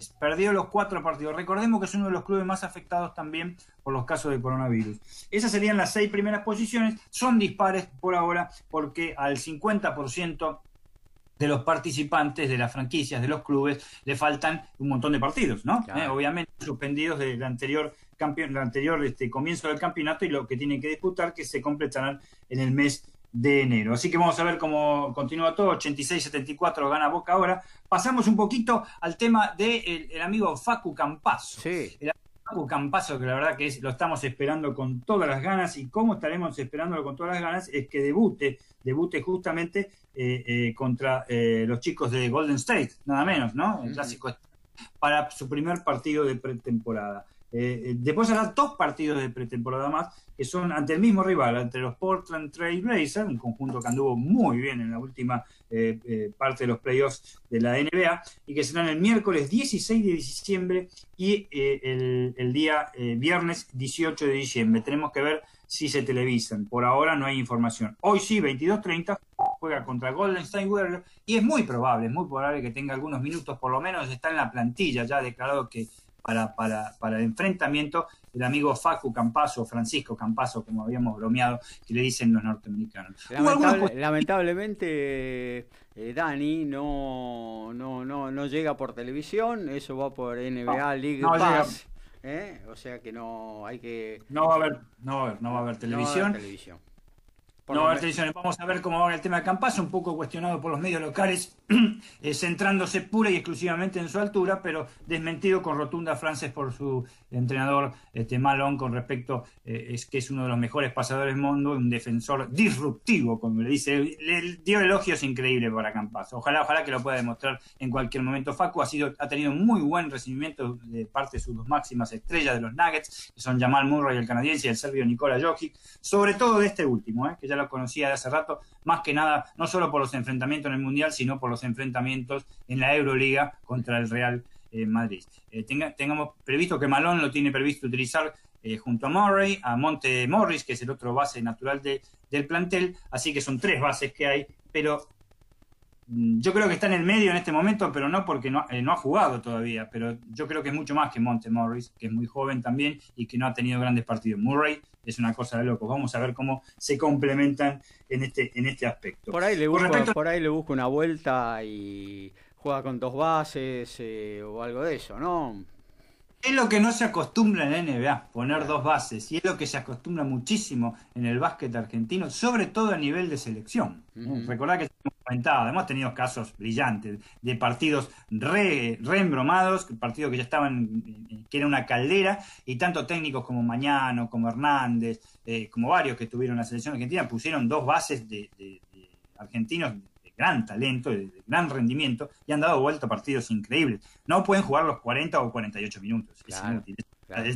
Speaker 8: Perdió los cuatro partidos. Recordemos que es uno de los clubes más afectados también por los casos de coronavirus. Esas serían las seis primeras posiciones. Son dispares por ahora porque al cincuenta por ciento de los participantes de las franquicias, de los clubes, le faltan un montón de partidos, ¿no?
Speaker 6: Claro.
Speaker 8: Eh, obviamente suspendidos del anterior campeón, del anterior este, comienzo del campeonato y lo que tienen que disputar que se completarán en el mes de enero. Así que vamos a ver cómo continúa todo. ochenta y seis setenta y cuatro gana Boca ahora. Pasamos un poquito al tema del de el amigo Facu Campazo.
Speaker 6: Sí.
Speaker 8: El Facu Campazo, que la verdad que es, lo estamos esperando con todas las ganas. ¿Y cómo estaremos esperándolo con todas las ganas? Es que debute, debute justamente eh, eh, contra eh, los chicos de Golden State, nada menos, ¿no? El clásico para su primer partido de pretemporada. Eh, después hará dos partidos de pretemporada más, que son ante el mismo rival, ante los Portland Trail Blazers, un conjunto que anduvo muy bien en la última eh, eh, parte de los playoffs de la N B A, y que serán el miércoles dieciséis de diciembre y eh, el, el día eh, viernes dieciocho de diciembre. Tenemos que ver si se televisan. Por ahora no hay información. Hoy sí, veintidós treinta, juega contra Golden State Warriors, y es muy probable, es muy probable que tenga algunos minutos, por lo menos está en la plantilla, ya ha declarado que Para, para, para el enfrentamiento, el amigo Facu Campazo, Francisco Campazo, como habíamos bromeado, que le dicen los norteamericanos.
Speaker 6: Lamentable, lamentablemente, eh, Dani no, no, no, no llega por televisión, eso va por N B A
Speaker 8: no,
Speaker 6: League
Speaker 8: no
Speaker 6: Pass, ¿eh? O sea que no hay que...
Speaker 8: No va a haber, no va a haber, no va a haber televisión.
Speaker 6: No va a haber televisión.
Speaker 8: No va a haber televisión. Vamos a ver cómo va el tema de Campazo, un poco cuestionado por los medios locales, eh, centrándose pura y exclusivamente en su altura, pero desmentido con rotunda frases por su entrenador este, Malone con respecto, eh, es que es uno de los mejores pasadores del mundo, un defensor disruptivo, como le dice. Le dio elogios increíbles para Campazo. Ojalá, ojalá que lo pueda demostrar en cualquier momento. Facu ha sido, ha tenido un muy buen recibimiento de parte de sus dos máximas estrellas de los Nuggets, que son Jamal Murray, el canadiense, y el serbio Nikola Jokic, sobre todo de este último, eh, que ya lo conocía de hace rato, más que nada, no solo por los enfrentamientos en el Mundial, sino por los enfrentamientos en la Euroliga contra el Real eh, Madrid. Eh, tenga, tengamos previsto que Malone lo tiene previsto utilizar eh, junto a Murray, a Monte Morris, que es el otro base natural de, del plantel, así que son tres bases que hay, pero mm, yo creo que está en el medio en este momento, pero no porque no, eh, no ha jugado todavía, pero yo creo que es mucho más que Monte Morris, que es muy joven también y que no ha tenido grandes partidos. Murray es una cosa de locos. Vamos a ver cómo se complementan en este en este aspecto.
Speaker 6: Por ahí le busco,
Speaker 8: respecto...
Speaker 6: por ahí le busco una vuelta y juega con dos bases eh, o algo de eso, ¿no?
Speaker 8: Es lo que no se acostumbra en la N B A, poner dos bases, y es lo que se acostumbra muchísimo en el básquet argentino, sobre todo a nivel de selección. Uh-huh. Recordad que hemos comentado, hemos tenido casos brillantes de partidos re, re embromados, partidos que ya estaban, que era una caldera, y tanto técnicos como Mañano, como Hernández, eh, como varios que estuvieron en la selección argentina, pusieron dos bases de, de, de argentinos gran talento, de, de gran rendimiento, y han dado vuelta a partidos increíbles. No pueden jugar los cuarenta o cuarenta y ocho minutos, claro, es inútil. Claro.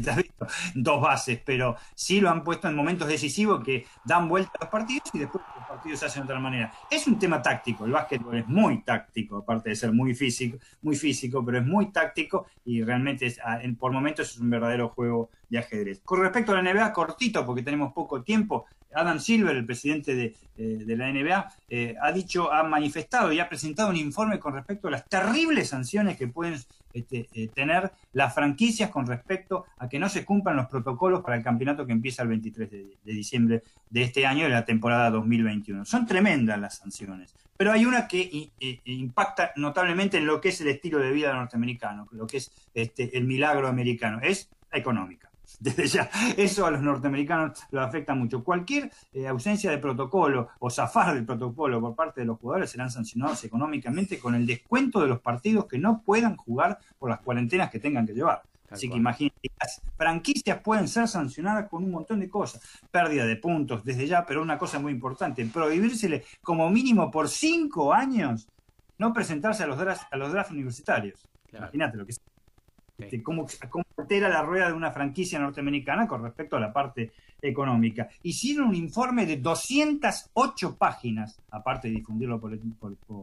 Speaker 8: Dos bases, pero sí lo han puesto en momentos decisivos que dan vuelta a los partidos y después los partidos se hacen de otra manera. Es un tema táctico, el básquetbol es muy táctico, aparte de ser muy físico, muy físico, pero es muy táctico y realmente es, por momentos es un verdadero juego de ajedrez. Con respecto a la N B A, cortito, porque tenemos poco tiempo, Adam Silver, el presidente de, eh, de la N B A, eh, ha dicho, ha manifestado y ha presentado un informe con respecto a las terribles sanciones que pueden este, eh, tener las franquicias con respecto a que no se cumplan los protocolos para el campeonato que empieza el veintitrés de, de diciembre de este año, de la temporada dos mil veintiuno. Son tremendas las sanciones, pero hay una que eh, impacta notablemente en lo que es el estilo de vida norteamericano, lo que es este, el milagro americano, es la económica. Desde ya, eso a los norteamericanos los afecta mucho. Cualquier eh, ausencia de protocolo o zafar del protocolo por parte de los jugadores serán sancionados económicamente con el descuento de los partidos que no puedan jugar por las cuarentenas que tengan que llevar. Tal Así cual. Que imagínate, las franquicias pueden ser sancionadas con un montón de cosas. Pérdida de puntos desde ya, pero una cosa muy importante, prohibírsele como mínimo por cinco años no presentarse a los drafts, a los drafts universitarios. Claro. Imagínate lo que es. Este, cómo, cómo altera la rueda de una franquicia norteamericana con respecto a la parte económica. Hicieron un informe de doscientas ocho páginas, aparte de difundirlo por, por, por,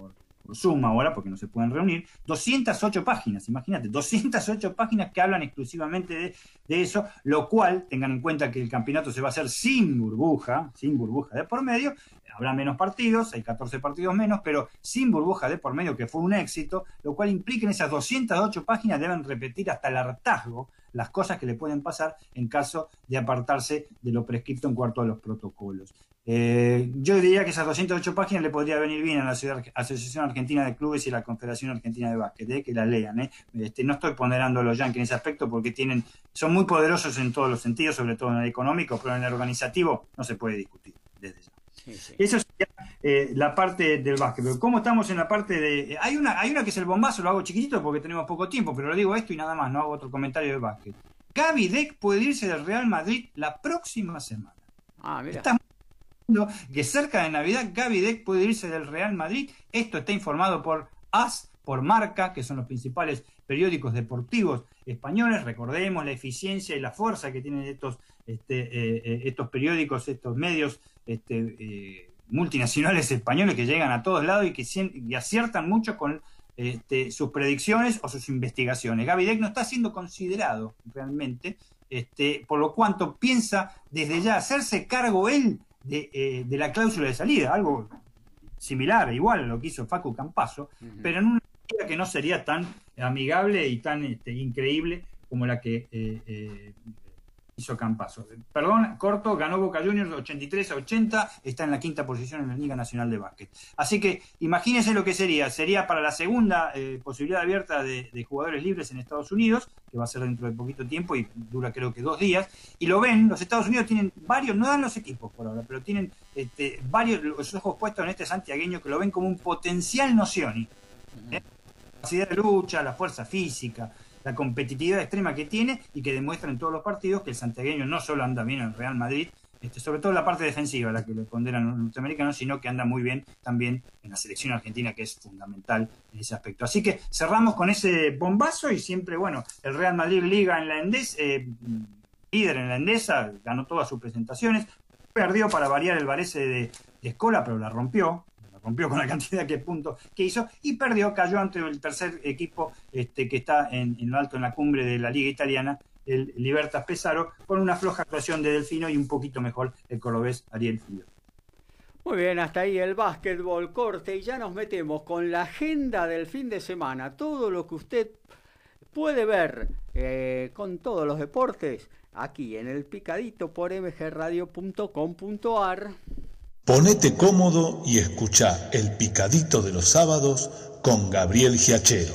Speaker 8: por Zoom ahora, porque no se pueden reunir, doscientas ocho páginas, imagínate, doscientas ocho páginas que hablan exclusivamente de, de eso, lo cual, tengan en cuenta que el campeonato se va a hacer sin burbuja, sin burbuja de por medio, habrá menos partidos, hay catorce partidos menos, pero sin burbuja de por medio, que fue un éxito, lo cual implica que en esas doscientas ocho páginas deben repetir hasta el hartazgo las cosas que le pueden pasar en caso de apartarse de lo prescripto en cuanto a los protocolos. Eh, yo diría que esas doscientas ocho páginas le podría venir bien a la Asociación Argentina de Clubes y a la Confederación Argentina de Básquet, eh, que las lean. Eh. Este, no estoy ponderando a los yankees en ese aspecto porque tienen, son muy poderosos en todos los sentidos, sobre todo en el económico, pero en el organizativo no se puede discutir desde ya. Sí, sí. Eso sería eh, la parte del básquet. Pero ¿cómo estamos en la parte de...? Eh, hay una hay una que es el bombazo, lo hago chiquitito porque tenemos poco tiempo, pero lo digo esto y nada más, no hago otro comentario del básquet. Gaby Deck puede irse del Real Madrid la próxima semana.
Speaker 6: Ah, mira.
Speaker 8: Estamos que cerca de Navidad Gaby Deck puede irse del Real Madrid. Esto está informado por A S, por Marca, que son los principales periódicos deportivos españoles. Recordemos la eficiencia y la fuerza que tienen estos, este, eh, estos periódicos, estos medios este, eh, multinacionales españoles que llegan a todos lados y que y aciertan mucho con este, sus predicciones o sus investigaciones. Gaby Deck no está siendo considerado realmente, este, por lo cuanto piensa desde ya hacerse cargo él de, eh, de la cláusula de salida, algo similar, igual a lo que hizo Facu Campazzo, uh-huh. pero en una manera que no sería tan amigable y tan este, increíble como la que eh, eh, hizo Campazzo. Perdón, corto, ganó Boca Juniors ochenta y tres a ochenta, está en la quinta posición en la Liga Nacional de Básquet. Así que imagínense lo que sería, sería para la segunda eh, posibilidad abierta de, de jugadores libres en Estados Unidos, que va a ser dentro de poquito tiempo y dura creo que dos días, y lo ven, los Estados Unidos tienen varios, no dan los equipos por ahora, pero tienen este, varios los ojos puestos en este santiagueño que lo ven como un potencial Nocioni. ¿eh? La capacidad de lucha, la fuerza física, la competitividad extrema que tiene y que demuestra en todos los partidos que el santiagueño no solo anda bien en el Real Madrid, este, sobre todo la parte defensiva, la que le ponderan los norteamericanos, sino que anda muy bien también en la selección argentina, que es fundamental en ese aspecto. Así que cerramos con ese bombazo y siempre, bueno, el Real Madrid liga en la Endesa, eh, líder en la Endesa, ganó todas sus presentaciones, perdió para variar el Varese de, de Escola, pero la rompió. rompió con la cantidad de puntos que hizo y perdió, cayó ante el tercer equipo este, que está en, en lo alto en la cumbre de la Liga Italiana, el Libertas Pesaro, con una floja actuación de Delfino y un poquito mejor el cordobés Ariel Frío.
Speaker 6: Muy bien, hasta ahí el básquetbol corte y ya nos metemos con la agenda del fin de semana, todo lo que usted puede ver eh, con todos los deportes aquí en el Picadito por m g radio punto com punto a r.
Speaker 2: Ponete cómodo y escuchá El Picadito de los sábados con Gabriel Giachero.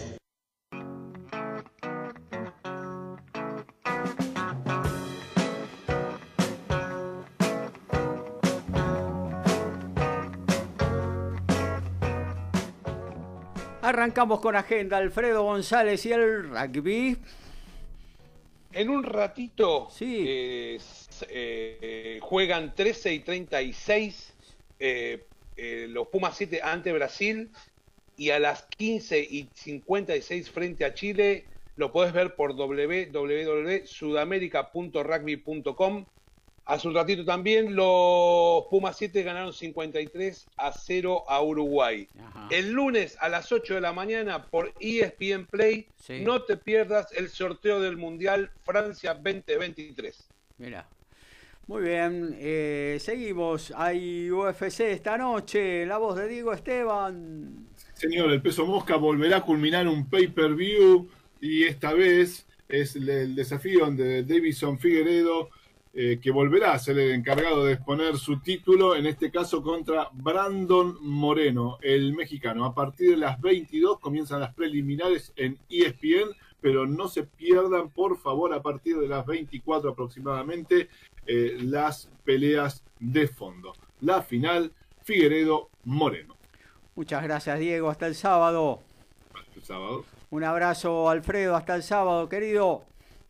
Speaker 6: Arrancamos con agenda, Alfredo González y el rugby.
Speaker 11: En un ratito
Speaker 6: sí.
Speaker 11: eh, eh, juegan trece y treinta y seis eh, eh, los Pumas siete ante Brasil y a las quince y cincuenta y seis frente a Chile. Lo podés ver por w w w punto sudamerica punto rugby punto com. Hace un ratito también los Pumas siete ganaron cincuenta y tres a cero a Uruguay. Ajá. El lunes a las ocho de la mañana por E S P N Play, sí. No te pierdas el sorteo del Mundial Francia veinte veintitrés.
Speaker 6: Mira, muy bien, eh, seguimos. Hay U F C esta noche, la voz de Diego Esteban.
Speaker 3: Señor, el peso mosca volverá a culminar un pay-per-view y esta vez es el desafío de Davison Figueiredo, Eh, que volverá a ser el encargado de exponer su título, en este caso contra Brandon Moreno, el mexicano. A partir de las veintidós comienzan las preliminares en E S P N, pero no se pierdan, por favor, a partir de las veinticuatro aproximadamente, eh, las peleas de fondo. La final, Figueiredo-Moreno.
Speaker 6: Muchas gracias, Diego. Hasta el sábado.
Speaker 3: Hasta el sábado.
Speaker 6: Un abrazo, Alfredo. Hasta el sábado, querido.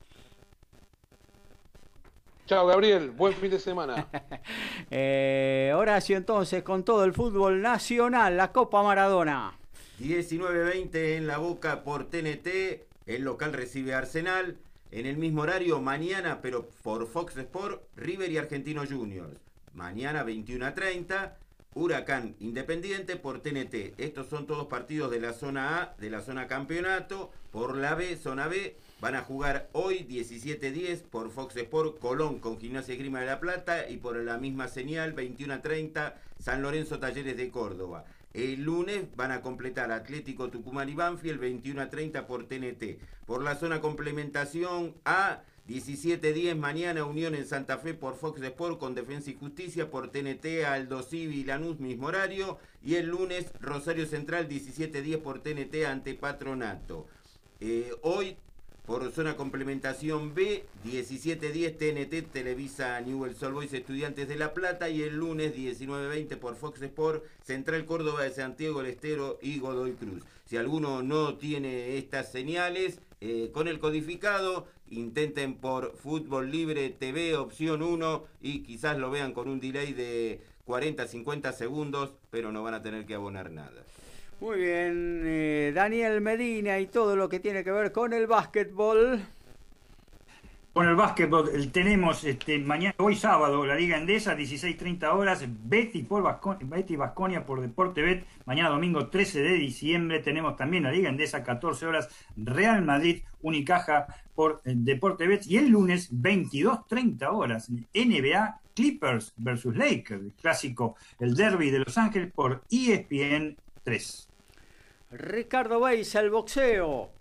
Speaker 11: Chao, Gabriel, buen fin de semana.
Speaker 6: eh, Horacio, entonces, con todo el fútbol nacional, la Copa Maradona.
Speaker 7: diecinueve veinte en La Boca por T N T, el local recibe a Arsenal. En el mismo horario, mañana, pero por Fox Sport, River y Argentinos Juniors. Mañana, veintiuno a treinta, Huracán Independiente por T N T. Estos son todos partidos de la zona A, de la zona campeonato. Por la B, zona B, van a jugar hoy diecisiete diez por Fox Sport Colón con Gimnasia y Esgrima de La Plata, y por la misma señal veintiuno a treinta San Lorenzo Talleres de Córdoba. El lunes van a completar Atlético Tucumán y Banfield veintiuno a treinta por T N T. Por la zona complementación A, diecisiete diez mañana Unión en Santa Fe por Fox Sport con Defensa y Justicia. Por T N T Aldo Civi y Lanús mismo horario. Y el lunes Rosario Central diecisiete diez por T N T ante Patronato. Eh, hoy por zona complementación B, diecisiete diez T N T Televisa Newell's Old Boys Estudiantes de La Plata, y el lunes diecinueve veinte por Fox Sport Central Córdoba de Santiago del Estero y Godoy Cruz. Si alguno no tiene estas señales, eh, con el codificado, intenten por Fútbol Libre T V opción uno y quizás lo vean con un delay de cuarenta a cincuenta segundos, pero no van a tener que abonar nada.
Speaker 6: Muy bien, eh, Daniel Medina y todo lo que tiene que ver con el básquetbol.
Speaker 8: Con el básquetbol el, tenemos este, mañana, hoy sábado, la Liga Endesa, dieciséis treinta horas, Betty por Vasconia, Betty Vasconia por Deporte Bet. Mañana domingo trece de diciembre tenemos también la Liga Endesa, catorce horas, Real Madrid, Unicaja por eh, Deporte Bet. Y el lunes, veintidós treinta horas, N B A Clippers versus Lakers, el clásico, el derby de Los Ángeles por E S P N tres.
Speaker 6: Ricardo Beiza, el boxeo.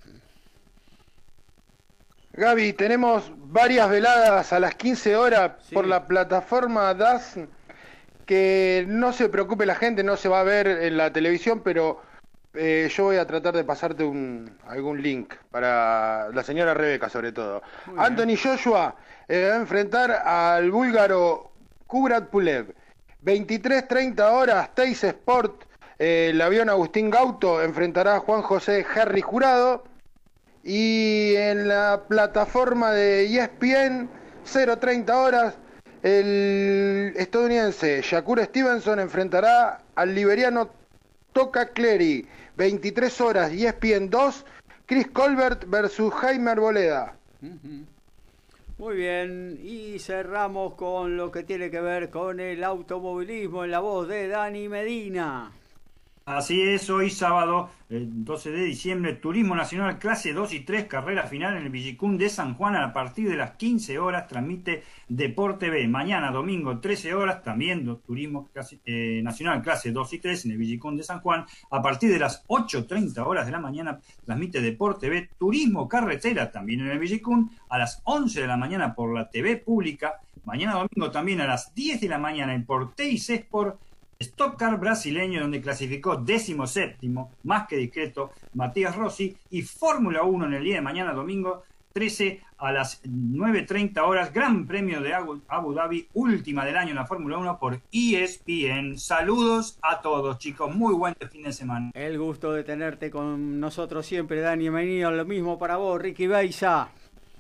Speaker 9: Gaby, tenemos varias veladas a las quince horas sí. por la plataforma D A Z N, que no se preocupe la gente, no se va a ver en la televisión, pero eh, yo voy a tratar de pasarte un, algún link para la señora Rebeca sobre todo. Anthony Joshua eh, va a enfrentar al búlgaro Kubrat Pulev. veintitrés treinta horas, Teis Sport, eh, el avión Agustín Gauto enfrentará a Juan José Harry Jurado. Y en la plataforma de E S P N, cero treinta horas, el estadounidense Shakur Stevenson enfrentará al liberiano Toka Cleary. veintitrés horas, E S P N dos, Chris Colbert versus Jaime Arboleda.
Speaker 6: Muy bien, y cerramos con lo que tiene que ver con el automovilismo en la voz de Dani Medina.
Speaker 8: Así es, hoy sábado, el doce de diciembre, Turismo Nacional clase dos y tres, carrera final en el Villicún de San Juan a partir de las quince horas, transmite Deporte B. Mañana, domingo, trece horas, también Turismo eh, Nacional clase dos y tres en el Villicún de San Juan, a partir de las ocho treinta horas de la mañana, transmite Deporte B. Turismo Carretera, también en el Villicún, a las once de la mañana por la T V Pública. Mañana domingo también a las diez de la mañana en por Teis Sport, Stock Car brasileño, donde clasificó décimo séptimo, más que discreto, Matías Rossi. Y Fórmula uno en el día de mañana, domingo trece a las nueve treinta horas, Gran Premio de Abu, Abu Dhabi, última del año en la Fórmula uno por E S P N. Saludos a todos, chicos, muy buen fin de semana.
Speaker 6: El gusto de tenerte con nosotros siempre, Dani Menino. Lo mismo para vos, Ricky Beiza.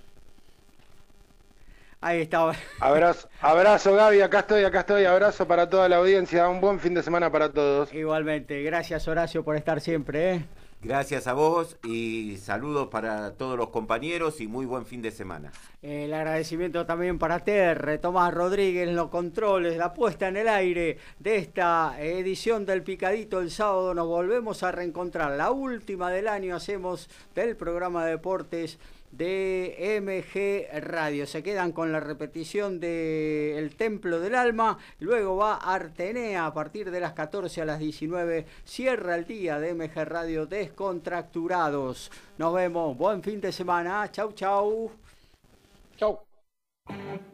Speaker 6: Ahí está.
Speaker 9: Abrazo, abrazo Gaby, acá estoy, acá estoy, abrazo para toda la audiencia, un buen fin de semana para todos.
Speaker 6: Igualmente, gracias Horacio por estar siempre. ¿eh?
Speaker 7: Gracias a vos y saludos para todos los compañeros y muy buen fin de semana.
Speaker 6: El agradecimiento también para Terre, Tomás Rodríguez en los controles, la puesta en el aire de esta edición del Picadito. El sábado nos volvemos a reencontrar, la última del año hacemos del programa de deportes de M G Radio. Se quedan con la repetición de El Templo del Alma, luego va Artenea a partir de las catorce a las diecinueve, cierra el día de M G Radio Descontracturados. Nos vemos, buen fin de semana, chau chau.
Speaker 9: Chau.